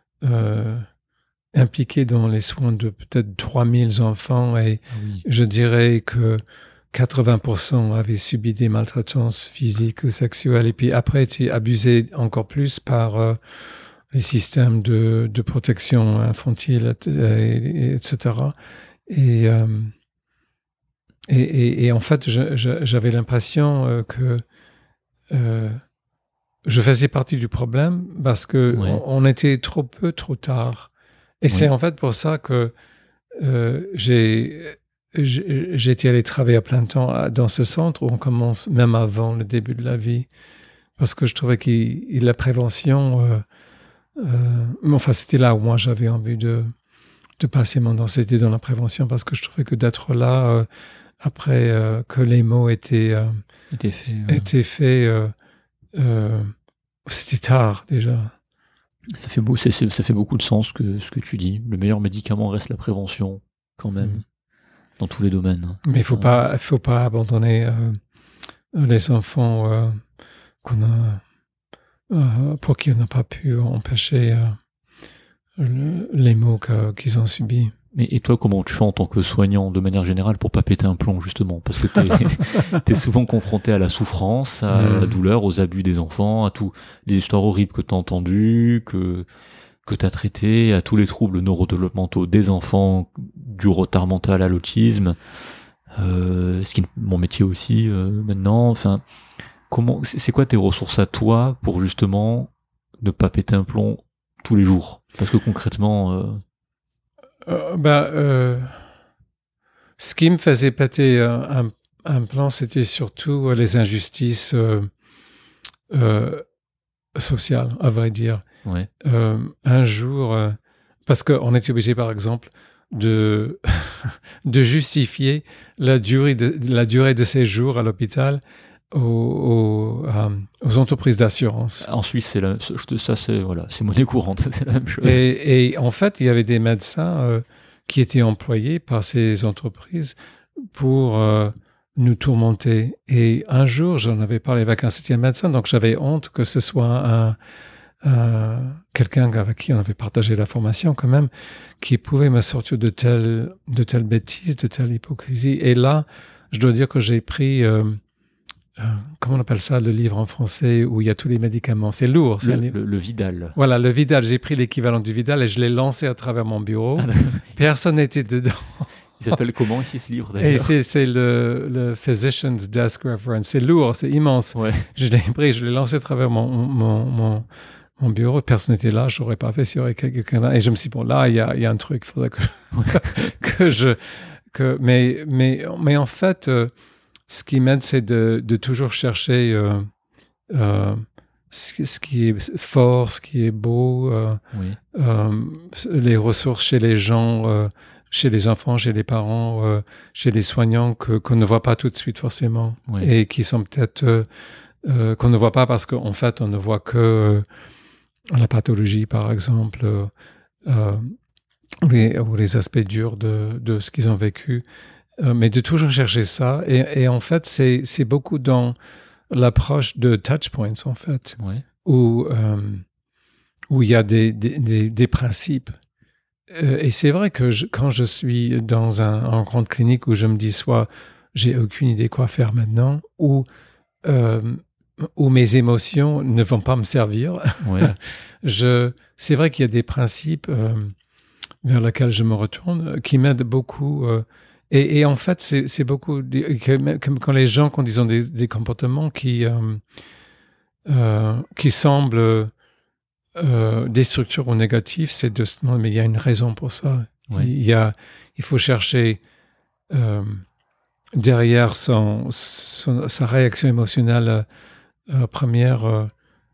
impliqué dans les soins de peut-être 3000 enfants et je dirais que 80% avaient subi des maltraitances physiques ou sexuelles et puis après été abusés encore plus par les systèmes de protection infantile, etc. Et en fait, j'avais l'impression que je faisais partie du problème parce que on était trop peu, trop tard. Et c'est en fait pour ça que j'étais allé travailler à plein temps dans ce centre où on commence même avant le début de la vie. Parce que je trouvais que la prévention, c'était là où moi j'avais envie de passer mon temps, c'était dans la prévention parce que je trouvais que d'être là après que les mots étaient faits, c'était tard déjà. Ça fait beaucoup de sens ce que tu dis. Le meilleur médicament reste la prévention quand même. Dans tous les domaines. Mais il faut pas abandonner les enfants pour qui on n'a pas pu empêcher les maux qu'ils ont subis. Et toi, comment tu fais en tant que soignant de manière générale pour pas péter un plomb justement? Parce que t'es souvent confronté à la souffrance, à la douleur, aux abus des enfants, à tout, des histoires horribles que t'as entendues, que tu as traité, à tous les troubles neurodéveloppementaux des enfants, du retard mental à l'autisme, ce qui est mon métier aussi maintenant. Enfin, c'est quoi tes ressources à toi pour justement ne pas péter un plomb tous les jours? Parce que concrètement... ce qui me faisait péter un plomb, c'était surtout les injustices sociales, à vrai dire. Ouais. Un jour, parce qu'on était obligé, par exemple, de justifier la durée de séjour à l'hôpital aux entreprises d'assurance. En Suisse, c'est monnaie courante, c'est la même chose. Et en fait, il y avait des médecins qui étaient employés par ces entreprises pour nous tourmenter. Et un jour, j'en avais parlé avec un 7e médecin, donc j'avais honte que ce soit quelqu'un avec qui on avait partagé la formation quand même, qui pouvait me sortir de telles bêtises, de telle hypocrisie. Et là, je dois dire que j'ai pris, comment on appelle ça, le livre en français où il y a tous les médicaments. C'est lourd. Le Vidal. Voilà, le Vidal. J'ai pris l'équivalent du Vidal et je l'ai lancé à travers mon bureau. Personne n'était dedans. Il s'appelle comment ici ce livre d'ailleurs? Et c'est le Physician's Desk Reference. C'est lourd, c'est immense. Ouais. Je l'ai pris, je l'ai lancé à travers mon bureau, personne n'était là, je n'aurais pas fait s'il y aurait quelqu'un là. Et je me suis dit, bon, là, il y a un truc, il faudrait mais en fait, ce qui m'aide, c'est de toujours chercher ce qui est fort, ce qui est beau, les ressources chez les gens, chez les enfants, chez les parents, chez les soignants qu'on ne voit pas tout de suite forcément et qui sont peut-être qu'on ne voit pas parce qu'en fait on ne voit que la pathologie par exemple ou les aspects durs de ce qu'ils ont vécu, mais de toujours chercher ça et en fait c'est beaucoup dans l'approche de Touchpoints en fait où il y a des principes. Et c'est vrai que quand je suis dans un grande clinique où je me dis soit j'ai aucune idée quoi faire maintenant ou mes émotions ne vont pas me servir, c'est vrai qu'il y a des principes vers lesquels je me retourne qui m'aident beaucoup. Et en fait, c'est beaucoup comme quand les gens, quand ils ont des comportements qui semblent destructeurs ou négatifs, c'est de se demander, mais il y a une raison pour ça. Il faut chercher derrière sa réaction émotionnelle première,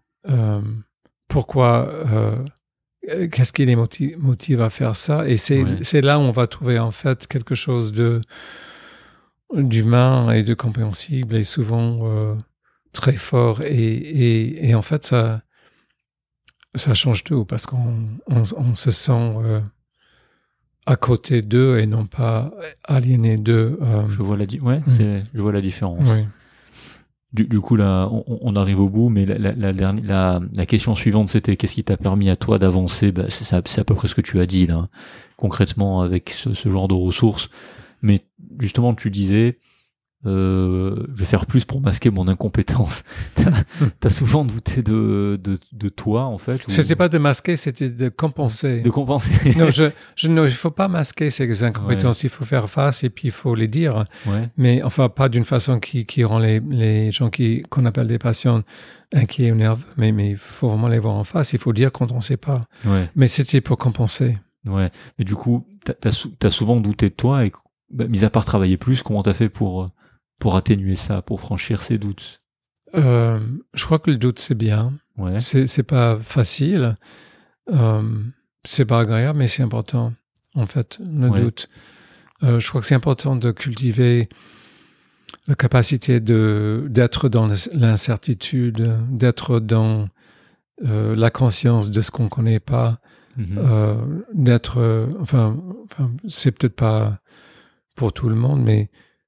pourquoi, qu'est-ce qui les motive à faire ça? Et c'est là où on va trouver en fait quelque chose d'humain et de compréhensible et souvent très fort. Et en fait, ça change tout parce qu'on se sent à côté d'eux et non pas aliéné d'eux. Je vois je vois la différence. Oui. Du coup, là, on arrive au bout, mais la question suivante, c'était qu'est-ce qui t'a permis à toi d'avancer? C'est à peu près ce que tu as dit, là, concrètement, avec ce genre de ressources. Mais justement, tu disais, je vais faire plus pour masquer mon incompétence. T'as souvent douté de toi, en fait. C'était pas de masquer, c'était de compenser. De compenser. Non, il faut pas masquer ces incompétences. Il faut faire face et puis il faut les dire. Mais enfin, pas d'une façon qui rend les gens qu'on appelle des patients inquiets ou nerveux. Mais il faut vraiment les voir en face. Il faut dire quand on sait pas. Mais c'était pour compenser. Mais du coup, t'as souvent douté de toi et, mis à part travailler plus, comment t'as fait pour atténuer ça, pour franchir ces doutes? Je crois que le doute, c'est bien. C'est pas facile. C'est pas agréable, mais c'est important, en fait, le doute. Je crois que c'est important de cultiver la capacité d'être dans l'incertitude, d'être dans la conscience de ce qu'on connaît pas, d'être... Enfin, c'est peut-être pas pour tout le monde, mais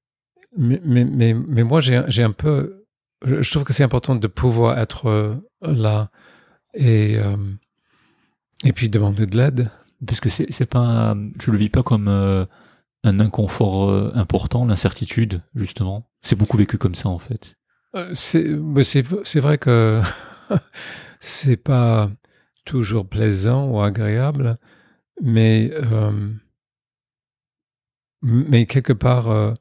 moi, j'ai un peu... Je trouve que c'est important de pouvoir être là et puis demander de l'aide. Parce que c'est pas... Je le vis pas comme un inconfort important, l'incertitude, justement. C'est beaucoup vécu comme ça, en fait. C'est vrai que c'est pas toujours plaisant ou agréable, mais quelque part...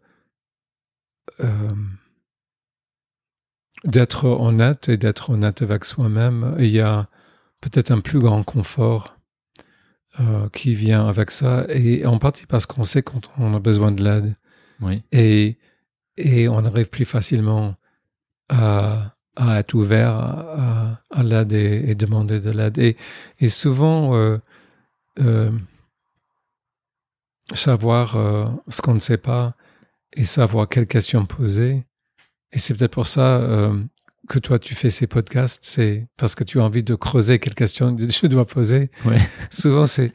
d'être honnête et d'être honnête avec soi-même, il y a peut-être un plus grand confort qui vient avec ça, et en partie parce qu'on sait quand on a besoin de l'aide. Et on arrive plus facilement à être ouvert à l'aide et demander de l'aide. Et souvent, savoir ce qu'on ne sait pas et savoir quelles questions poser. Et c'est peut-être pour ça que toi, tu fais ces podcasts, c'est parce que tu as envie de creuser quelles questions je dois poser. Souvent, c'est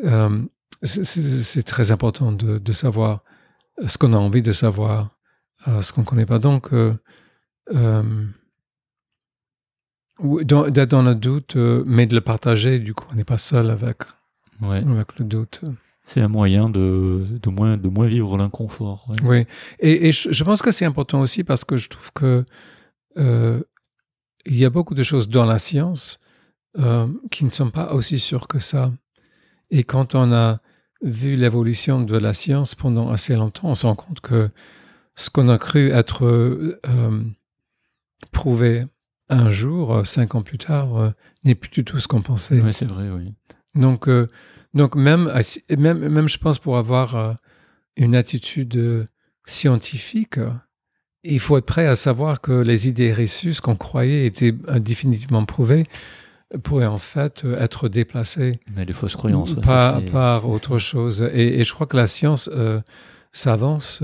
très important de savoir ce qu'on a envie de savoir, ce qu'on ne connaît pas. Donc, d'être dans le doute, mais de le partager, du coup, on n'est pas seul avec le doute. C'est un moyen de moins vivre l'inconfort. Oui, et je pense que c'est important aussi parce que je trouve que il y a beaucoup de choses dans la science qui ne sont pas aussi sûres que ça. Et quand on a vu l'évolution de la science pendant assez longtemps, on se rend compte que ce qu'on a cru être prouvé un jour, 5 ans plus tard, n'est plus du tout ce qu'on pensait. Oui, c'est vrai, oui. Donc même, je pense, pour avoir une attitude scientifique, il faut être prêt à savoir que les idées reçues, ce qu'on croyait était définitivement prouvé, pourraient en fait être déplacées. Mais les fausses croyances. Par autre chose. Et je crois que la science s'avance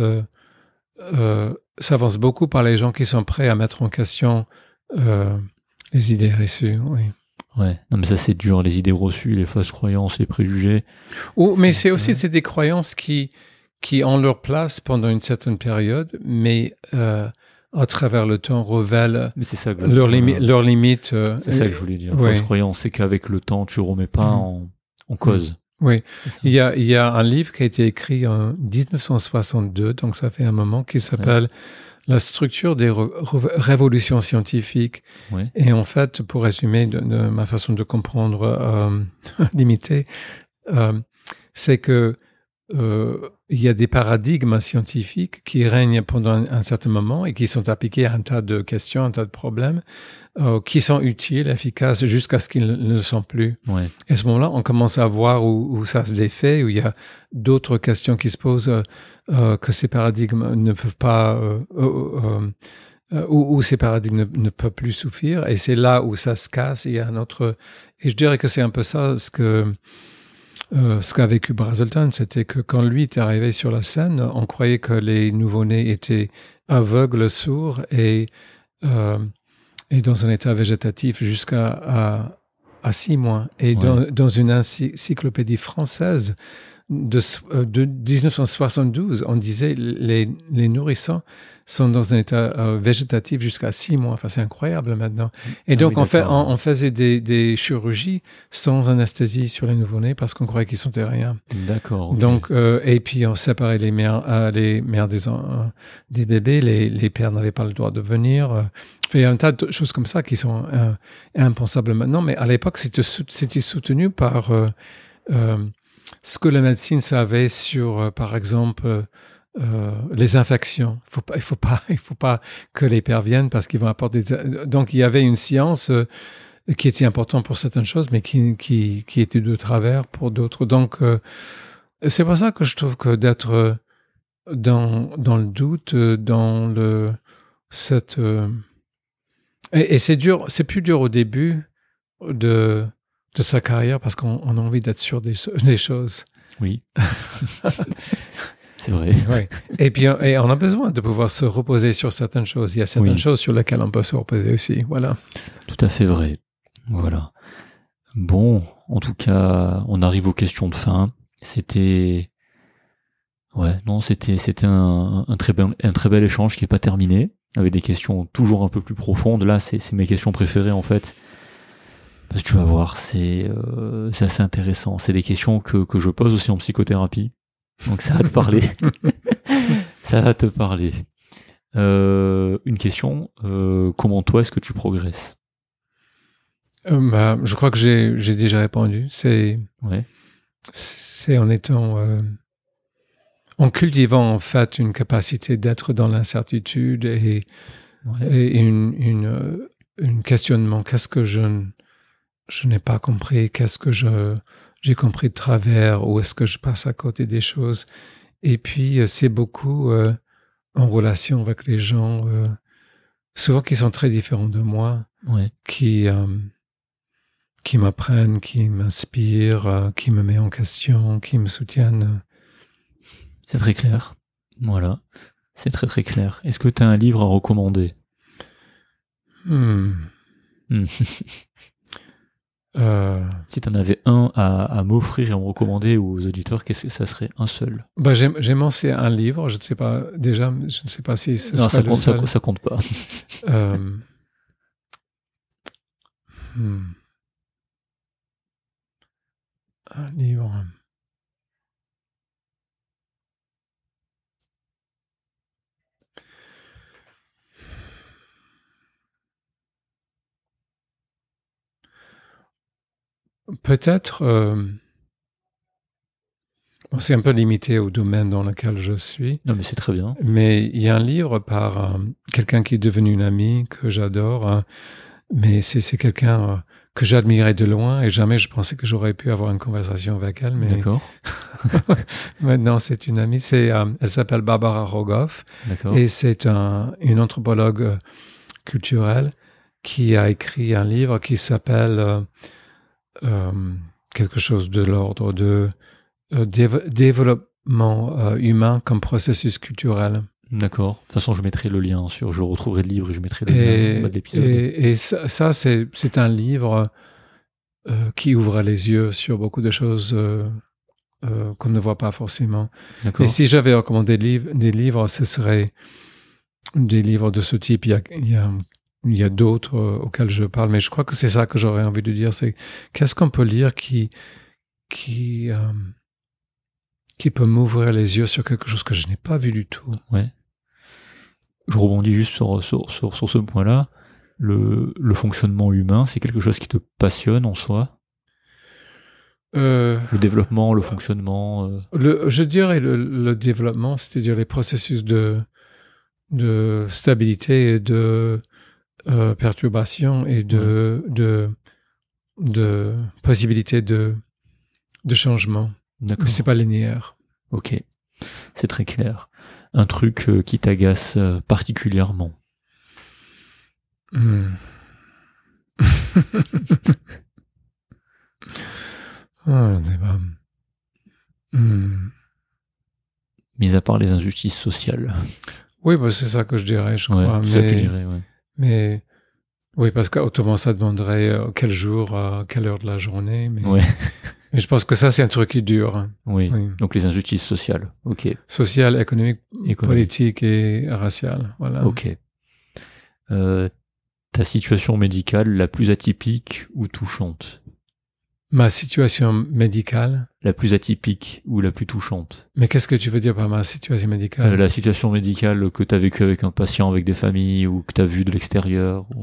beaucoup par les gens qui sont prêts à mettre en question les idées reçues. Oui. Ouais, non mais ça c'est dur, les idées reçues, les fausses croyances, les préjugés. Mais c'est des croyances qui ont leur place pendant une certaine période, mais à travers le temps révèlent leurs limites. C'est ça que je voulais dire. Fausse croyance, c'est qu'avec le temps, tu remets pas en cause. Oui, il y a un livre qui a été écrit en 1962, donc ça fait un moment, qui s'appelle La structure des révolutions scientifiques. Ouais. Et en fait, pour résumer de ma façon de comprendre limitée, c'est que il y a des paradigmes scientifiques qui règnent pendant un certain moment et qui sont appliqués à un tas de questions, un tas de problèmes, qui sont utiles, efficaces, jusqu'à ce qu'ils ne le sont plus. Ouais. Et à ce moment-là, on commence à voir où ça se défait, où il y a d'autres questions qui se posent, que ces paradigmes ne peuvent pas, où ces paradigmes ne peuvent plus suffire. Et c'est là où ça se casse. Et il y a un autre. Et je dirais que c'est un peu ça ce qu'a vécu Brazelton, c'était que quand lui est arrivé sur la scène, on croyait que les nouveau-nés étaient aveugles, sourds et dans un état végétatif jusqu'à 6 mois. Et dans une encyclopédie française de 1972, on disait les nourrissons sont dans un état végétatif jusqu'à 6 mois. Enfin, c'est incroyable maintenant. Et donc, on faisait des chirurgies sans anesthésie sur les nouveau-nés parce qu'on croyait qu'ils sentaient rien. D'accord. Okay. Donc, et puis on séparait les mères des bébés. Les pères n'avaient pas le droit de venir. Il y a un tas de choses comme ça qui sont impensables maintenant. Mais à l'époque, c'était soutenu par ce que la médecine savait sur, par exemple, les infections. Il faut pas que les pères viennent parce qu'ils vont apporter donc il y avait une science qui était importante pour certaines choses, mais qui était de travers pour d'autres. Donc c'est pour ça que je trouve que d'être dans le doute, et c'est dur, c'est plus dur au début de sa carrière parce qu'on a envie d'être sûr des choses. Oui. C'est vrai. Ouais. Et puis, on a besoin de pouvoir se reposer sur certaines choses. Il y a certaines choses sur lesquelles on peut se reposer aussi. Voilà. Tout à fait vrai. Voilà. Bon, en tout cas, on arrive aux questions de fin. C'était un très bel échange qui est pas terminé, avec des questions toujours un peu plus profondes. Là, c'est mes questions préférées, en fait. Parce que tu vas voir, c'est assez intéressant. C'est des questions que je pose aussi en psychothérapie. Donc ça va te parler. Ça va te parler. Une question, comment toi est-ce que tu progresses ? Je crois que j'ai déjà répondu. C'est en étant... en cultivant en fait une capacité d'être dans l'incertitude et une questionnement. Qu'est-ce que je n'ai pas compris? Qu'est-ce que j'ai compris de travers? Ou est-ce que je passe à côté des choses? Et puis, c'est beaucoup en relation avec les gens, souvent qui sont très différents de moi, qui m'apprennent, qui m'inspirent, qui me mettent en question, qui me soutiennent. C'est très clair. Voilà. C'est très très clair. Est-ce que tu as un livre à recommander ? Si tu en avais un à m'offrir et à me recommander aux auditeurs, qu'est-ce que ça serait un seul ? J'ai mentionné un livre, je ne sais pas déjà, je ne sais pas si ce serait le seul. Ça compte pas. Un livre. Peut-être, c'est un peu limité au domaine dans lequel je suis. Non, mais c'est très bien. Mais il y a un livre par quelqu'un qui est devenu une amie que j'adore, mais c'est quelqu'un que j'admirais de loin et jamais je pensais que j'aurais pu avoir une conversation avec elle. Mais d'accord. Maintenant, c'est une amie. Elle s'appelle Barbara Rogoff. D'accord. Et c'est une anthropologue culturelle qui a écrit un livre qui s'appelle quelque chose de l'ordre de développement humain comme processus culturel. D'accord. De toute façon, je mettrai le lien je retrouverai le livre et je mettrai le lien en bas de l'épisode. Et ça c'est un livre qui ouvre les yeux sur beaucoup de choses qu'on ne voit pas forcément. D'accord. Et si j'avais recommandé des livres, ce serait des livres de ce type. Il y a d'autres auxquels je parle, mais je crois que c'est ça que j'aurais envie de dire. C'est qu'est-ce qu'on peut lire qui peut m'ouvrir les yeux sur quelque chose que je n'ai pas vu du tout. Ouais. Je rebondis juste sur ce point-là. Le fonctionnement humain, c'est quelque chose qui te passionne en soi? Le développement, le fonctionnement je dirais le développement, c'est-à-dire les processus de stabilité et de perturbation et de possibilité de changement. D'accord. Mais c'est pas linéaire. Ok, c'est très clair. Un truc qui t'agace particulièrement? Je sais pas. Mis à part les injustices sociales. Oui, bah, c'est ça que je dirais, je crois. C'est ça que tu dirais, ouais. Mais oui, parce qu'autrement, ça demanderait quel jour, quelle heure de la journée. Mais, ouais. Mais je pense que ça, c'est un truc qui dure. Oui. Donc les injustices sociales. Ok. Sociales, économiques, politiques et raciales. Voilà. Ok. Ta situation médicale la plus atypique ou touchante? Ma situation médicale? La plus atypique ou la plus touchante? Mais qu'est-ce que tu veux dire par ma situation médicale? La situation médicale que tu as vécue avec un patient, avec des familles, ou que tu as vu de l'extérieur ou...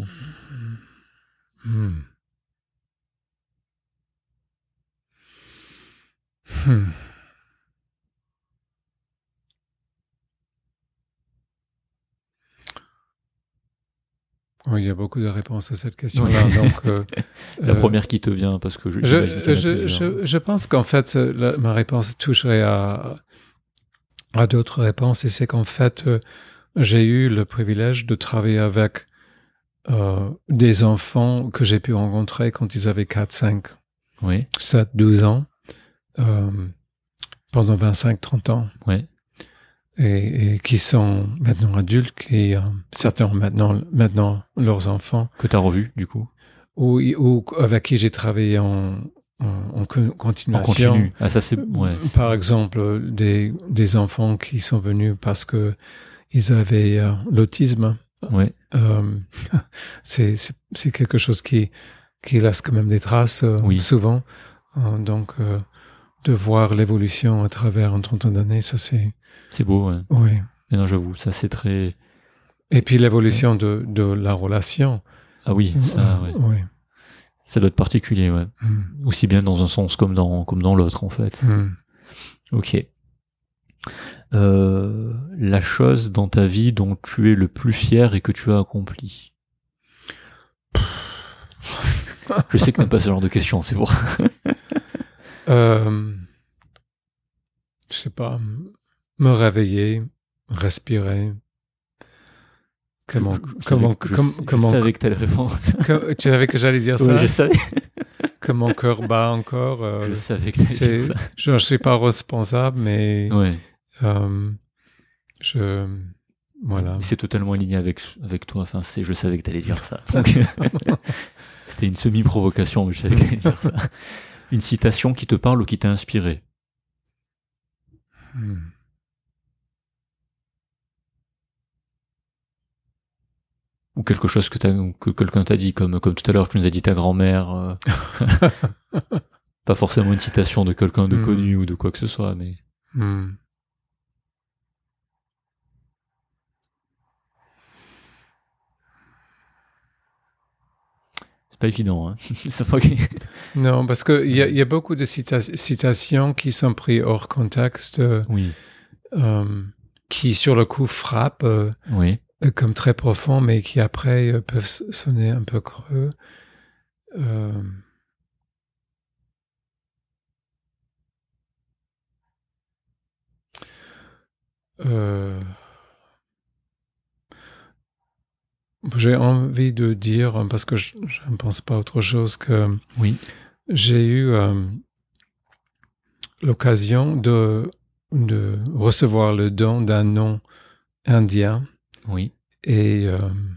Oui, il y a beaucoup de réponses à cette question-là. Donc, la première qui te vient, parce que je pense qu'en fait, ma réponse toucherait à d'autres réponses, et c'est qu'en fait, j'ai eu le privilège de travailler avec des enfants que j'ai pu rencontrer quand ils avaient 4, 5, 7, 12 ans, pendant 25, 30 ans. Ouais. Et qui sont maintenant adultes, qui certains ont maintenant leurs enfants. Que tu as revu, du coup? Ou avec qui j'ai travaillé en continuation. En continu. Ah, ça c'est... Ouais, par exemple, des enfants qui sont venus parce que ils avaient l'autisme. Ouais. C'est quelque chose qui laisse quand même des traces souvent. Donc, de voir l'évolution à travers un 30 ans d'années, ça c'est... C'est beau, ouais. Oui. Et non, j'avoue, ça c'est très... Et puis l'évolution de la relation. Ah oui, ça, ouais. Oui. Ça doit être particulier, ouais. Aussi bien dans un sens comme dans l'autre, en fait. Ok. La chose dans ta vie dont tu es le plus fier et que tu as accompli? Je sais que t'aimes pas ce genre de questions, c'est pour... Je sais pas, me réveiller, respirer. Je savais que t'allais répondre. Tu savais que j'allais dire ça? Oui, je savais. Que mon cœur bat encore. Je savais que t'allais dire ça. Je ne suis pas responsable, mais ouais. Voilà. Mais c'est totalement aligné avec toi. Enfin, je savais que t'allais dire ça. C'était une semi-provocation, mais je savais que t'allais dire ça. Une citation qui te parle ou qui t'a inspiré? Ou quelque chose que quelqu'un t'a dit, comme tout à l'heure, tu nous as dit ta grand-mère. Pas forcément une citation de quelqu'un de connu ou de quoi que ce soit, mais... C'est pas évident, hein. Non, parce qu'il y a beaucoup de citations qui sont prises hors contexte, qui sur le coup frappent comme très profond, mais qui après peuvent sonner un peu creux. J'ai envie de dire, parce que je ne pense pas autre chose, que Oui. j'ai eu l'occasion de recevoir le don d'un nom indien. Oui. Et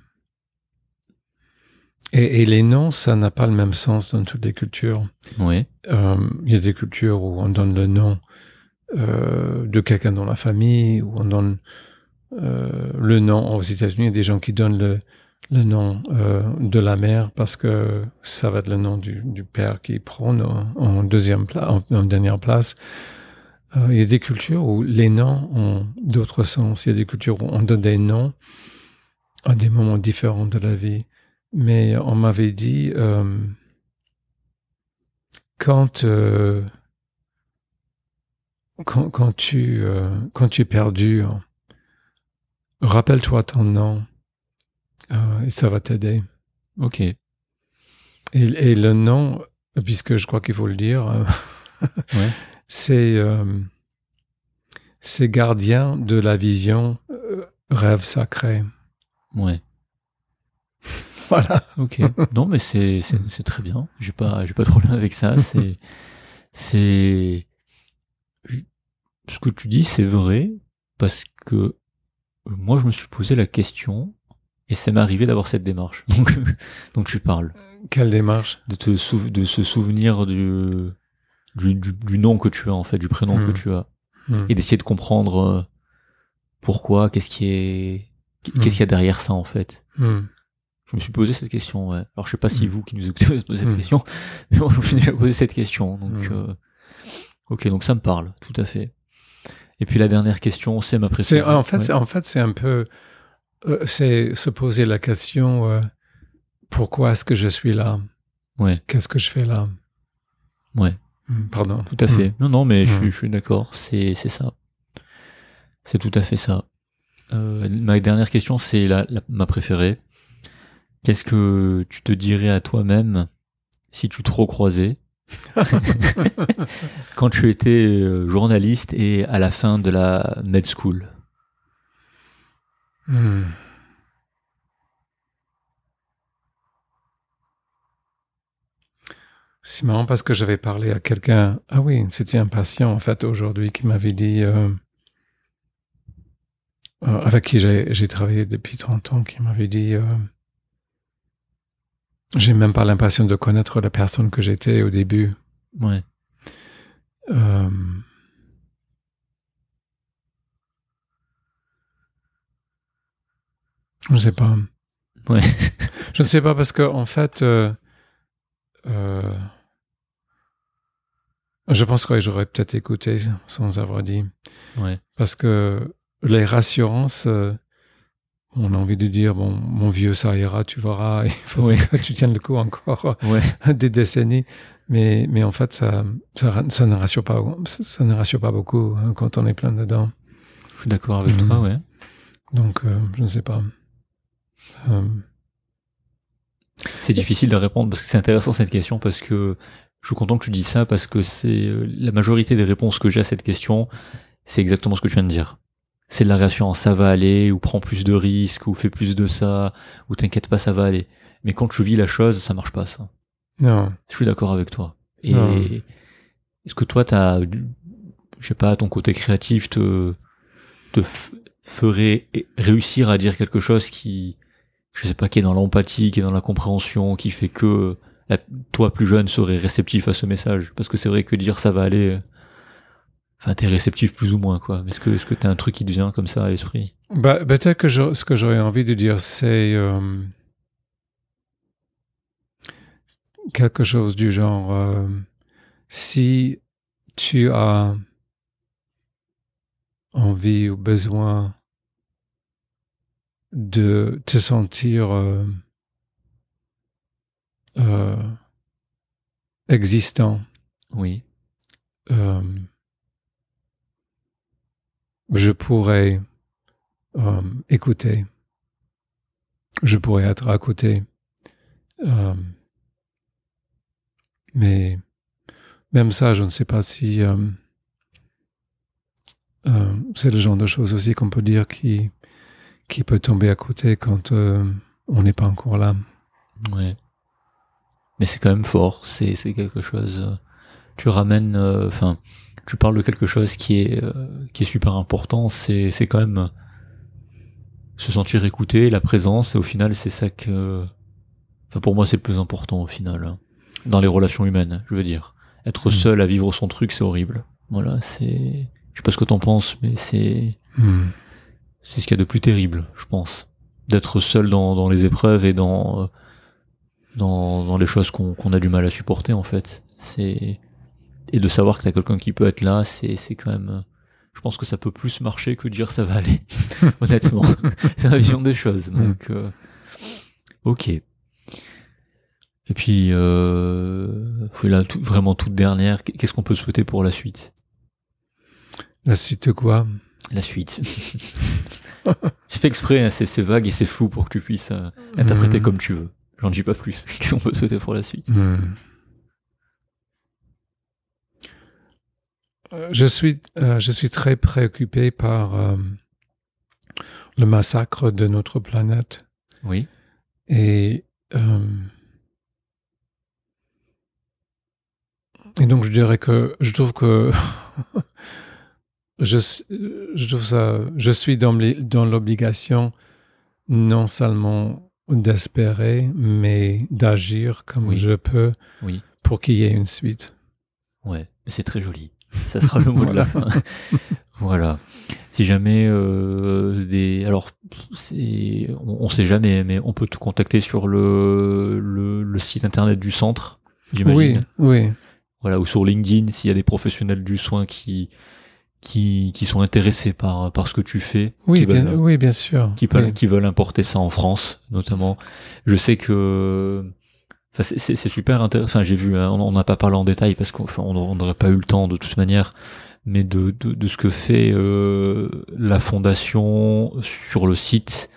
les noms, ça n'a pas le même sens dans toutes les cultures. Oui. Il y a des cultures où on donne le nom de quelqu'un dans la famille, où on donne le nom. Aux États-Unis, il y a des gens qui donnent le nom de la mère parce que ça va être le nom du père qui prône en dernière place. Il y a des cultures où les noms ont d'autres sens. Il y a des cultures où on donne des noms à des moments différents de la vie. Mais on m'avait dit, quand tu es perdu, rappelle-toi ton nom et ça va t'aider. Ok. Et le nom, puisque je crois qu'il faut le dire, Ouais. c'est gardien de la vision rêve sacré. Ouais. Voilà. Ok. Non, mais c'est très bien. J'ai pas de problème avec ça. C'est ce que tu dis, c'est vrai parce que moi, je me suis posé la question et ça m'est arrivé d'avoir cette démarche. Donc tu parles. Quelle démarche? De se souvenir du nom que tu as, en fait, du prénom que tu as. Et d'essayer de comprendre pourquoi, qu'est-ce qu'il y a derrière ça, en fait. Je me suis posé cette question, ouais. Alors, je sais pas si vous qui nous écoutez vous avez posé cette question, mais moi, je me suis déjà posé cette question. Donc, ok, donc ça me parle, tout à fait. Et puis la dernière question, c'est ma préférée. En fait, c'est un peu, c'est se poser la question, pourquoi est-ce que je suis là? Ouais. Qu'est-ce que je fais là? Ouais. Pardon. Tout à fait. Non, mais je suis d'accord. C'est ça. C'est tout à fait ça. Ma dernière question, c'est ma préférée. Qu'est-ce que tu te dirais à toi-même si tu te recroisais quand tu étais journaliste et à la fin de la med school? C'est marrant parce que j'avais parlé à quelqu'un. Ah oui, c'était un patient en fait aujourd'hui qui m'avait dit, avec qui j'ai travaillé depuis 30 ans, qui m'avait dit, j'ai même pas l'impression de connaître la personne que j'étais au début. Ouais. Je ne sais pas. Ouais. Je ne sais pas parce que en fait, je pense que j'aurais peut-être écouté sans avoir dit. Ouais. Parce que les rassurances, on a envie de dire, bon, mon vieux, ça ira, tu verras, il faut que tu tiennes le coup encore des décennies. Mais en fait, ça ne rassure pas, ça ne rassure pas beaucoup quand on est plein dedans. Je suis d'accord avec toi, ouais. Donc, je ne sais pas. C'est difficile de répondre parce que c'est intéressant cette question parce que je suis content que tu dis ça parce que c'est la majorité des réponses que j'ai à cette question, c'est exactement ce que tu viens de dire. C'est de la réassurance, ça va aller, ou prends plus de risques, ou fais plus de ça, ou t'inquiète pas, ça va aller. Mais quand tu vis la chose, ça marche pas, ça. Non. Je suis d'accord avec toi. Et est-ce que toi, je sais pas, ton côté créatif te ferait réussir à dire quelque chose qui, je sais pas, qui est dans l'empathie, qui est dans la compréhension, qui fait que toi, plus jeune, serais réceptif à ce message? Parce que c'est vrai que dire ça va aller... Enfin, t'es réceptif plus ou moins, quoi. Est-ce que t'as un truc qui te vient comme ça à l'esprit? Bah, peut-être que ce que j'aurais envie de dire, c'est quelque chose du genre, si tu as envie ou besoin de te sentir existant, Oui. je pourrais écouter. Je pourrais être à côté. Mais même ça, je ne sais pas si c'est le genre de choses aussi qu'on peut dire qui peut tomber à côté quand on n'est pas encore là. Ouais. Mais c'est quand même fort, c'est quelque chose. Tu ramènes, tu parles de quelque chose qui est super important. C'est quand même se sentir écouté, la présence. Et au final, c'est ça que, pour moi, c'est le plus important au final, hein. Dans les relations humaines, je veux dire. Être seul à vivre son truc, c'est horrible. Voilà, je sais pas ce que t'en penses, mais c'est ce qu'il y a de plus terrible, je pense. D'être seul dans les épreuves et dans les choses qu'on a du mal à supporter, en fait. Et de savoir que t'as quelqu'un qui peut être là, c'est quand même, je pense que ça peut plus marcher que de dire ça va aller. Honnêtement. C'est ma vision des choses. Donc, ok. Et puis, vraiment toute dernière, qu'est-ce qu'on peut souhaiter pour la suite? La suite de quoi? La suite. J'ai fait exprès, hein, c'est vague et c'est flou pour que tu puisses interpréter comme tu veux. J'en dis pas plus. Qu'est-ce qu'on peut souhaiter pour la suite? Je suis très préoccupé par le massacre de notre planète. Oui. Et donc je dirais que je trouve que je suis dans l'obligation non seulement d'espérer, mais d'agir comme je peux pour qu'il y ait une suite. Ouais, c'est très joli. Ça sera le mot de la fin. Voilà. Si jamais alors on sait jamais, mais on peut te contacter sur le site internet du centre, j'imagine. Oui. Voilà, ou sur LinkedIn s'il y a des professionnels du soin qui sont intéressés par ce que tu fais. Oui, bien sûr. Qui veulent importer ça en France, notamment. Je sais que c'est super intéressant. J'ai vu, hein, on n'a pas parlé en détail parce qu'on n'aurait pas eu le temps de toute manière, mais de ce que fait la fondation sur le site.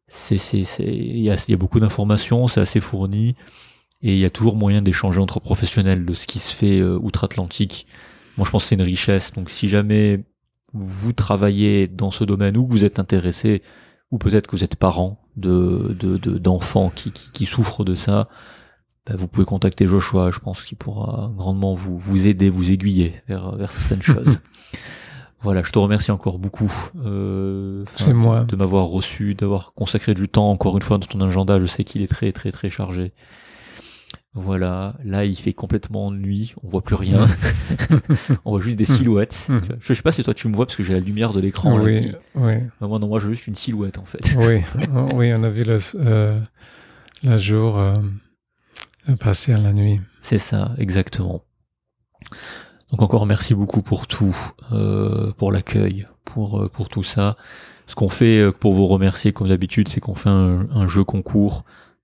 Il y a beaucoup d'informations, c'est assez fourni, et il y a toujours moyen d'échanger entre professionnels de ce qui se fait outre-Atlantique. Moi, je pense que c'est une richesse. Donc, si jamais vous travaillez dans ce domaine ou que vous êtes intéressé, ou peut-être que vous êtes parent d'enfants qui souffrent de ça, vous pouvez contacter Joshua. Je pense qu'il pourra grandement vous aider, vous aiguiller vers certaines choses. Voilà, je te remercie encore beaucoup. C'est moi. De m'avoir reçu, d'avoir consacré du temps encore une fois dans ton agenda. Je sais qu'il est très très très chargé. Voilà, là il fait complètement nuit, on voit plus rien. On voit juste des silhouettes. Je sais pas si toi tu me vois parce que j'ai la lumière de l'écran. Oui. Moi non, moi je vois juste une silhouette en fait. Oui, on a vu le jour passer à la nuit. C'est ça, exactement. Donc encore merci beaucoup pour tout, pour l'accueil, pour tout ça. Ce qu'on fait pour vous remercier comme d'habitude, c'est qu'on fait un jeu concours.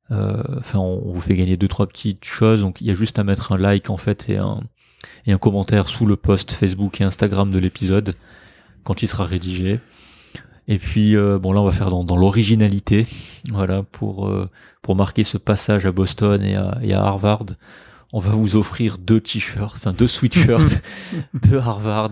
On vous fait gagner 2-3 petites choses, donc il y a juste à mettre un like en fait et un commentaire sous le post Facebook et Instagram de l'épisode quand il sera rédigé. Et puis là on va faire dans l'originalité, voilà, pour marquer ce passage à Boston et à Harvard. On va vous offrir 2 sweatshirts de Harvard.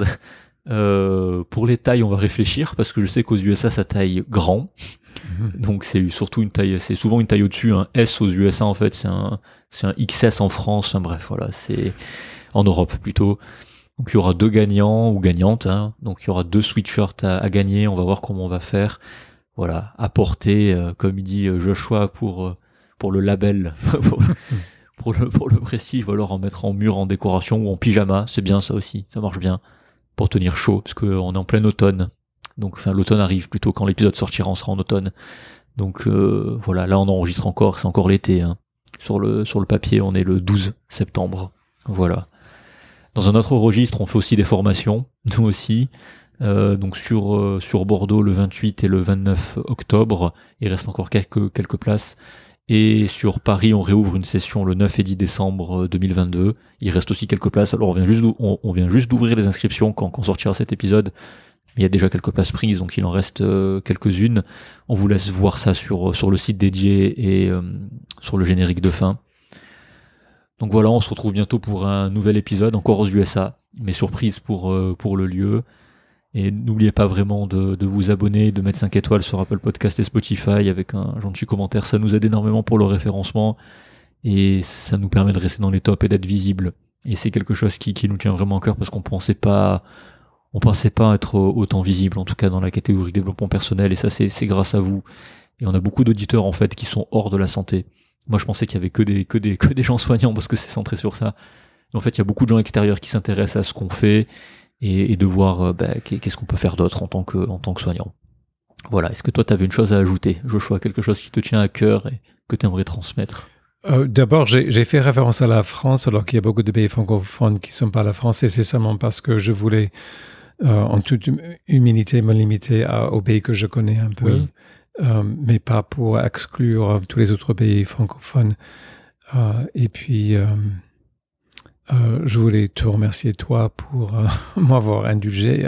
Pour les tailles, on va réfléchir parce que je sais qu'aux USA ça taille grand. Donc c'est surtout c'est souvent une taille au-dessus, un S aux USA en fait, c'est un XS en France, enfin bref, voilà, c'est en Europe plutôt. Donc il y aura 2 gagnants ou gagnantes, hein. Donc il y aura 2 sweatshirts à gagner, on va voir comment on va faire. Voilà, apporter, comme il dit Joshua, pour le label, pour le prestige, ou alors en mettre en mur en décoration ou en pyjama, c'est bien ça aussi, ça marche bien, pour tenir chaud, parce qu'on est en plein automne. Donc l'automne arrive plutôt quand l'épisode sortira, on sera en automne. Donc voilà, là on enregistre encore, c'est encore l'été, hein. Sur le papier, on est le 12 septembre. Voilà. Dans un autre registre, on fait aussi des formations, nous aussi. Donc sur Bordeaux le 28 et le 29 octobre, il reste encore quelques places. Et sur Paris, on réouvre une session le 9 et 10 décembre 2022. Il reste aussi quelques places. Alors on vient juste d'ouvrir les inscriptions quand sortira cet épisode. Il y a déjà quelques places prises, donc il en reste quelques-unes. On vous laisse voir ça sur le site dédié et sur le générique de fin. Donc voilà, on se retrouve bientôt pour un nouvel épisode, encore aux USA, mais surprise pour le lieu. Et n'oubliez pas vraiment de vous abonner, de mettre 5 étoiles sur Apple Podcast et Spotify avec un gentil commentaire. Ça nous aide énormément pour le référencement et ça nous permet de rester dans les tops et d'être visible. Et c'est quelque chose qui nous tient vraiment à cœur parce qu'on pensait pas être autant visible, en tout cas dans la catégorie développement personnel. Et ça, c'est grâce à vous. Et on a beaucoup d'auditeurs en fait qui sont hors de la santé. Moi, je pensais qu'il y avait que des gens soignants parce que c'est centré sur ça. Mais en fait, il y a beaucoup de gens extérieurs qui s'intéressent à ce qu'on fait. Et de voir qu'est-ce qu'on peut faire d'autre en tant que soignant. Voilà, est-ce que toi tu avais une chose à ajouter, Joshua, quelque chose qui te tient à cœur et que tu aimerais transmettre? D'abord, j'ai fait référence à la France, alors qu'il y a beaucoup de pays francophones qui ne sont pas la France, et c'est seulement parce que je voulais, en toute humilité, me limiter au pays que je connais un peu, Oui. Mais pas pour exclure tous les autres pays francophones. Et puis... je voulais te remercier, toi, pour m'avoir indulgé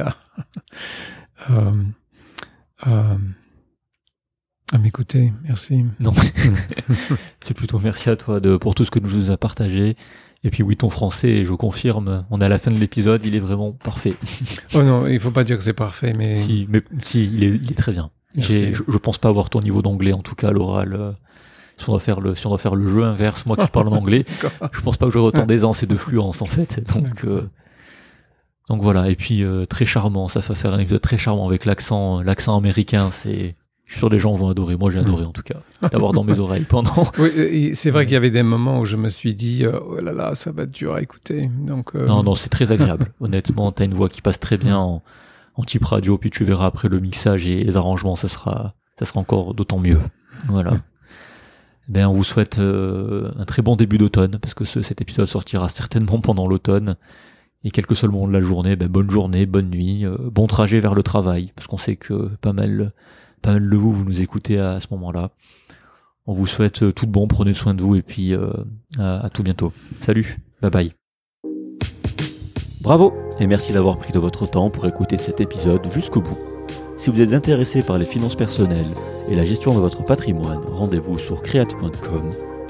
à m'écouter. Merci. Non, c'est plutôt merci à toi pour tout ce que tu nous as partagé. Et puis oui, ton français, je confirme, on est à la fin de l'épisode, il est vraiment parfait. Oh non, il ne faut pas dire que c'est parfait, mais... Si, il est très bien. Je pense pas avoir ton niveau d'anglais, en tout cas à l'oral. Si on doit faire le jeu inverse, moi qui parle en anglais, je pense pas que j'aurai autant d'aisance et de fluence en fait. Donc voilà. Et puis très charmant, ça va faire un épisode très charmant avec l'accent américain. Je suis sûr les gens vont adorer. Moi j'ai adoré en tout cas d'avoir dans mes oreilles pendant. Oui, c'est vrai qu'il y avait des moments où je me suis dit oh là là, ça va être dur à écouter. Donc non, c'est très agréable. Honnêtement, t'as une voix qui passe très bien en type radio. Puis tu verras après le mixage et les arrangements, ça sera encore d'autant mieux. Voilà. Ben, on vous souhaite un très bon début d'automne, parce que cet épisode sortira certainement pendant l'automne. Et quel que soit le moment de la journée, bonne journée, bonne nuit, bon trajet vers le travail, parce qu'on sait que pas mal de vous nous écoutez à ce moment-là. On vous souhaite tout de bon, prenez soin de vous, et puis à tout bientôt. Salut, bye bye. Bravo, et merci d'avoir pris de votre temps pour écouter cet épisode jusqu'au bout. Si vous êtes intéressé par les finances personnelles et la gestion de votre patrimoine, rendez-vous sur create.com,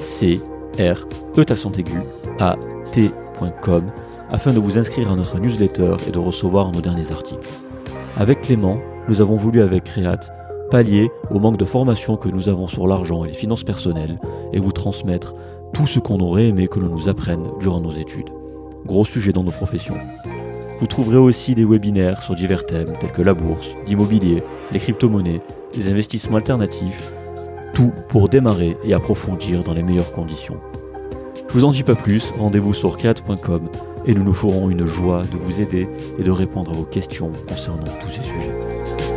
CREAT.com, afin de vous inscrire à notre newsletter et de recevoir nos derniers articles. Avec Clément, nous avons voulu avec Create pallier au manque de formation que nous avons sur l'argent et les finances personnelles et vous transmettre tout ce qu'on aurait aimé que l'on nous apprenne durant nos études. Gros sujet dans nos professions. Vous trouverez aussi des webinaires sur divers thèmes tels que la bourse, l'immobilier, les crypto-monnaies, les investissements alternatifs, tout pour démarrer et approfondir dans les meilleures conditions. Je vous en dis pas plus, rendez-vous sur create.com et nous nous ferons une joie de vous aider et de répondre à vos questions concernant tous ces sujets.